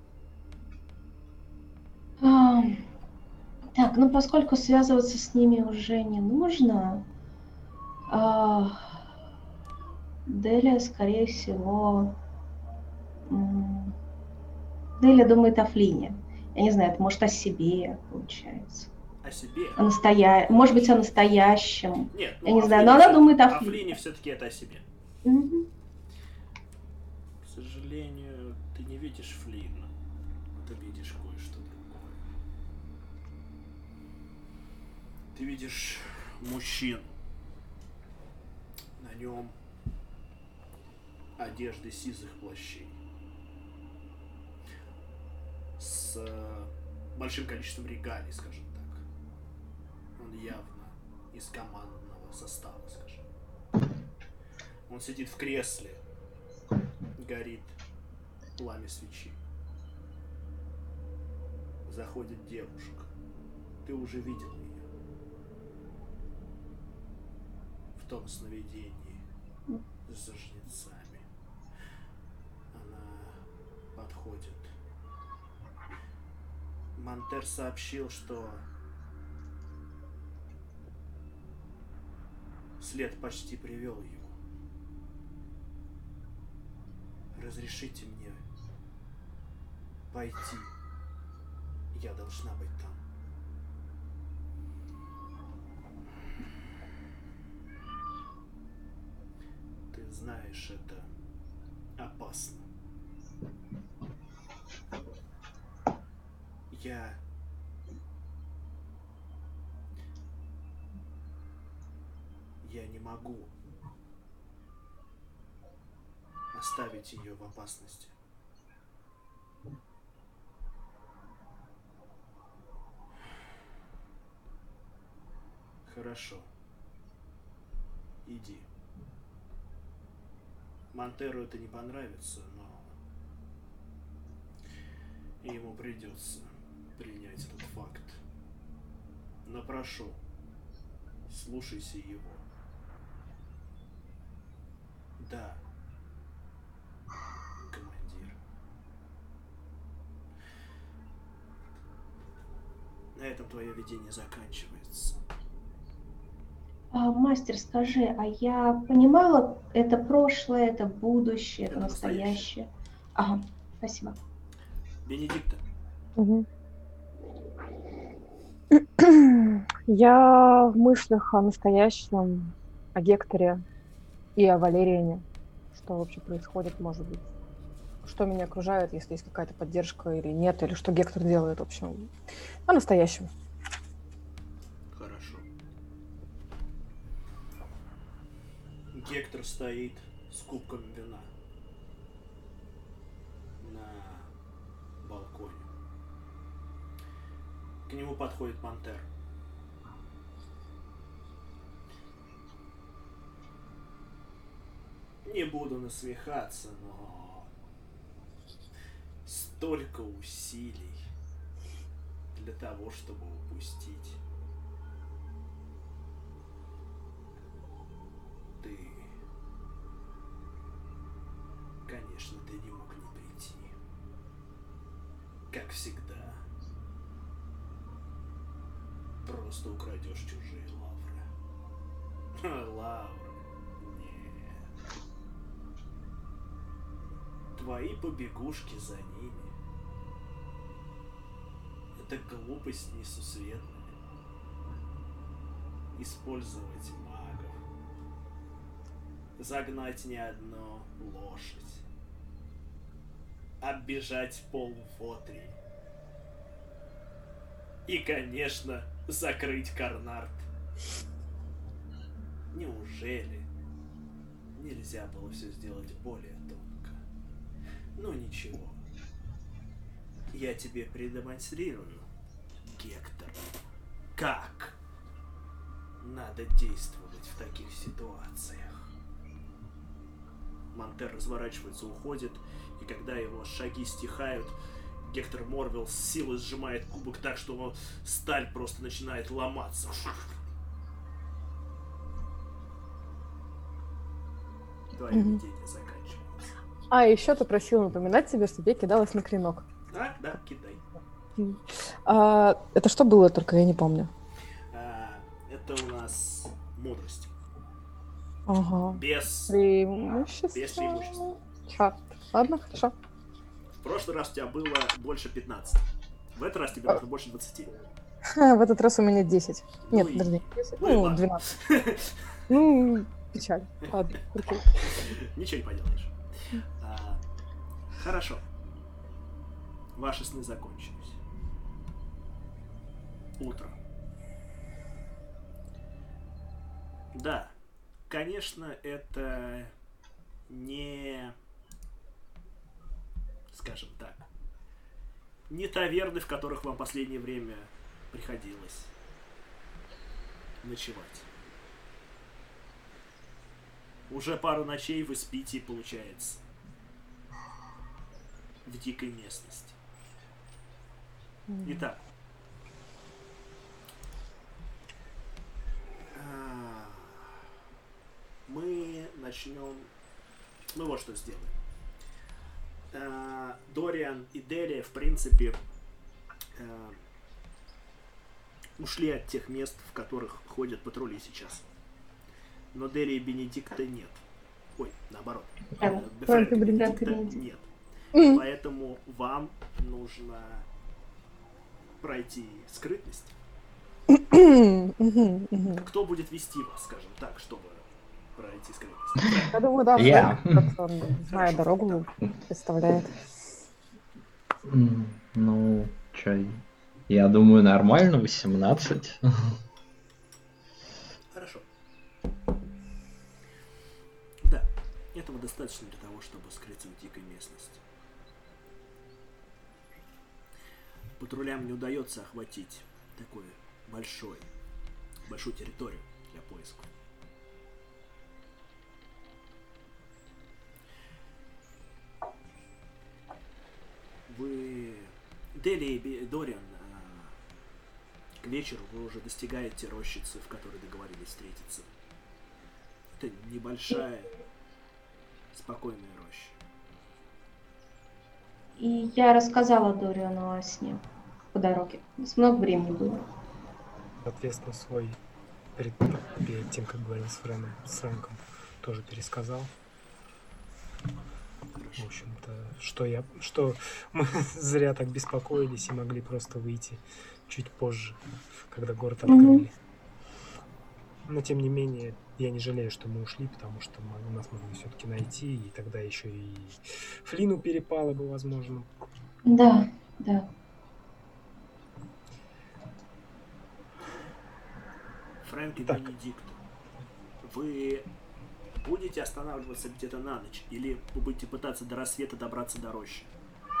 Так, ну поскольку связываться с ними уже не нужно, Делия, скорее всего, Делия думает о Флине. Я не знаю, это может о себе получается.
О себе?
Может быть, о настоящем.
Нет,
Я не знаю, но она думает о Флине.
Флине все-таки это о себе.
Мгм.
К сожалению, ты не видишь Флина. Ты видишь кое-что другое. Ты видишь мужчину. На нем одежды сизых плащей. С большим количеством регалий, скажем так. Он явно из командного состава, скажем. Он сидит в кресле. Горит пламя свечи. Заходит девушка. Ты уже видел ее. В том сновидении с жнецами. Она подходит. Мантер сообщил, что след почти привел его. Разрешите мне пойти. Я должна быть там. Ты знаешь, это опасно. Я не могу оставить ее в опасности. Хорошо. Иди. Монтеру это не понравится, но ему придется принять этот факт. Но прошу, слушайся его. Да, командир. На этом твое видение заканчивается.
Мастер, скажи, а я понимала, это прошлое, это будущее, это
Это
настоящее? Ага, спасибо.
Бенедикта.
Мгм. Я в мыслях о настоящем, о Гекторе и о Валериане. Что вообще происходит, может быть? Что меня окружает, если есть какая-то поддержка или нет, или что Гектор делает, в общем. О настоящем.
Хорошо. Гектор стоит с кубком вина. на балконе. К нему подходит Монтер. Не буду насмехаться, но столько усилий для того, чтобы упустить. Ты, конечно, ты не мог не прийти. Как всегда. Просто украдешь чужие лавры. Лавры. Нет. Твои побегушки за ними. Это глупость несусветная. Использовать магов. Загнать не одну лошадь. Оббежать полфотрии. И, конечно, закрыть Карнард. Неужели нельзя было все сделать более тонко? Ну ничего. Я тебе продемонстрирую, Гектор, как надо действовать в таких ситуациях. Монтер разворачивается, уходит, и когда его шаги стихают, Гектор Морвилл с силой сжимает кубок так, что сталь просто начинает ломаться. Твое видение заканчивается.
А, еще ты просил напоминать тебе, чтобы я кидалась на клинок.
А, да, кидай.
Это что было, только я не помню.
Это у нас мудрость.
Ага.
Без
преимущества.
Без преимущества.
Черт. Ладно, хорошо.
В прошлый раз у тебя было больше 15. В этот раз тебе нужно больше 20.
В этот раз у меня 10.
Ну
Нет,
и-
подожди.
ну и ладно.
12. Ну, печаль. Ладно, окей.
Ничего не поделаешь. Хорошо. Ваши сны закончились. Утро. Да, конечно, это не, скажем так, не таверны, в которых вам в последнее время приходилось ночевать. Уже пару ночей вы спите, получается, в дикой местности. Итак. Мы начнем... Мы вот что сделаем. Дориан и Делия, в принципе, ушли от тех мест, в которых ходят патрули сейчас. Но Делии и Бенедикта нет. Ой, наоборот. Фрэнка Бенедикта нет. Поэтому вам нужно пройти скрытность. Кто будет вести вас, скажем так, чтобы пройти скрытность?
Я думаю, да,
Я.
как он, зная дорогу, представляет.
Ну, чё, я думаю, нормально, 18.
Хорошо. Да, этого достаточно для того, чтобы скрыться в дикой местности. Патрулям не удается охватить такую большую территорию для поисков. Вы, Дели и Дориан, к вечеру вы уже достигаете рощицы, в которой договорились встретиться. Это небольшая, спокойная роща.
И я рассказала Дориану о сне по дороге. У нас много времени было.
Соответственно, свой перед тем, как говорил с Фрэнком, тоже пересказал. В общем-то, что мы зря так беспокоились и могли просто выйти чуть позже, когда город открыли. Но тем не менее, я не жалею, что мы ушли, потому что нас могли все-таки найти, и тогда еще и Флину перепало бы, возможно.
Да, да.
Фрэнк и
Так.
Бенедикт, вы будете останавливаться где-то на ночь, или вы будете пытаться до рассвета добраться до рощи?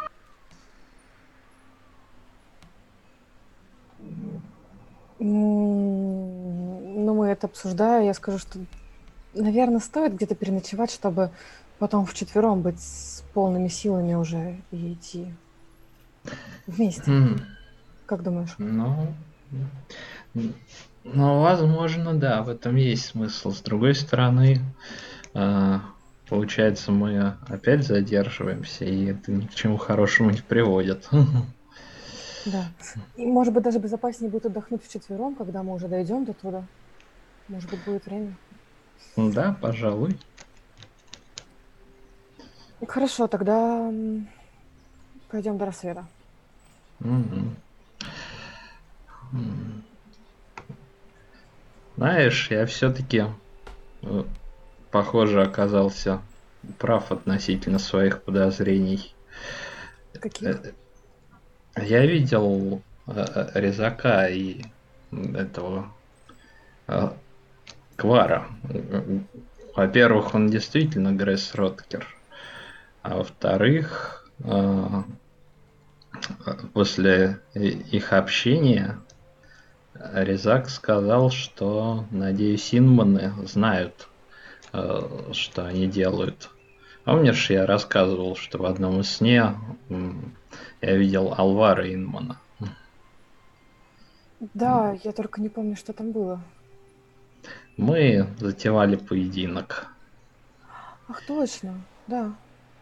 Ну, мы это обсуждая, я скажу, что, наверное, стоит где-то переночевать, чтобы потом вчетвером быть с полными силами уже и идти вместе. Как думаешь?
Ну, возможно, да, в этом есть смысл. С другой стороны, получается, мы опять задерживаемся, и это ни к чему хорошему не приводит.
Да. И, может быть, даже безопаснее будет отдохнуть вчетвером, когда мы уже дойдем до туда. Может быть, будет время.
Да, пожалуй.
Хорошо, тогда пойдем до рассвета.
Знаешь, я все-таки, похоже, оказался прав относительно своих подозрений.
Каких?
Я видел Резака и этого Квара. Во-первых, он действительно Грейс Роткер. А во-вторых, после их общения Резак сказал, что, надеюсь, Инманы знают, что они делают. Помнишь, я рассказывал, что в одном из сне я видел Алвара Инмана?
Да, я только не помню, что там было.
Мы затевали поединок.
Ах, точно, да.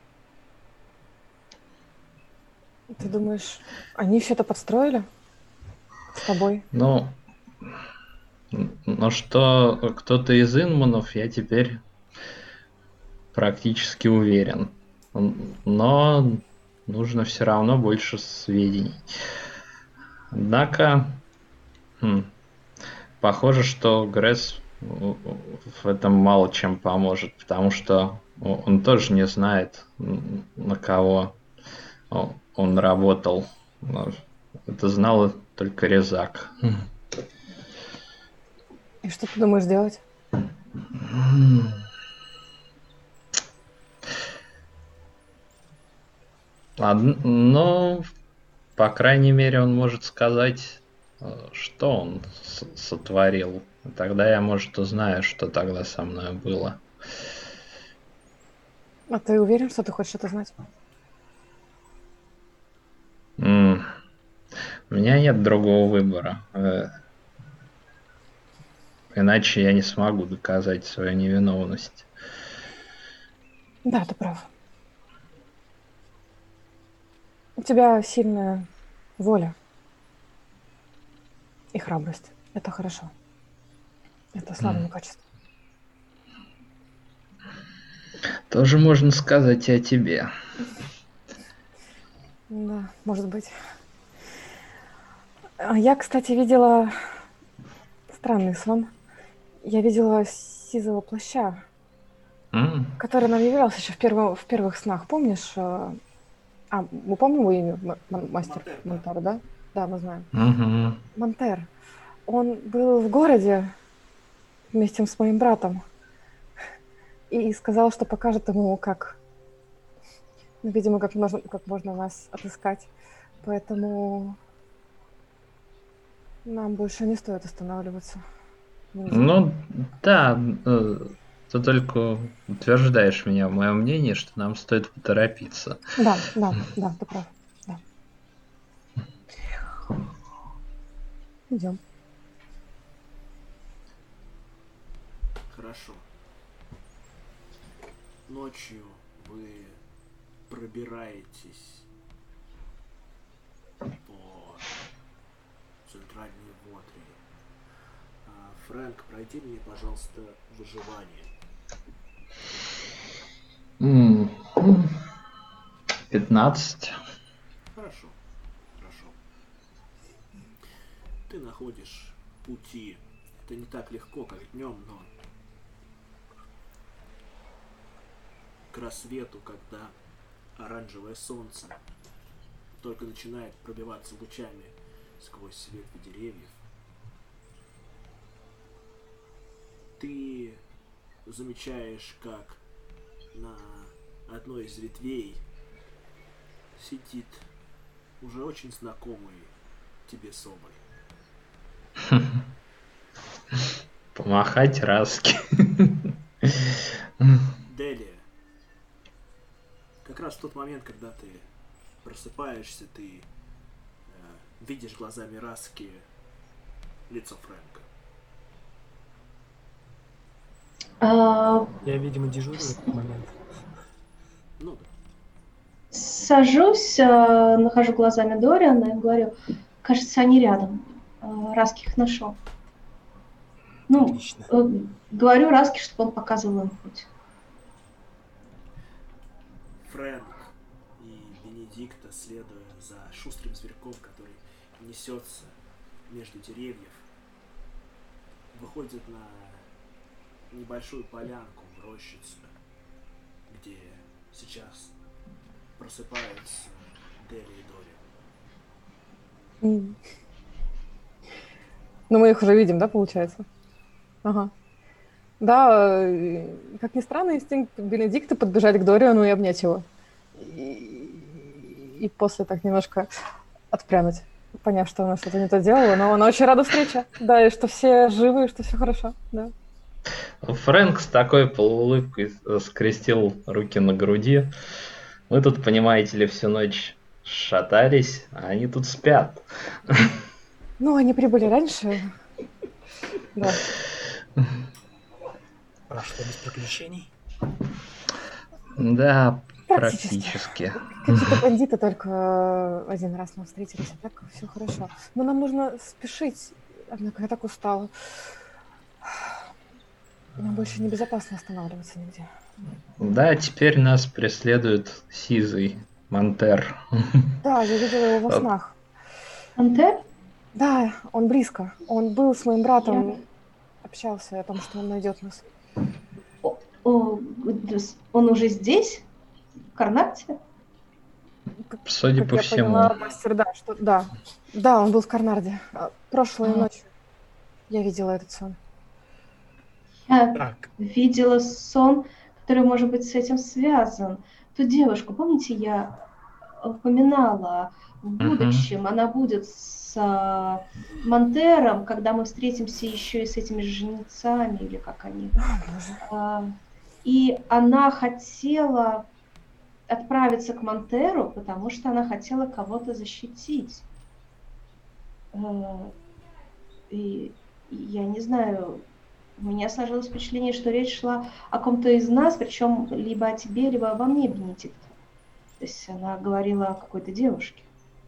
Ты думаешь, они все это подстроили с тобой?
Ну, что кто-то из Инманов, я теперь практически уверен. Но нужно все равно больше сведений. Однако, похоже, что Гресс в этом мало чем поможет, потому что он тоже не знает, на кого он работал. Это знал только Резак.
И что ты думаешь делать?
Но, по крайней мере, он может сказать, что он сотворил. Тогда я, может, узнаю, что тогда со мной было.
А ты уверен, что ты хочешь это знать?
У меня нет другого выбора. Иначе я не смогу доказать свою невиновность.
Да, ты прав. У тебя сильная воля и храбрость. Это хорошо. Это славное качество.
Тоже можно сказать и о тебе.
Да, может быть. Я, кстати, видела странный сон. Я видела сизого плаща, который нам являлся еще в первых снах. Помнишь? Мы помним его имя? Мастер Монтар, да? Да, мы знаем. Монтер. Он был в городе вместе с моим братом и сказал, что покажет ему, как, ну, видимо, как можно нас отыскать. Поэтому нам больше не стоит останавливаться.
Ну, да, ты только утверждаешь меня в моем мнении, что нам стоит поторопиться.
Да, ты прав. Да. Идем.
Хорошо. Ночью вы пробираетесь по центральной Водри. Фрэнк, пройди мне, пожалуйста, выживание.
15.
Хорошо. Ты находишь пути. Это не так легко, как днем, но к рассвету, когда оранжевое солнце только начинает пробиваться лучами сквозь свет деревьев, ты замечаешь, как на одной из ветвей сидит уже очень знакомый тебе соболь.
Помахать Раске.
Делия, как раз в тот момент, когда ты просыпаешься, ты видишь глазами Раски лицо Фрэнка.
Я, видимо, дежурю в этот момент.
Ну да.
Сажусь, нахожу глазами Дориана и говорю, кажется, они рядом. Раски их нашел. Ну,
Отлично.
говорю Раске, чтобы он показывал им путь.
Фрэнк и Бенедикта, следуя за шустрым зверьком, который несется между деревьев, выходят на небольшую полянку в рощице, где сейчас просыпаются Дели и Дори.
Ну, мы их уже видим, да, получается? Ага. Да, как ни странно, инстинкт Бенедикта подбежать к Дориану и обнять его. И после так немножко отпрянуть, поняв, что она что-то не то делала, но она очень рада встрече. Да, и что все живы, и что все хорошо, да.
Фрэнк с такой полуулыбкой скрестил руки на груди. Мы тут, понимаете ли, всю ночь шатались, а они тут спят.
Ну, они прибыли раньше. Да.
Прошло без приключений.
Да, практически.
Какие-то бандиты только один раз мы встретились, а так все хорошо. Но нам нужно спешить, однако я так устала. Нам больше небезопасно останавливаться нигде.
Да, теперь нас преследует Сизый Монтер.
Да, я видела его во снах.
Антер?
Да, он близко. Он был с моим братом, общался о том, что он найдет нас.
Он уже здесь? В Карнакте?
Судя по
я
всему.
Поняла, мастер, да, что... Да, он был в Карнарде. Прошлой ночью я видела этот сон.
Я
Так,
видела сон, который, может быть, с этим связан. Ту девушку, помните, я упоминала, в будущем она будет с Монтером, когда мы встретимся еще и с этими жнецами, или как они. И она хотела отправиться к Монтеру, потому что она хотела кого-то защитить. И я не знаю, у меня сложилось впечатление, что речь шла о ком-то из нас, причем либо о тебе, либо обо мне, Бенедикт. То есть она говорила о какой-то девушке.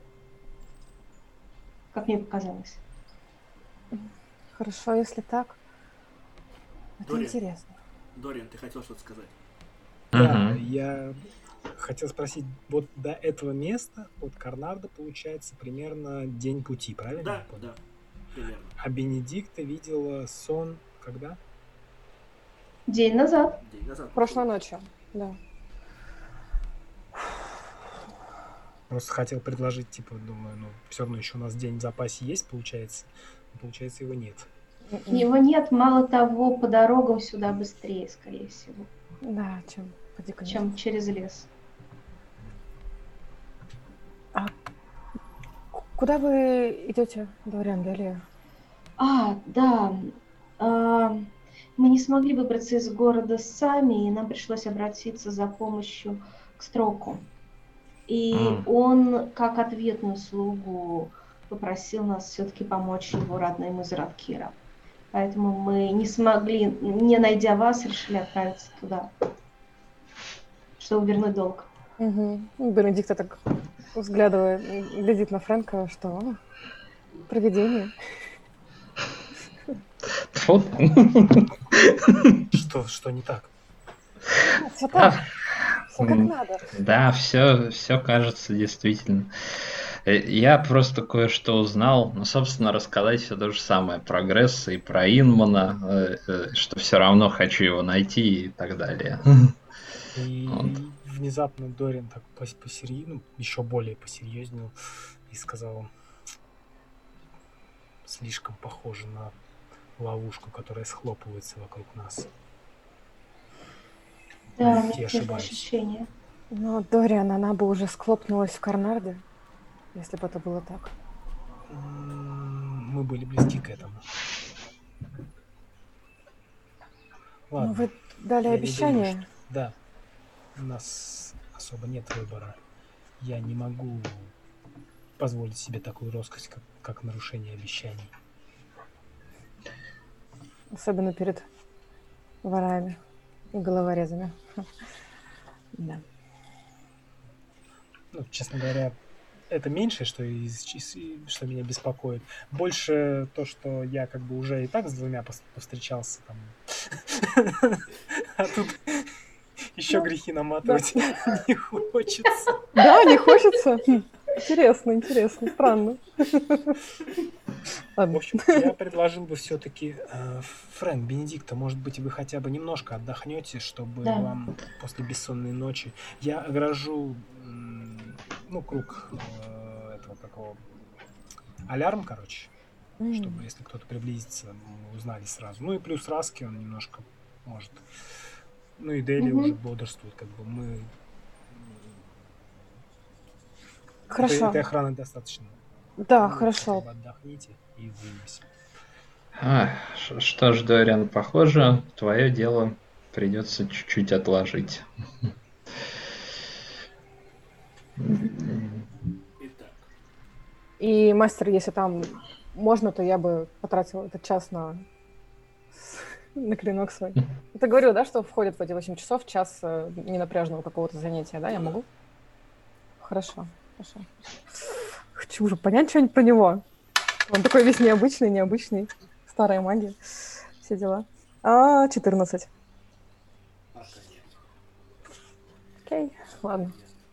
Как мне показалось.
Хорошо, если так. Это
Дориан.
интересно.
Дориан, ты хотел что-то сказать?
да, я хотел спросить, вот до этого места, от Карнарда, получается, примерно день пути, правильно?
Да,
я понял?
да, примерно.
А Бенедикта видела сон когда?
День назад.
День назад.
Прошлой ночью, да.
Просто хотел предложить, типа, думаю, ну, все равно еще у нас день в запасе есть, получается. Но получается, его нет.
Его нет, мало того, по дорогам сюда быстрее, скорее всего,
Да, чем по
чем через лес.
Куда вы идете, Дориан, Делия?
Да. Мы не смогли выбраться из города сами, и нам пришлось обратиться за помощью к Строку. И он, как ответную услугу, попросил нас все-таки помочь его родным из Радкира. Поэтому мы не смогли, не найдя вас, решили отправиться туда, чтобы вернуть долг.
Угу. Бенедикта так взглядывая, глядит на Фрэнка, что провидение.
Тьфу.
Что не так?
Все так. Все как надо.
Да, все кажется действительно. Я просто кое-что узнал, ну, собственно, рассказать все то же самое про Гресса и про Инмана, что все равно хочу его найти и так далее.
И
Вот.
внезапно Дориан так еще более посерьезнел и сказал, слишком похоже на ловушку, которая схлопывается вокруг нас.
Да,
Я
у меня тоже
ошибаюсь.
ощущение.
Но Дориан, она бы уже схлопнулась в Карнарде, если бы это было так.
мы были близки к этому. Ладно.
Ну, вы дали
я не
обещание.
думаю, что- Да. У нас особо нет выбора. Я не могу позволить себе такую роскошь, как нарушение обещаний.
Особенно перед ворами и головорезами. Да.
Ну, честно говоря, это меньшее, что что меня беспокоит. Больше то, что я как бы уже и так с двумя повстречался там. А тут еще грехи наматывать не хочется.
Да, не хочется? Интересно, странно.
В
Ладно.
общем, я предложил бы все-таки, Фрэнк, Бенедикта, может быть, вы хотя бы немножко отдохнете, чтобы
Да.
вам после бессонной ночи... Я огражу, круг этого какого... Алярм, короче, чтобы, если кто-то приблизится, мы узнали сразу. Ну и плюс Раски он немножко может... Ну и Дели
Мгм.
уже бодрствует, как бы мы...
Хорошо.
Этой охраны достаточно.
Да,
Вы
хорошо.
хотя бы отдохните и вынесем.
Что ж, Дориан, похоже, твое дело придется чуть-чуть отложить.
Итак,
И, мастер, если там можно, то я бы потратила этот час на клинок свой. Ты говорил, да, что входит в эти 8 часов час ненапряжного какого-то занятия, да? Я могу? Хорошо. Хочу уже понять что-нибудь про него. Он такой весь необычный. Старая магия. Все дела. 14.
пока нет.
Окей, ладно.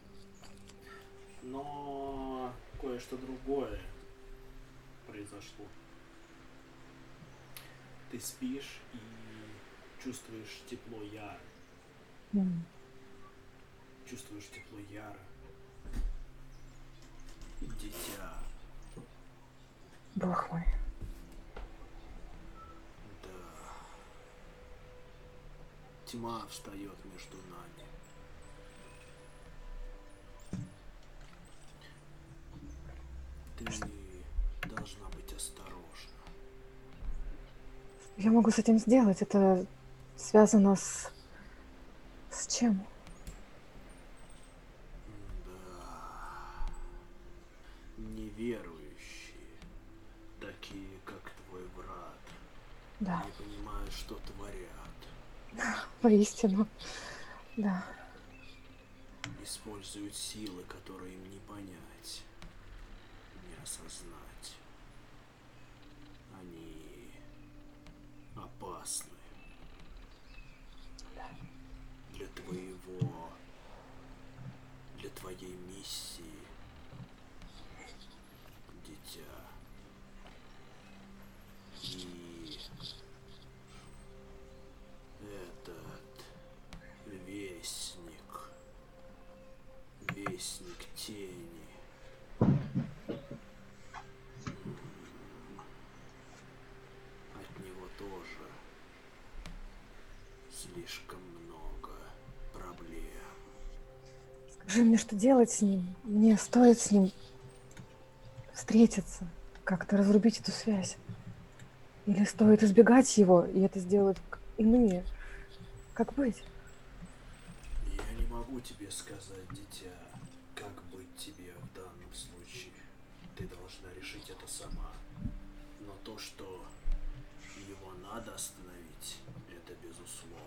Но кое-что другое произошло. Ты спишь и чувствуешь тепло Яра. Чувствуешь тепло Яра. Дитя.
Бог мой.
Да. Тьма встает между нами. Ты должна быть осторожна.
Я могу с этим сделать. Это связано с чем?
Да. Неверующие, такие как твой брат,
Да,
не понимают, что творят.
воистину. Да.
Используют силы, которые им не понять, не осознать. Они опасны. Для твоей миссии, дитя. И этот вестник тени. От него тоже слишком много проблем.
Скажи мне, что делать с ним? Мне стоит с ним встретиться, как-то разрубить эту связь? Или стоит избегать его, и это сделают иные? Как быть?
Я не могу тебе сказать, дитя, как быть тебе в данном случае. Ты должна решить это сама. Но то, что его надо остановить, это безусловно.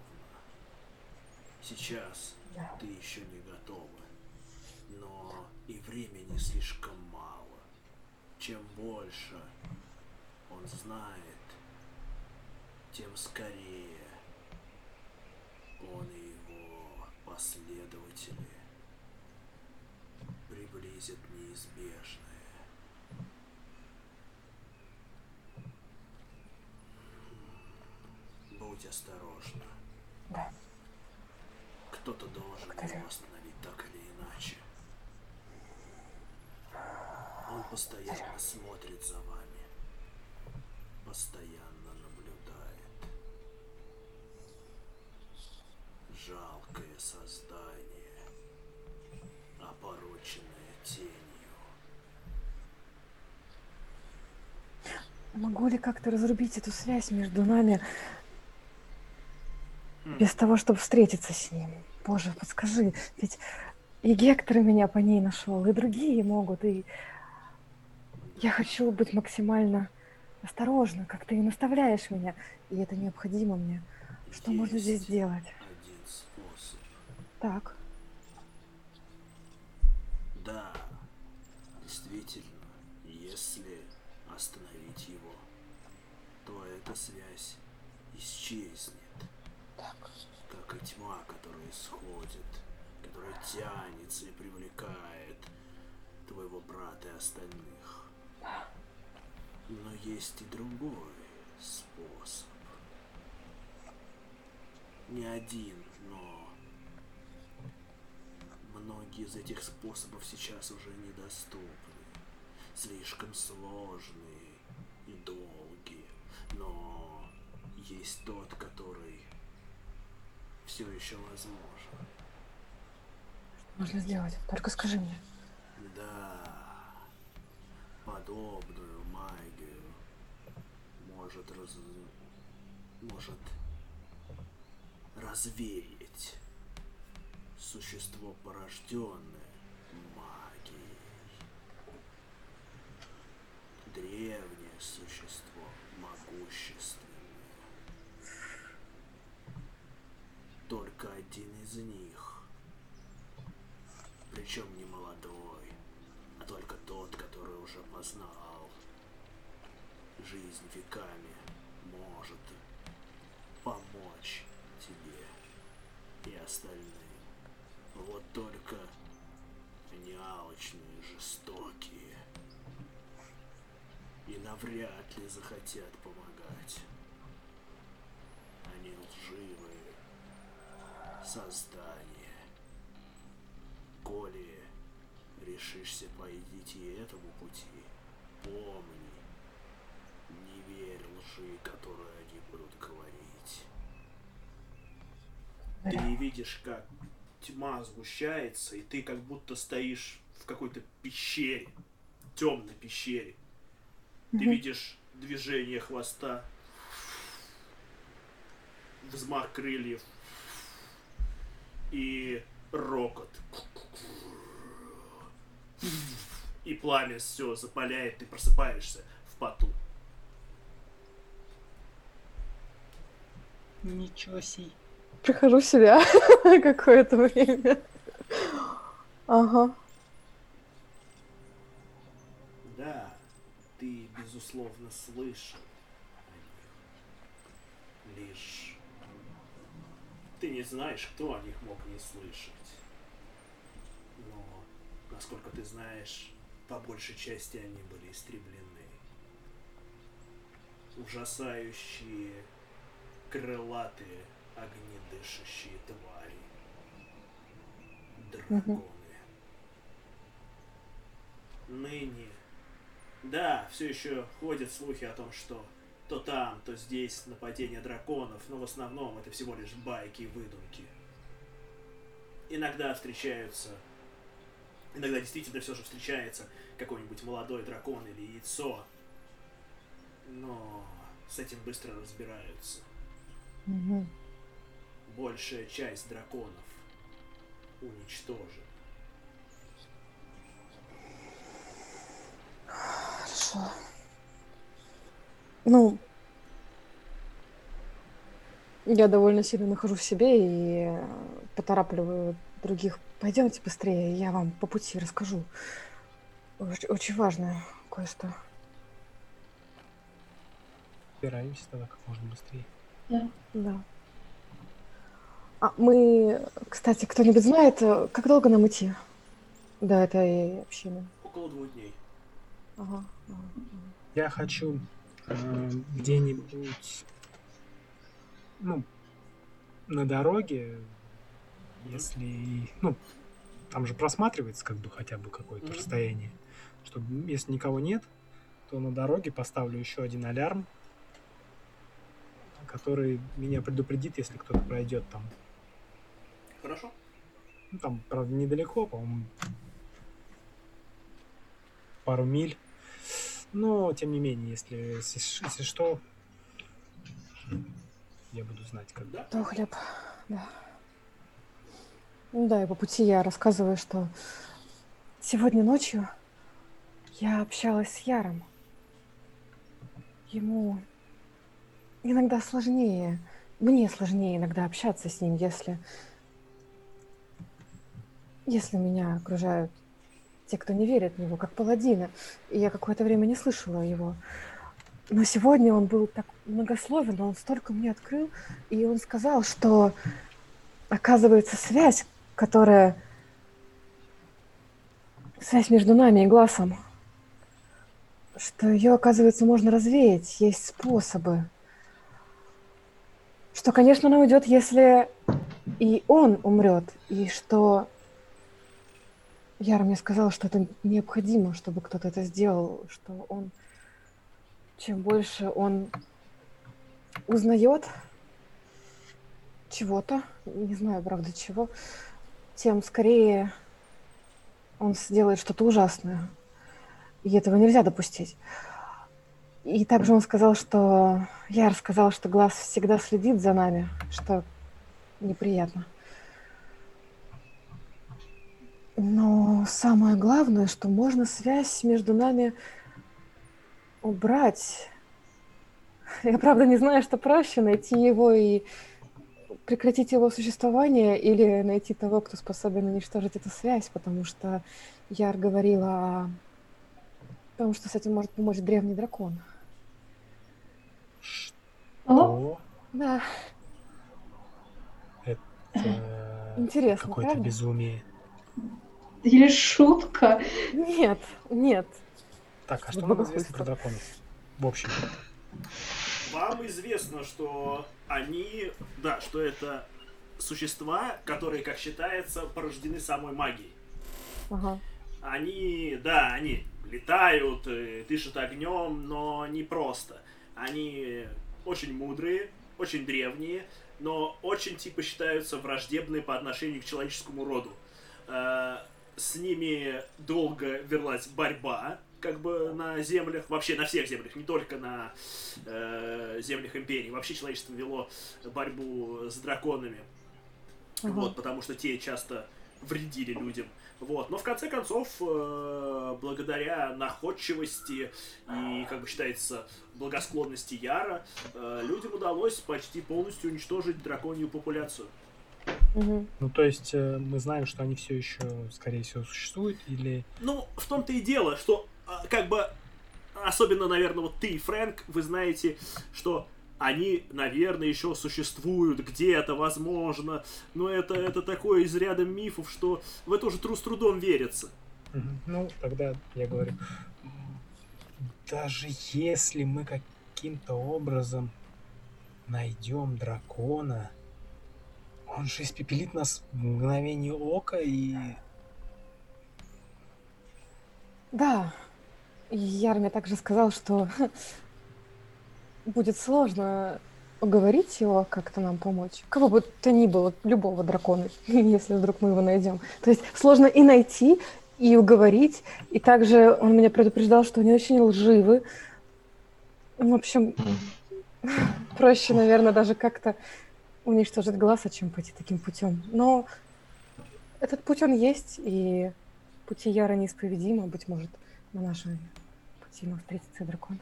Сейчас ты еще не готова. Но и времени слишком мало. Чем больше он знает, тем скорее он и его последователи приблизят неизбежное. Будь осторожна.
Да.
Кто-то должен
Благодарю.
его остановить так или иначе. Он постоянно смотрит за вами. Постоянно наблюдает. Жалкое создание, опороченное тенью.
могу ли как-то разрубить эту связь между нами без того, чтобы встретиться с ним? Боже, подскажи, ведь и Гектор меня по ней нашел, и другие могут, и я хочу быть максимально осторожна, как ты и наставляешь меня, и это необходимо мне. Что можно здесь
Есть
сделать?
один способ.
Так.
Да, действительно, если остановить его, то эта связь исчезнет. Как и тьма, которая исходит, которая тянется и привлекает твоего брата и остальных. Но есть и другой способ. Не один, но многие из этих способов сейчас уже недоступны. Слишком сложные и долгие. Но есть тот, который все еще возможен.
Можно сделать. Только скажи мне.
Да, подобную магию может развеять существо, порожденное магией. Древнее существо, могущественное. Только один из них, причем не молодой, а только тот, который уже познал жизнь веками, может помочь тебе и остальным. Вот только они алчные, жестокие и навряд ли захотят помогать. Они лживые создания. Коли решишься пойти этому пути, помни, не верь лжи, которую они будут говорить. Ты видишь, как тьма сгущается, и ты как будто стоишь в какой-то пещере, темной пещере. Ты видишь движение хвоста, взмах крыльев и рокот. И пламя все запаляет, ты просыпаешься в поту.
Ничего себе.
Прихожу в себя какое-то время. Ага.
Да, ты, безусловно, слышал о них. Лишь ты не знаешь, кто о них мог не слышать. Но, насколько ты знаешь, по большей части они были истреблены. Ужасающие, крылатые, огнедышащие твари. Драконы. Ныне. Да, все еще ходят слухи о том, что то там, то здесь нападение драконов, но в основном это всего лишь байки и выдумки. Иногда действительно все же встречается какой-нибудь молодой дракон или яйцо, но с этим быстро разбираются.
Угу.
Большая часть драконов уничтожена.
Хорошо. Ну, я довольно сильно нахожу в себе и поторапливаю других. Пойдемте быстрее, я вам по пути расскажу. Очень важное кое-что.
Убираемся тогда как можно быстрее.
Да. А мы, кстати, кто-нибудь знает, как долго нам идти до этой общины?
Около 2 дней.
Ага.
Я хочу где-нибудь, на дороге, если, там же просматривается как бы хотя бы какое-то расстояние, чтобы, если никого нет, то на дороге поставлю еще один алярм, который меня предупредит, если кто-то пройдет там.
Хорошо.
Там, правда, недалеко, по-моему, пару миль. Но, тем не менее, если что, я буду знать, когда.
То хлеб, да. Ну да, и по пути я рассказываю, что сегодня ночью я общалась с Яром. Ему иногда сложнее, мне сложнее иногда общаться с ним, если меня окружают те, кто не верит в него, как паладина. И я какое-то время не слышала его. Но сегодня он был так многословен, он столько мне открыл, и он сказал, что, оказывается, связь между нами и Глассом, что ее, оказывается, можно развеять, есть способы. Что, конечно, она уйдет, если и он умрет, и что Яр мне сказал, что это необходимо, чтобы кто-то это сделал, что он, чем больше он узнает чего-то, не знаю, правда, чего, тем скорее он сделает что-то ужасное. И этого нельзя допустить. И также он сказал, что... Яр сказал, что Глаз всегда следит за нами, что неприятно. Но самое главное, что можно связь между нами убрать. Я, правда, не знаю, что проще, найти его и прекратить его существование или найти того, кто способен уничтожить эту связь, потому что Яр говорила о том, что с этим может помочь древний дракон.
Что?
Да,
Это
интересно,
какое-то
правда?
безумие.
Или шутка?
Нет.
Так, а что
Вот
нам
богохульство.
известно про драконов? В общем.
Вам известно, что что это существа, которые, как считается, порождены самой магией.
Ага.
Они летают, дышат огнем, но не просто. Они очень мудрые, очень древние, но очень считаются враждебные по отношению к человеческому роду. С ними долго велась борьба, на землях, вообще на всех землях, не только на землях империи. Вообще человечество вело борьбу с драконами, потому что те часто вредили людям. Но в конце концов, благодаря находчивости и, считается, благосклонности Яра, людям удалось почти полностью уничтожить драконью популяцию.
Угу.
Ну, то есть мы знаем, что они все еще, скорее всего, существуют, или...
Ну, в том-то и дело, что, особенно, наверное, ты и Фрэнк, вы знаете, что они, наверное, еще существуют где-то, возможно, но это такое из ряда мифов, что в это уже с трудом верится.
Ну, тогда я говорю, даже если мы каким-то образом найдем дракона, он же испепелит нас в мгновение ока и...
Да. И Яр мне также сказал, что будет сложно уговорить его как-то нам помочь. Кого бы то ни было, любого дракона, если вдруг мы его найдем. То есть сложно и найти, и уговорить. И также он меня предупреждал, что они очень лживы. В общем, проще, наверное, даже как-то уничтожить Гласса, чем пойти таким путем. Но этот путь, он есть, и пути Яра неисповедимы. Быть может, на нашем пути мы встретится дракон.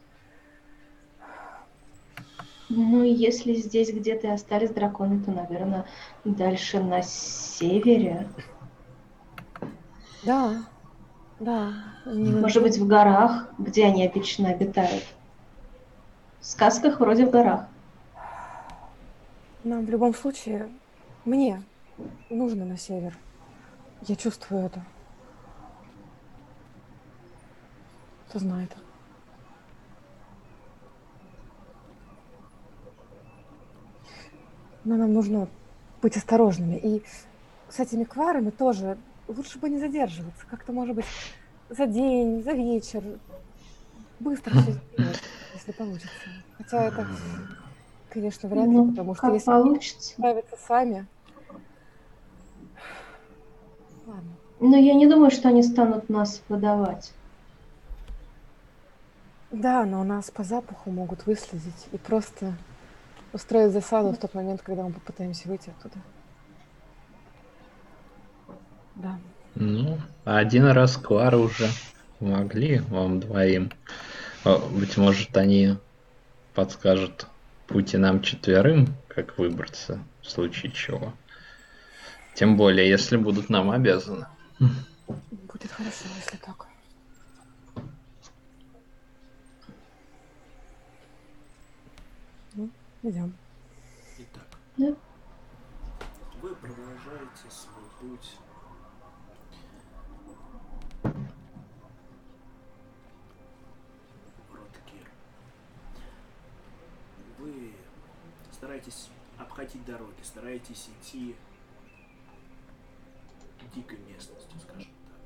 Ну, если здесь где-то и остались драконы, то, наверное, дальше на севере.
Да.
Может быть, в горах, где они обычно обитают. В сказках вроде в горах.
Нам в любом случае, мне нужно на север. Я чувствую это. Кто знает. Но нам нужно быть осторожными. И с этими кварами тоже лучше бы не задерживаться. Как-то, может быть, за день, за вечер. Быстро все сделать, если получится. Хотя это, конечно, вряд ли, потому что если
получится.
справятся сами... Ладно.
Но я не думаю, что они станут нас выдавать.
Да, но у нас по запаху могут выследить и просто устроить засаду в тот момент, когда мы попытаемся выйти оттуда. Да.
Ну, один раз Клара уже помогли вам двоим. Быть может, они подскажут путь и нам четверым, как выбраться в случае чего. Тем более, если будут нам обязаны.
Будет хорошо, если так. Ну, идем.
Итак,
Да.
вы продолжаете свой путь в Роткир. Вы стараетесь обходить дороги, стараетесь идти дикой местностью, скажем так.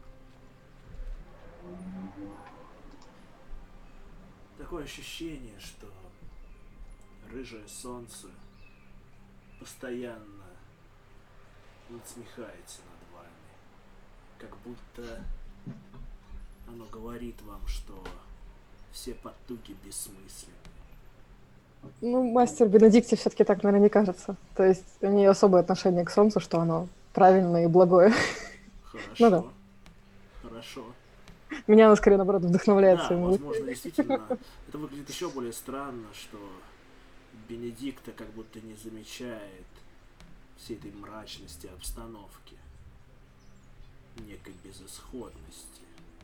Такое ощущение, что рыжее солнце постоянно насмехается над вами, как будто оно говорит вам, что все потуги бессмысленны.
Ну, мастер Бенедикте все-таки так, наверное, не кажется. То есть у нее особое отношение к солнцу, что оно правильное и благое.
Хорошо.
Ну да.
Хорошо.
Меня оно скорее, наоборот, вдохновляет
Да,
своим
возможно, действительно, это выглядит еще более странно, что Бенедикта как будто не замечает всей этой мрачности обстановки, некой безысходности.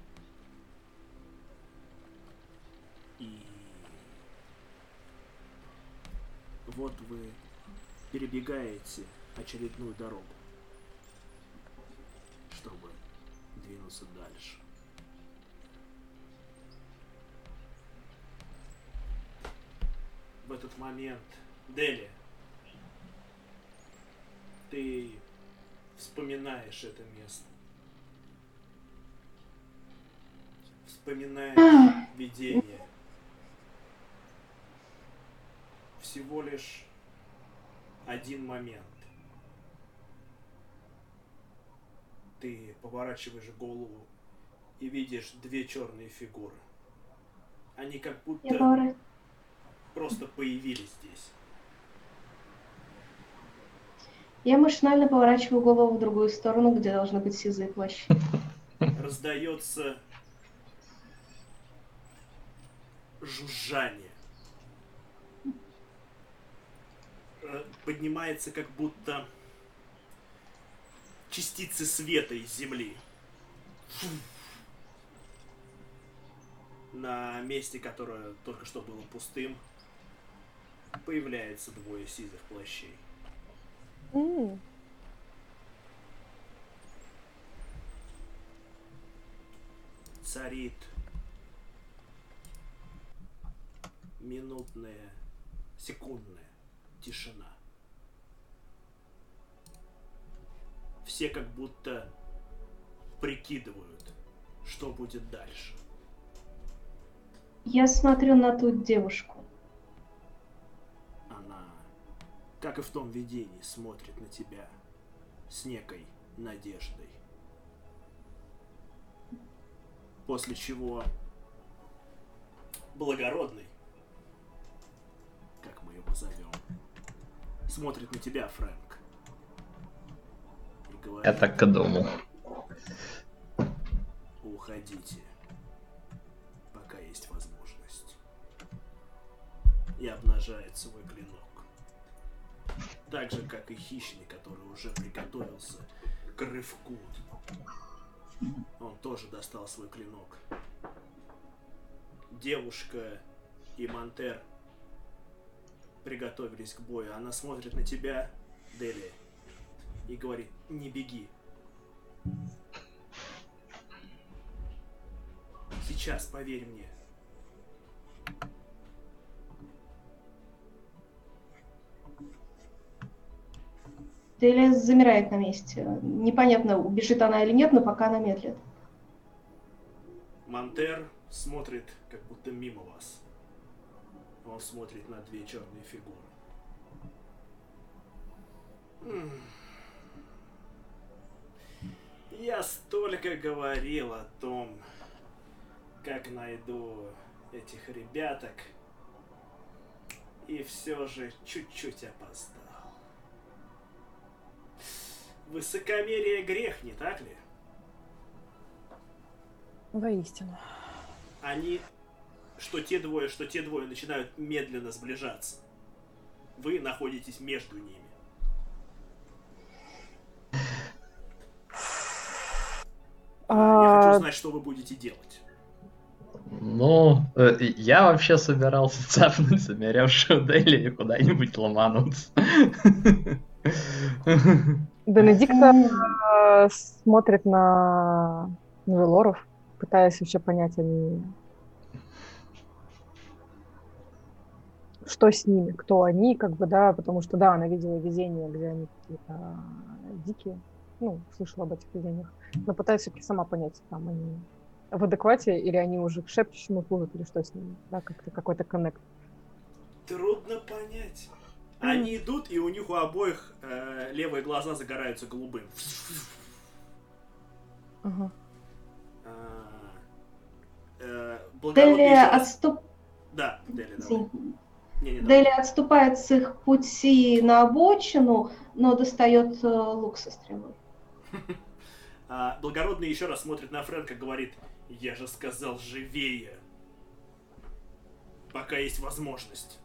И вот вы перебегаете очередную дорогу, чтобы двинуться дальше. В этот момент, Дели, ты вспоминаешь это место. Вспоминаешь видение. Всего лишь один момент. Ты поворачиваешь голову и видишь две черные фигуры. Они как будто просто появились здесь.
Я машинально поворачиваю голову в другую сторону, где должны быть сизые плащи.
Раздается жужжание. Поднимается как будто частицы света из земли. На месте, которое только что было пустым, появляется двое сизых плащей. Царит минутная, секундная тишина. Все как будто прикидывают, что будет дальше.
Я смотрю на ту девушку.
Она, как и в том видении, смотрит на тебя с некой надеждой. После чего благородный, как мы его зовем, смотрит на тебя, Фрэнк, и говорит:
Я так и думал.
уходите, пока есть возможность. И обнажает свой клинок. Так же, как и хищник, который уже приготовился к рывку. Он тоже достал свой клинок. Девушка и Монтер приготовились к бою. Она смотрит на тебя, Дели, и говорит: не беги. Сейчас, поверь мне.
Деля замирает на месте. Непонятно, убежит она или нет, но пока она медлит.
Монтер смотрит как будто мимо вас. Он смотрит на две черные фигуры. Я столько говорил о том, как найду этих ребяток. И все же чуть-чуть опоздал. Высокомерие грех, не так ли?
Воистину.
Они, что те двое, начинают медленно сближаться. Вы находитесь между ними. Я хочу узнать, что вы будете делать.
Ну, я вообще собирался цапнуть замерявшую Дели и куда-нибудь ломануться.
Бенедикта смотрит на Велоров, пытаясь вообще понять, они... что с ними, кто они, как бы, да, потому что, да, она видела видения, где они какие-то дикие, ну, слышала об этих видениях, но пытается все-таки сама понять, там они в адеквате, или они уже к шепчущему служат, или что с ними, да, как-то какой-то коннект.
Трудно понять. Они идут, и у них у обоих левые глаза загораются голубым.
Ага.
Делия отступ...
Да, Делия,
Извини.
давай.
Делия отступает с их пути на обочину, но достает лук со стрелой.
Благородный еще раз смотрит на Фрэнка и говорит: я же сказал, живее. Пока есть возможность.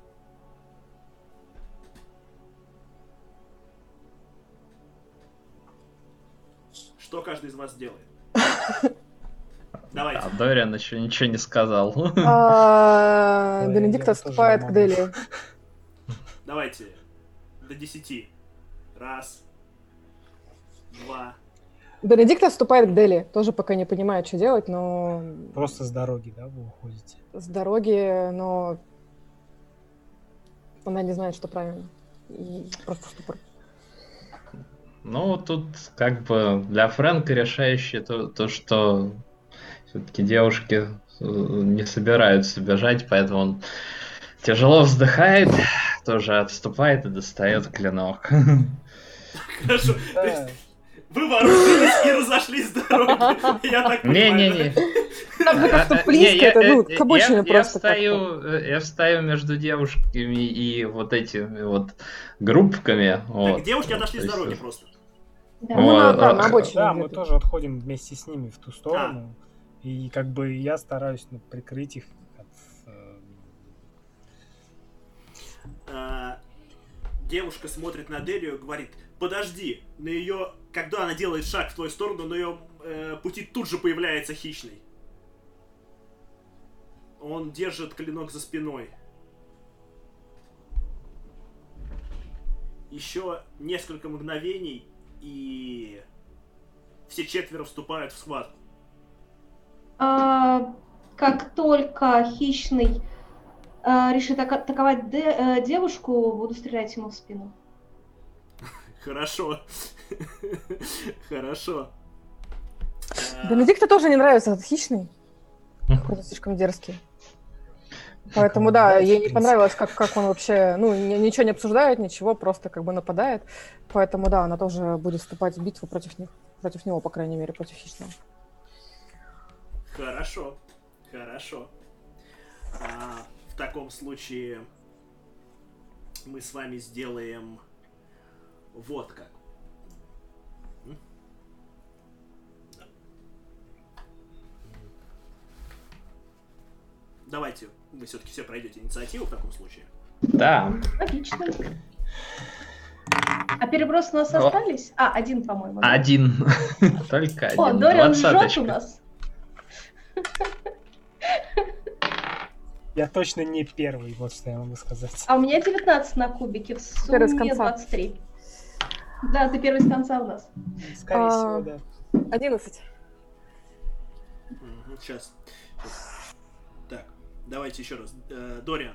Что каждый из вас делает? Давайте.
А Дориан еще ничего не сказал.
Бенедикт отступает к Делии.
Давайте. До 10. Раз. Два.
Бенедикт отступает к Дели. Тоже пока не понимает, что делать, но...
Просто с дороги, да, вы уходите?
С дороги, но... Она не знает, что правильно. Просто ступор.
Ну, тут как бы для Фрэнка решающее то, что все-таки девушки не собираются бежать, поэтому он тяжело вздыхает, тоже отступает и достает клинок.
Хорошо. Вы вооружились и разошлись с дороги. Я так понимаю.
Не-не-не.
Там же как-то близко, это, ну, к обочине просто
я встаю между девушками и вот этими вот группками.
Так, девушки отошли с дороги просто.
Да.
Ну, на обочине.
Да, мы тоже отходим вместе с ними в ту сторону. И как бы я стараюсь прикрыть их от...
Девушка смотрит на Делию и говорит: подожди, на ее, когда она делает шаг в твою сторону, на ее пути тут же появляется хищный. Он держит клинок за спиной. Еще несколько мгновений, и все четверо вступают в схватку.
Как только хищный решит атаковать девушку, буду стрелять ему в спину.
Хорошо. Хорошо.
Бенедикту тоже не нравится этот хищный. Какой-то слишком дерзкий. Поэтому, да, ей не понравилось, как он вообще, ну, ничего не обсуждает, ничего, просто как бы нападает. Поэтому, да, она тоже будет вступать в битву против них. Против него, по крайней мере, против хищного.
Хорошо. Хорошо. В таком случае мы с вами сделаем вот как. Да. Давайте вы все-таки все пройдете инициативу в таком случае.
Да.
Отлично. А перебросы у нас остались? Один, по-моему. Да?
Один. Только один.
О, Дориан жжет у нас.
Я точно не первый, вот что я могу сказать.
А у меня 19 на кубике, в сумме 23. Да, ты первый с конца у нас.
Скорее всего, да.
11.
Сейчас. Так, давайте еще раз. Дориан.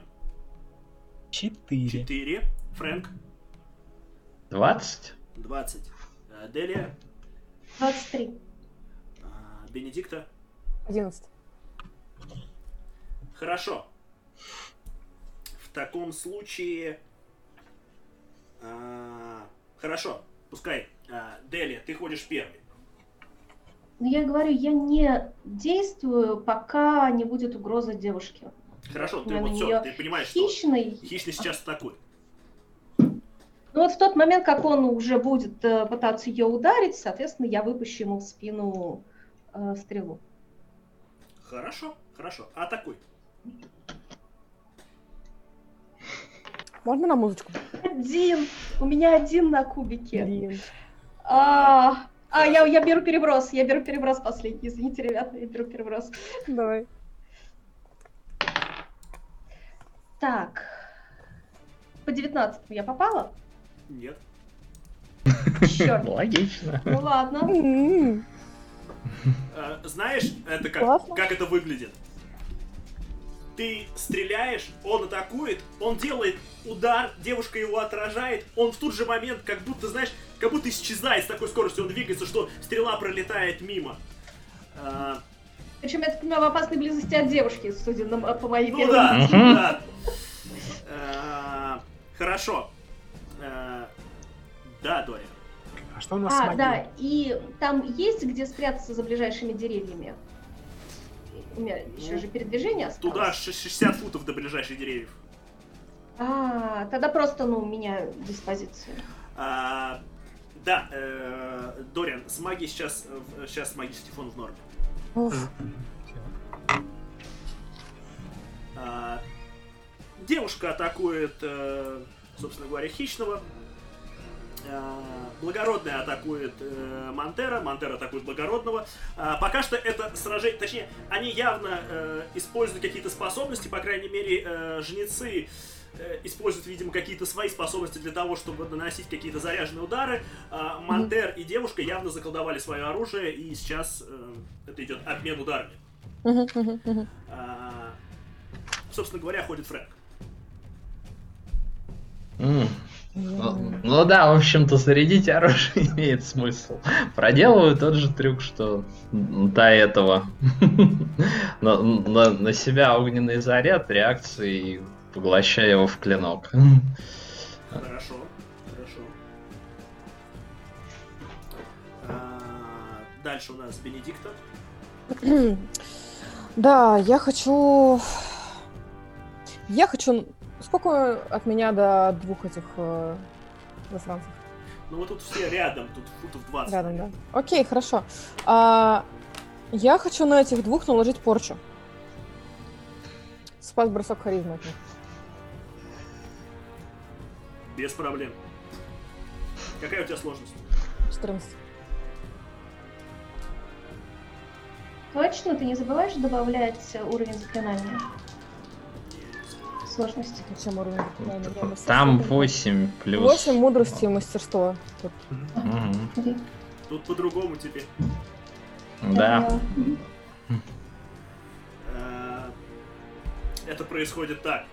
4. Фрэнк.
20.
20. Делия.
23.
Бенедикта.
11.
Хорошо. В таком случае... Хорошо, пускай. Делия, ты ходишь первый.
Но я говорю, я не действую, пока не будет угроза девушке.
Хорошо, ты
Я
вот
на
все,
неё
ты понимаешь, что
Хищный.
хищный сейчас атакует.
Ну вот в тот момент, как он уже будет пытаться ее ударить, соответственно, я выпущу ему в спину стрелу.
Хорошо, атакуй.
Можно на музычку?
Один. У меня один на кубике.
Блин.
Я беру переброс. Я беру переброс последний. Извините, ребята, я беру переброс.
Давай.
Так. По 19 я попала?
Нет.
Черт.
Логично.
Ну ладно.
М-м.
Знаешь, это
Классно.
как это выглядит? Ты стреляешь, он атакует, он делает удар, девушка его отражает, он в тот же момент, как будто, знаешь, как будто исчезает с такой скоростью, он двигается, что стрела пролетает мимо.
Причем, я так понимаю, в опасной близости от девушки, судя по моей
Ну
первой
да,
мысли.
да. Хорошо. Да, Дори.
А что у нас с магией?
Да, и там есть где спрятаться за ближайшими деревьями? У меня еще же передвижение осталось.
Туда 60 футов до ближайших деревьев.
Тогда просто, меняю диспозицию.
Да, Дориан, с магией сейчас магический фон в норме.
Уф.
Девушка атакует, собственно говоря, хищного. Благородная атакует Монтера, Монтера атакует благородного. Пока что это сражение, точнее, они явно используют какие-то способности, по крайней мере, жнецы используют, видимо, какие-то свои способности для того, чтобы наносить какие-то заряженные удары. Монтер и девушка явно заколдовали свое оружие, и сейчас это идет обмен ударами. Собственно говоря, ходит Фрэнк.
Ну да, в общем-то, зарядить оружие имеет смысл. Проделываю тот же трюк, что до этого. На себя огненный заряд, реакции и поглощаю его в клинок.
Хорошо. Дальше у нас Бенедикта.
Да, я хочу... Сколько от меня до двух этих засранцев?
Ну вот тут все рядом, тут футов 20.
Рядом, да. Окей, хорошо. Я хочу на этих двух наложить порчу. Спас бросок харизмы от них.
Без проблем. Какая у тебя сложность?
14.
Точно, ты не забываешь добавлять уровень заклинания? Сложности.
Чем уровень?
Там 8 плюс.
8 мудрости и мастерства. Тут.
Мгм.
Тут по-другому теперь.
Да.
Это происходит так.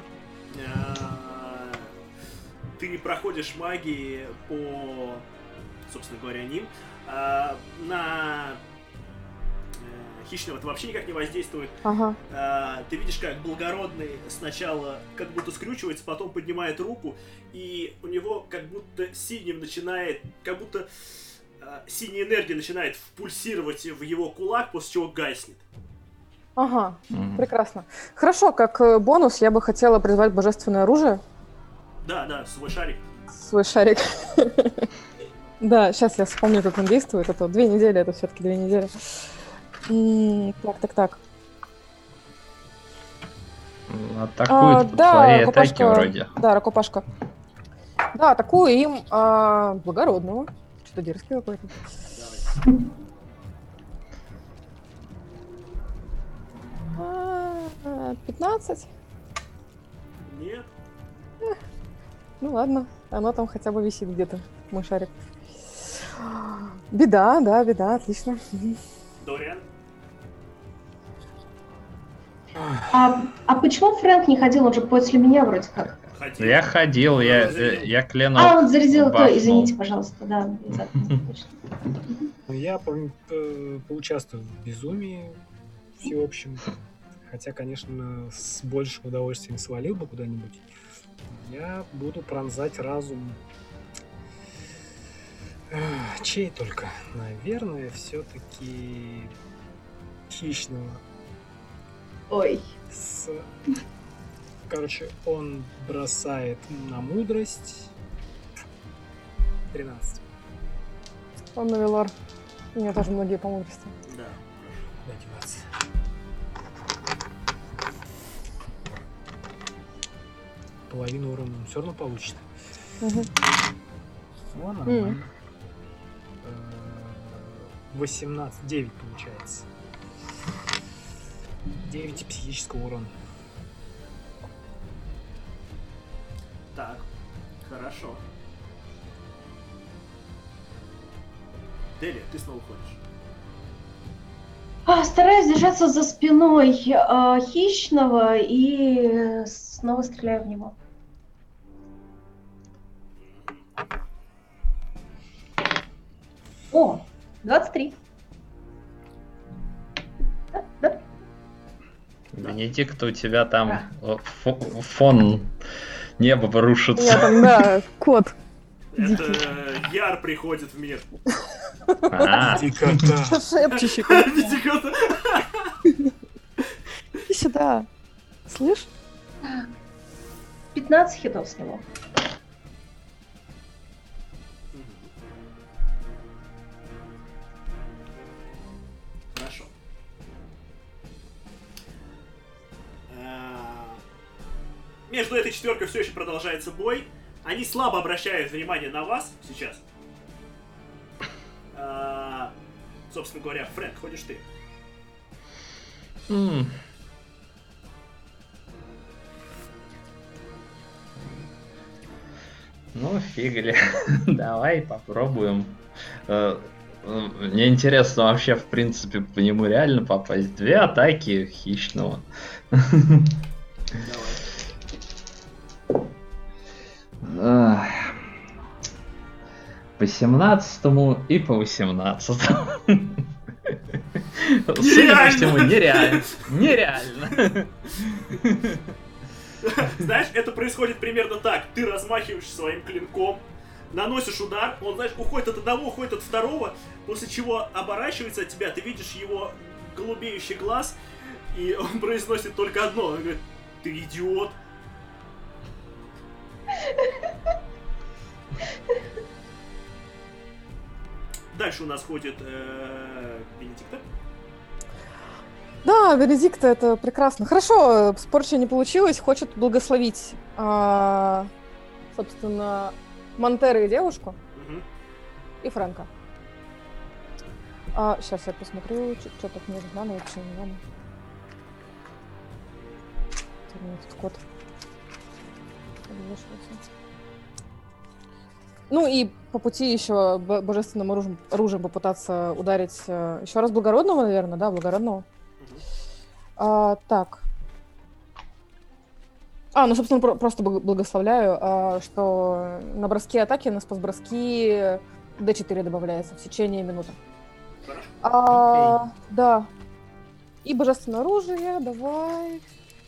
Ты проходишь магии по, собственно говоря, ним. На хищного это вообще никак не воздействует.
Ага.
Ты видишь, как благородный сначала как будто скрючивается, потом поднимает руку, и у него как будто синим начинает, как будто синяя энергия начинает пульсировать в его кулак, после чего гаснет.
Ага, прекрасно. Хорошо, как бонус я бы хотела призвать божественное оружие.
Да, свой шарик.
Свой шарик. Да, сейчас я вспомню, как он действует. Это 2 недели, это все-таки 2 недели. Так.
Атакует по
да,
твоей атаке
рукопашка.
вроде.
Да, рукопашка. Да, атакую им благородного. Что-то дерзкий какой-то.
Давай.
15?
Нет.
Ну ладно, оно там хотя бы висит где-то, мой шарик. Беда, отлично.
Дориан.
А почему Фрэнк не ходил? Он же после меня вроде как.
Я ходил, я клинок.
Он зарядил,
бахнул.
извините, пожалуйста, да, внезапно, точно.
Я поучаствую в безумии всеобщем. Хотя, конечно, с большим удовольствием свалил бы куда-нибудь. Я буду пронзать разум Чей только? Наверное, все-таки хищного.
Ой.
Короче, он бросает на мудрость. 13.
Он на Велор. У меня тоже многие по мудрости.
Да.
Дайте 20. Половину урона он все равно получит.
Угу.
О, нормально. 18, 9 получается. 9 психического урона.
Так, хорошо. Дели, ты снова ходишь.
Стараюсь держаться за спиной хищного и снова стреляю в него. О, 23. Да.
Бенедикт, у тебя там фон неба рушится.
У меня там, да, кот.
Это Яр приходит в мир.
Дикота.
Шепчущий.
Дикота.
Иди сюда. Слышь?
15 хитов с него.
Хорошо. Между этой четверкой все еще продолжается бой. Они слабо обращают внимание на вас сейчас. Собственно говоря, Фрэнк, ходишь ты.
Ну, фигли. Давай попробуем. Мне интересно вообще, в принципе, по нему реально попасть. 2 атаки хищного.
Давай.
По 17 и по 18. Судя по всему, нереально. Нереально.
Знаешь, это происходит примерно так. Ты размахиваешься своим клинком, наносишь удар, он, знаешь, уходит от одного, уходит от второго, после чего оборачивается от тебя, ты видишь его голубеющий глаз, и он произносит только одно. Он говорит: ты идиот. Дальше у нас ходит Бенедикта.
Да, Бенедикта, это прекрасно. Хорошо, с Порчи не получилось, хочет благословить, собственно, Монтера и девушку, и Фрэнка. Сейчас я посмотрю, что тут мне надо, вообще не надо. Тут кот. Ну и по пути еще божественным оружием попытаться ударить еще раз благородного, наверное, да, благородного. Так. Ну, собственно, просто благословляю, что на броски атаки, на спас-броски D4 добавляется в течение минуты. Да. И божественное оружие, давай.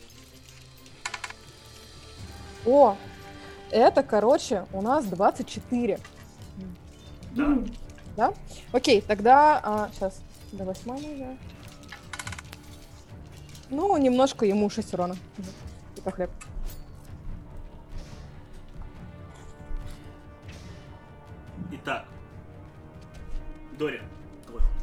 О! Это, короче, у нас 24.
Да.
Да? Окей, тогда... сейчас, до 8 уже. Ну, немножко ему 6 урона. Это хлеб.
Итак. Дориан, твой ход.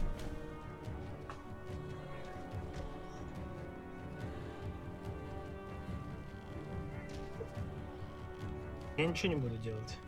Я ничего не буду делать.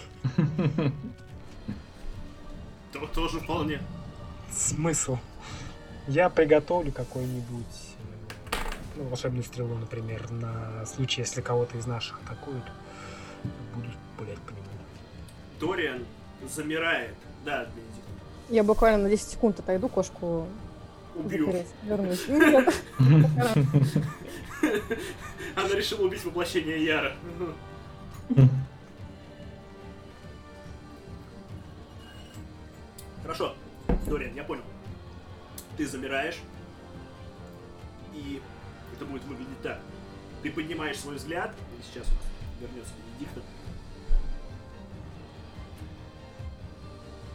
Тоже вполне.
Смысл? Я приготовлю какой-нибудь волшебную стрелу, например, на случай, если кого-то из наших атакуют, буду пулять по нему.
Дориан замирает. Да, Бенедикт.
Я буквально на 10 секунд отойду, кошку
Убью.
запереть. Вернусь.
Она решила убить воплощение Яра. Хорошо, Дориан, я понял. Ты замираешь, и это будет выглядеть так. Ты поднимаешь свой взгляд, и сейчас у нас вернется Бенедикт.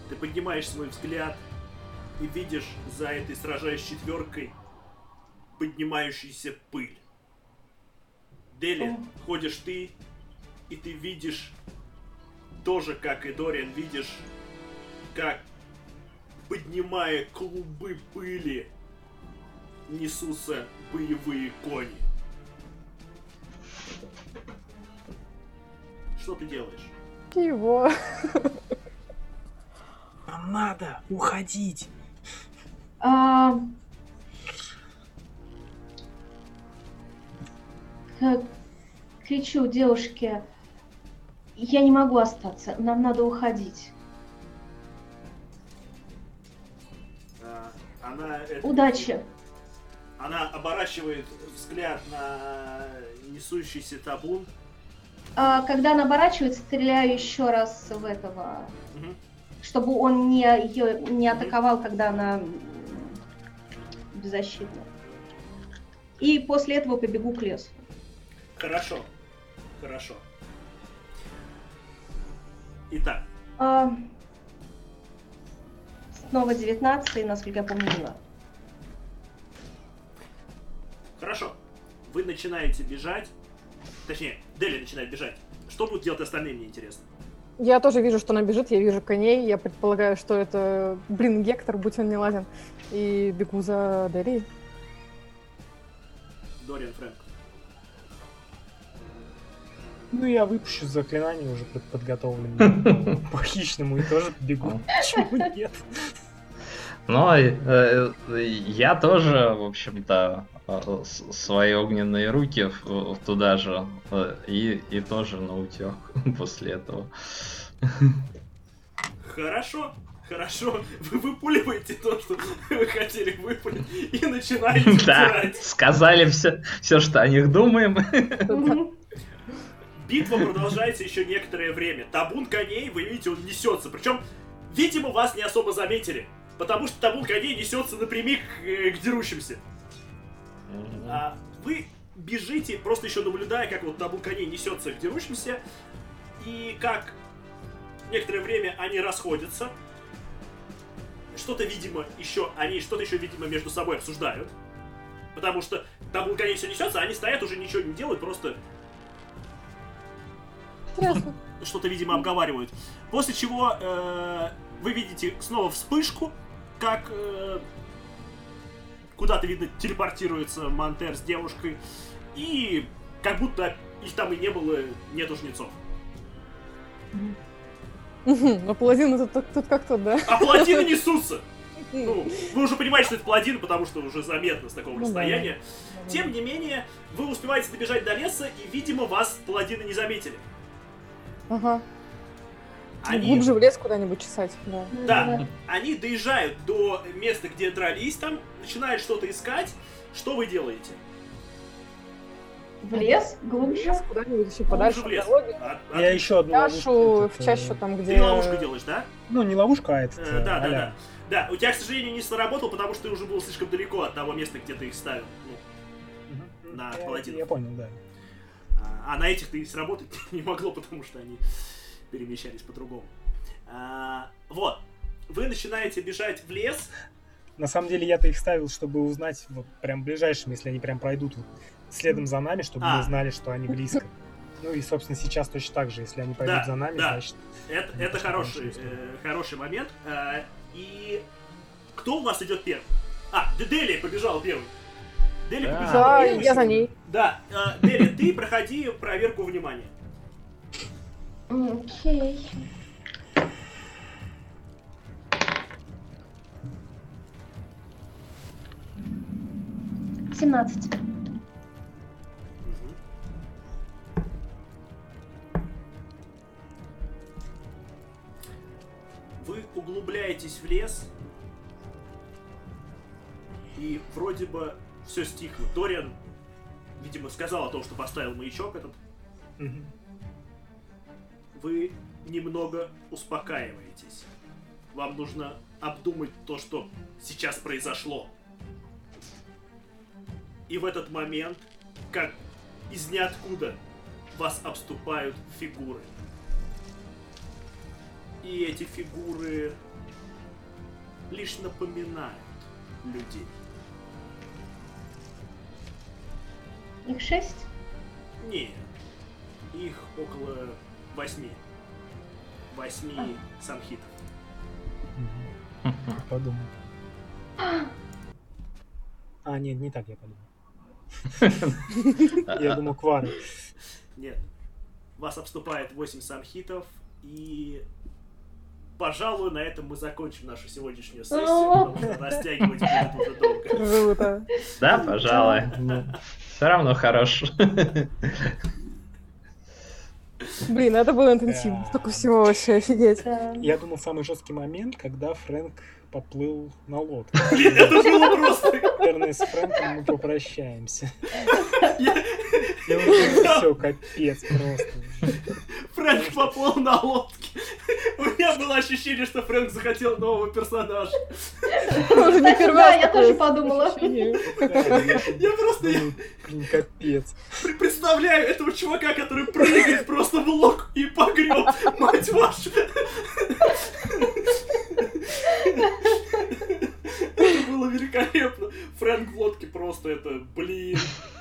Ты поднимаешь свой взгляд и видишь за этой сражающей четверкой поднимающуюся пыль. Дели, ходишь ты, и ты видишь, тоже как и Дориан, видишь, как, поднимая клубы пыли, несутся боевые кони. Что ты делаешь?
Чего?
Нам надо уходить.
Кричу девушке, я не могу остаться, нам надо уходить. Удачи.
Она оборачивает взгляд на несущийся табун.
Когда она оборачивается, стреляю еще раз в этого, чтобы он ее не атаковал, когда она беззащитна. И после этого побегу к лесу.
Хорошо. Итак.
Снова 19, насколько я помню, было.
Хорошо. Вы начинаете бежать. Точнее, Дели начинает бежать. Что будут делать остальные, мне интересно.
Я тоже вижу, что она бежит, я вижу коней, я предполагаю, что это, Гектор, будь он не ладен. И бегу за Дели.
Дориан, Фрэнк.
Ну, я выпущу заклинание уже подготовленное по хищному и тоже бегу. Почему нет?
Но я тоже, в общем-то, свои огненные руки туда же и тоже на утёк после этого.
Хорошо. Вы выпуливаете то, что вы хотели выпулить, и начинаете убирать.
Сказали все, что о них думаем.
Битва продолжается еще некоторое время. Табун коней, вы видите, он несется. Причем, видимо, вас не особо заметили. Потому что табун коней несется напрямик к дерущимся. Вы бежите, просто еще наблюдая, как вот табун коней несется к дерущимся. И как некоторое время они расходятся. Что-то, видимо, еще между собой обсуждают. Потому что табун коней все несется, а они стоят, уже ничего не делают, просто... Что-то, видимо, обговаривают. После чего вы видите снова вспышку, как куда-то, видно, телепортируется Монтер с девушкой, и как будто их там и не было, нету жнецов.
А паладины тут как тут, да?
А паладины несутся! Ну, вы уже понимаете, что это паладины, потому что уже заметно с такого расстояния. Тем не менее, вы успеваете добежать до леса, и, видимо, вас паладины не заметили.
Ага. Глубже в лес куда-нибудь чесать, да.
Да, они доезжают до места, где дрались там, начинают что-то искать. Что вы делаете?
В лес? Глубже?
Куда-нибудь еще подальше
в лес.
Я еще одну
ловушку. В чащу там, где...
Ты ловушку делаешь, да?
Ну, не ловушку, а этот...
Да, у тебя, к сожалению, не сработал, потому что ты уже был слишком далеко от того места, где ты их ставил. На паладинов.
Я понял, да.
А на этих ты сработать не могло, потому что они перемещались по-другому. Вот. Вы начинаете бежать в лес.
На самом деле я-то их ставил, чтобы узнать вот прям ближайшим, если они прям пройдут вот следом за нами, чтобы мы знали, что они близко. Ну и, собственно, сейчас точно так же, если они пойдут за нами, значит...
Это хороший момент. И кто у вас идет первым? Дели побежала первым. Дели побежала первым.
Я за ней.
Да, Дели, ты проходи проверку внимания.
Окей. — 17.
Вы углубляетесь в лес, и вроде бы все стихло. Дориан, видимо, сказал о том, что поставил маячок этот. Вы немного успокаиваетесь. Вам нужно обдумать то, что сейчас произошло. И в этот момент, как из ниоткуда, вас обступают фигуры. И эти фигуры лишь напоминают людей.
Их 6?
Нет, их около 8. 8 самхитов.
Подумай. Нет, не так я подумал. Я думал, квары.
Нет. Вас обступает 8 самхитов, и, пожалуй, на этом мы закончим нашу сегодняшнюю сессию, потому что растягивать будет уже долго.
Круто.
Да, пожалуй. Все равно хорош.
Блин, это было интенсивно.
Да.
Столько всего вообще, офигеть.
Я думал, самый жесткий момент, когда Фрэнк поплыл на лодке.
Блин, это было просто...
Наверное, с Фрэнком мы попрощаемся.
Я-
Я уже все, капец просто.
Фрэнк поплыл на лодке. У меня было ощущение, что Фрэнк захотел нового персонажа.
Уже не
Кстати,
первый
да,
раз
я тоже
такое
подумала.
ощущение.
Я просто
Блин, капец.
представляю этого чувака, который прыгает просто в лодку и погреб. Мать вашу. Это было великолепно. Фрэнк в лодке просто это, блин.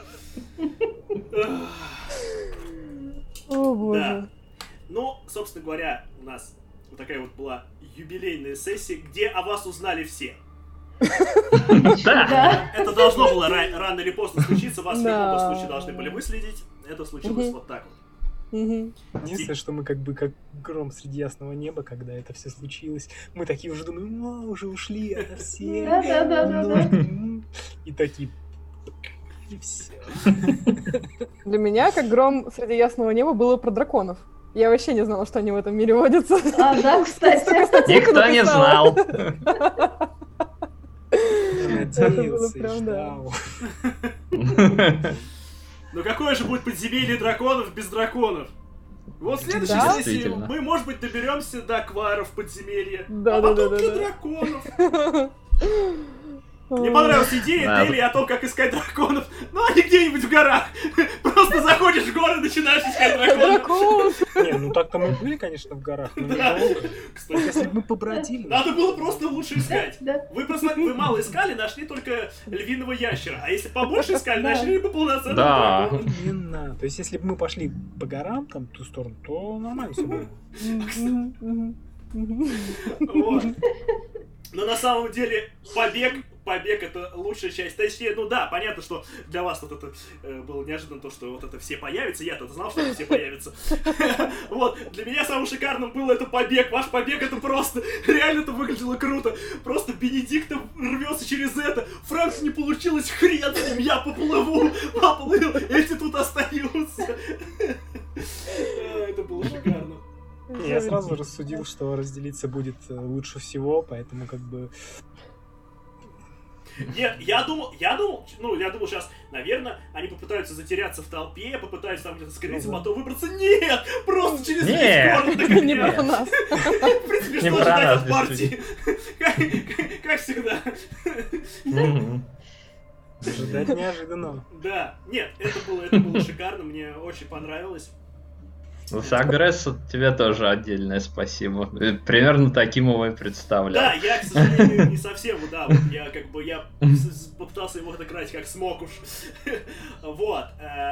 О, боже.
Да. Ну, собственно говоря, у нас вот такая вот была юбилейная сессия, где о вас узнали все.
Да.
Да.
Это должно было рано или поздно случиться, вас в
Да.
любом случае должны были выследить. Это случилось вот так вот.
Мгм.
Единственное, что мы как бы как гром среди ясного неба, когда это все случилось, мы такие уже думаем, уже ушли от всех.
Да.
И такие... И все.
Для меня, как гром среди ясного неба, было про драконов. Я вообще не знала, что они в этом мире водятся.
А, да, кстати.
Никто не знал.
Надеялся и
прям, да.
ждал.
Но какое же будет подземелье драконов без драконов? Вот в следующей
Да?
сессии
Действительно.
мы, может быть, доберемся до кваров подземелья,
Да,
а
да,
потом
да,
до
да, да.
драконов. Мне понравилась идея
Надо.
Дели о том, как искать драконов. Ну, они где-нибудь в горах. Просто заходишь в горы и начинаешь искать драконов.
Дракон!
Не, ну так-то мы были, конечно, в горах, но
Да.
недолго.
Кстати,
Если бы мы побродили...
надо было просто лучше искать.
Да.
Вы мало искали, нашли только львиного ящера. А если побольше искали,
Да.
нашли бы полноценного
Да.
дракона.
Именно. То есть, если бы мы пошли по горам, там, в ту сторону, то нормально все было.
Мгм, мгм, мгм.
Вот. Но на самом деле побег это лучшая часть. Точнее, ну да, понятно, что для вас вот это было неожиданно, то, что вот это все появятся. Я-то знал, что они все появятся. Вот, для меня самым шикарным был это побег. Ваш побег это просто, реально это выглядело круто. Просто Бенедикт рвется через это. Франц не получилось, хрен с ним, я поплыву. Эти тут остаются. Это было шикарно.
Я сразу рассудил, что разделиться будет лучше всего, поэтому как бы...
Нет, я думал, сейчас, наверное, они попытаются затеряться в толпе, попытаются там где-то скрыться, потом выбраться. Нет! Просто через весь
Нет.
город
Не
догоняют.
про нас.
В принципе,
Не
что
про
ожидать
нас,
от партии? Как всегда.
Мгм.
Ожидать неожиданно.
Да, нет, это было шикарно, мне очень понравилось.
Ну, Сагресс, тебе тоже отдельное спасибо. Примерно таким его и представлял.
Да, я, к сожалению, не совсем, да, вот я попытался его отыграть как смог уж. Вот,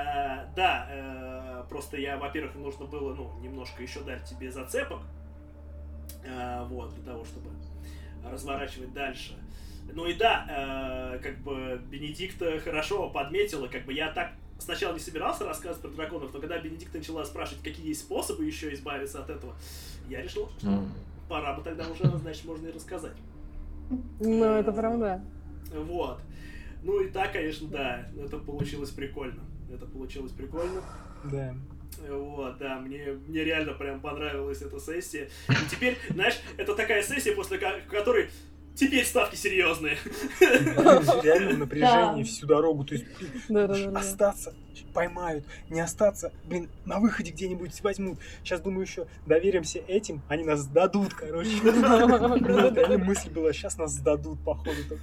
да, просто я, во-первых, нужно было, немножко еще дать тебе зацепок, вот, для того, чтобы разворачивать дальше. Ну и да, как бы Бенедикта хорошо подметила, как бы я так сначала не собирался рассказывать про драконов, но когда Бенедикта начала спрашивать, какие есть способы еще избавиться от этого, я решил, что пора бы тогда уже, значит, можно и рассказать.
Ну, это правда.
Вот. Ну и так, конечно, да, это получилось прикольно.
Да.
Вот, да, мне реально прям понравилась эта сессия. И теперь, знаешь, это такая сессия, после которой теперь ставки серьезные.
Реально напряжение
Да.
всю дорогу. То есть,
Да-да-да.
остаться, поймают, не остаться, на выходе где-нибудь возьмут. Сейчас, думаю, еще доверимся этим, они нас сдадут, короче. Реально мысль была, сейчас нас сдадут, походу.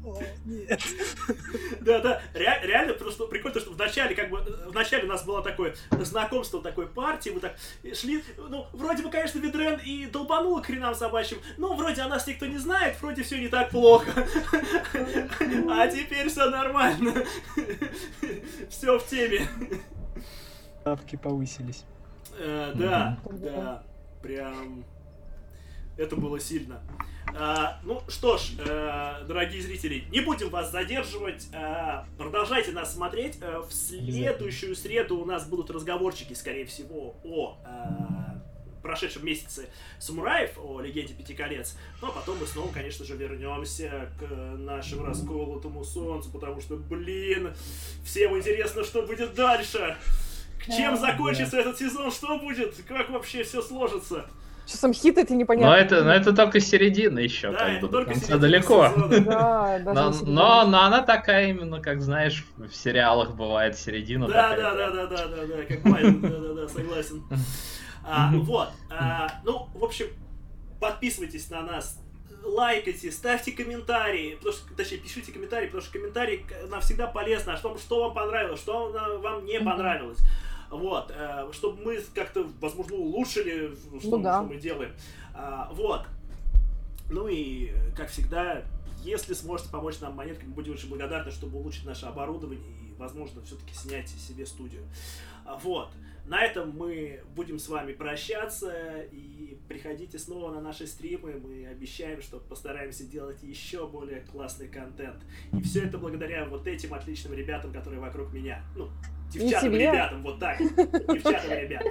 Нет.
Да, реально, потому что прикольно, что вначале у нас было такое знакомство такой партии, мы так шли, ну, вроде бы, конечно, Ведрен и долбанул к хренам собачьим, но вроде о нас никто не знает, вроде все не так плохо. А теперь все нормально. Все в теме.
Ставки повысились.
Да, прям это было сильно. Ну что ж, дорогие зрители, не будем вас задерживать. Продолжайте нас смотреть. В следующую среду у нас будут разговорчики, скорее всего, о прошедшем месяце самураев, о легенде Пяти колец. Ну а потом мы снова, конечно же, вернемся к нашему расколотому солнцу, потому что, блин, всем интересно, что будет дальше. Чем закончится этот сезон, что будет, как вообще все сложится.
Что сам хит это непонятно.
Но это только середина еще,
да,
как бы, до конца
далеко.
Да, но она такая именно, как знаешь, в сериалах бывает середина.
Да, как Майер, да, согласен. Вот, ну, в общем, подписывайтесь на нас, лайкайте, ставьте комментарии, точнее, пишите комментарии, потому что комментарии нам всегда полезны, о том, что вам понравилось, что вам не понравилось. Вот, чтобы мы как-то, возможно, улучшили, что мы делаем. Вот. Ну и, как всегда, если сможете помочь нам монетками, будем очень благодарны, чтобы улучшить наше оборудование и, возможно, все-таки снять себе студию. Вот. На этом мы будем с вами прощаться, и приходите снова на наши стримы, мы обещаем, что постараемся делать еще более классный контент. И все это благодаря вот этим отличным ребятам, которые вокруг меня. Ну, девчатам ребятам, вот так. Девчатам ребятам.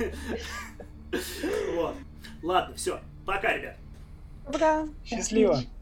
Вот. Ладно, все. Пока, ребят.
Пока.
Счастливо.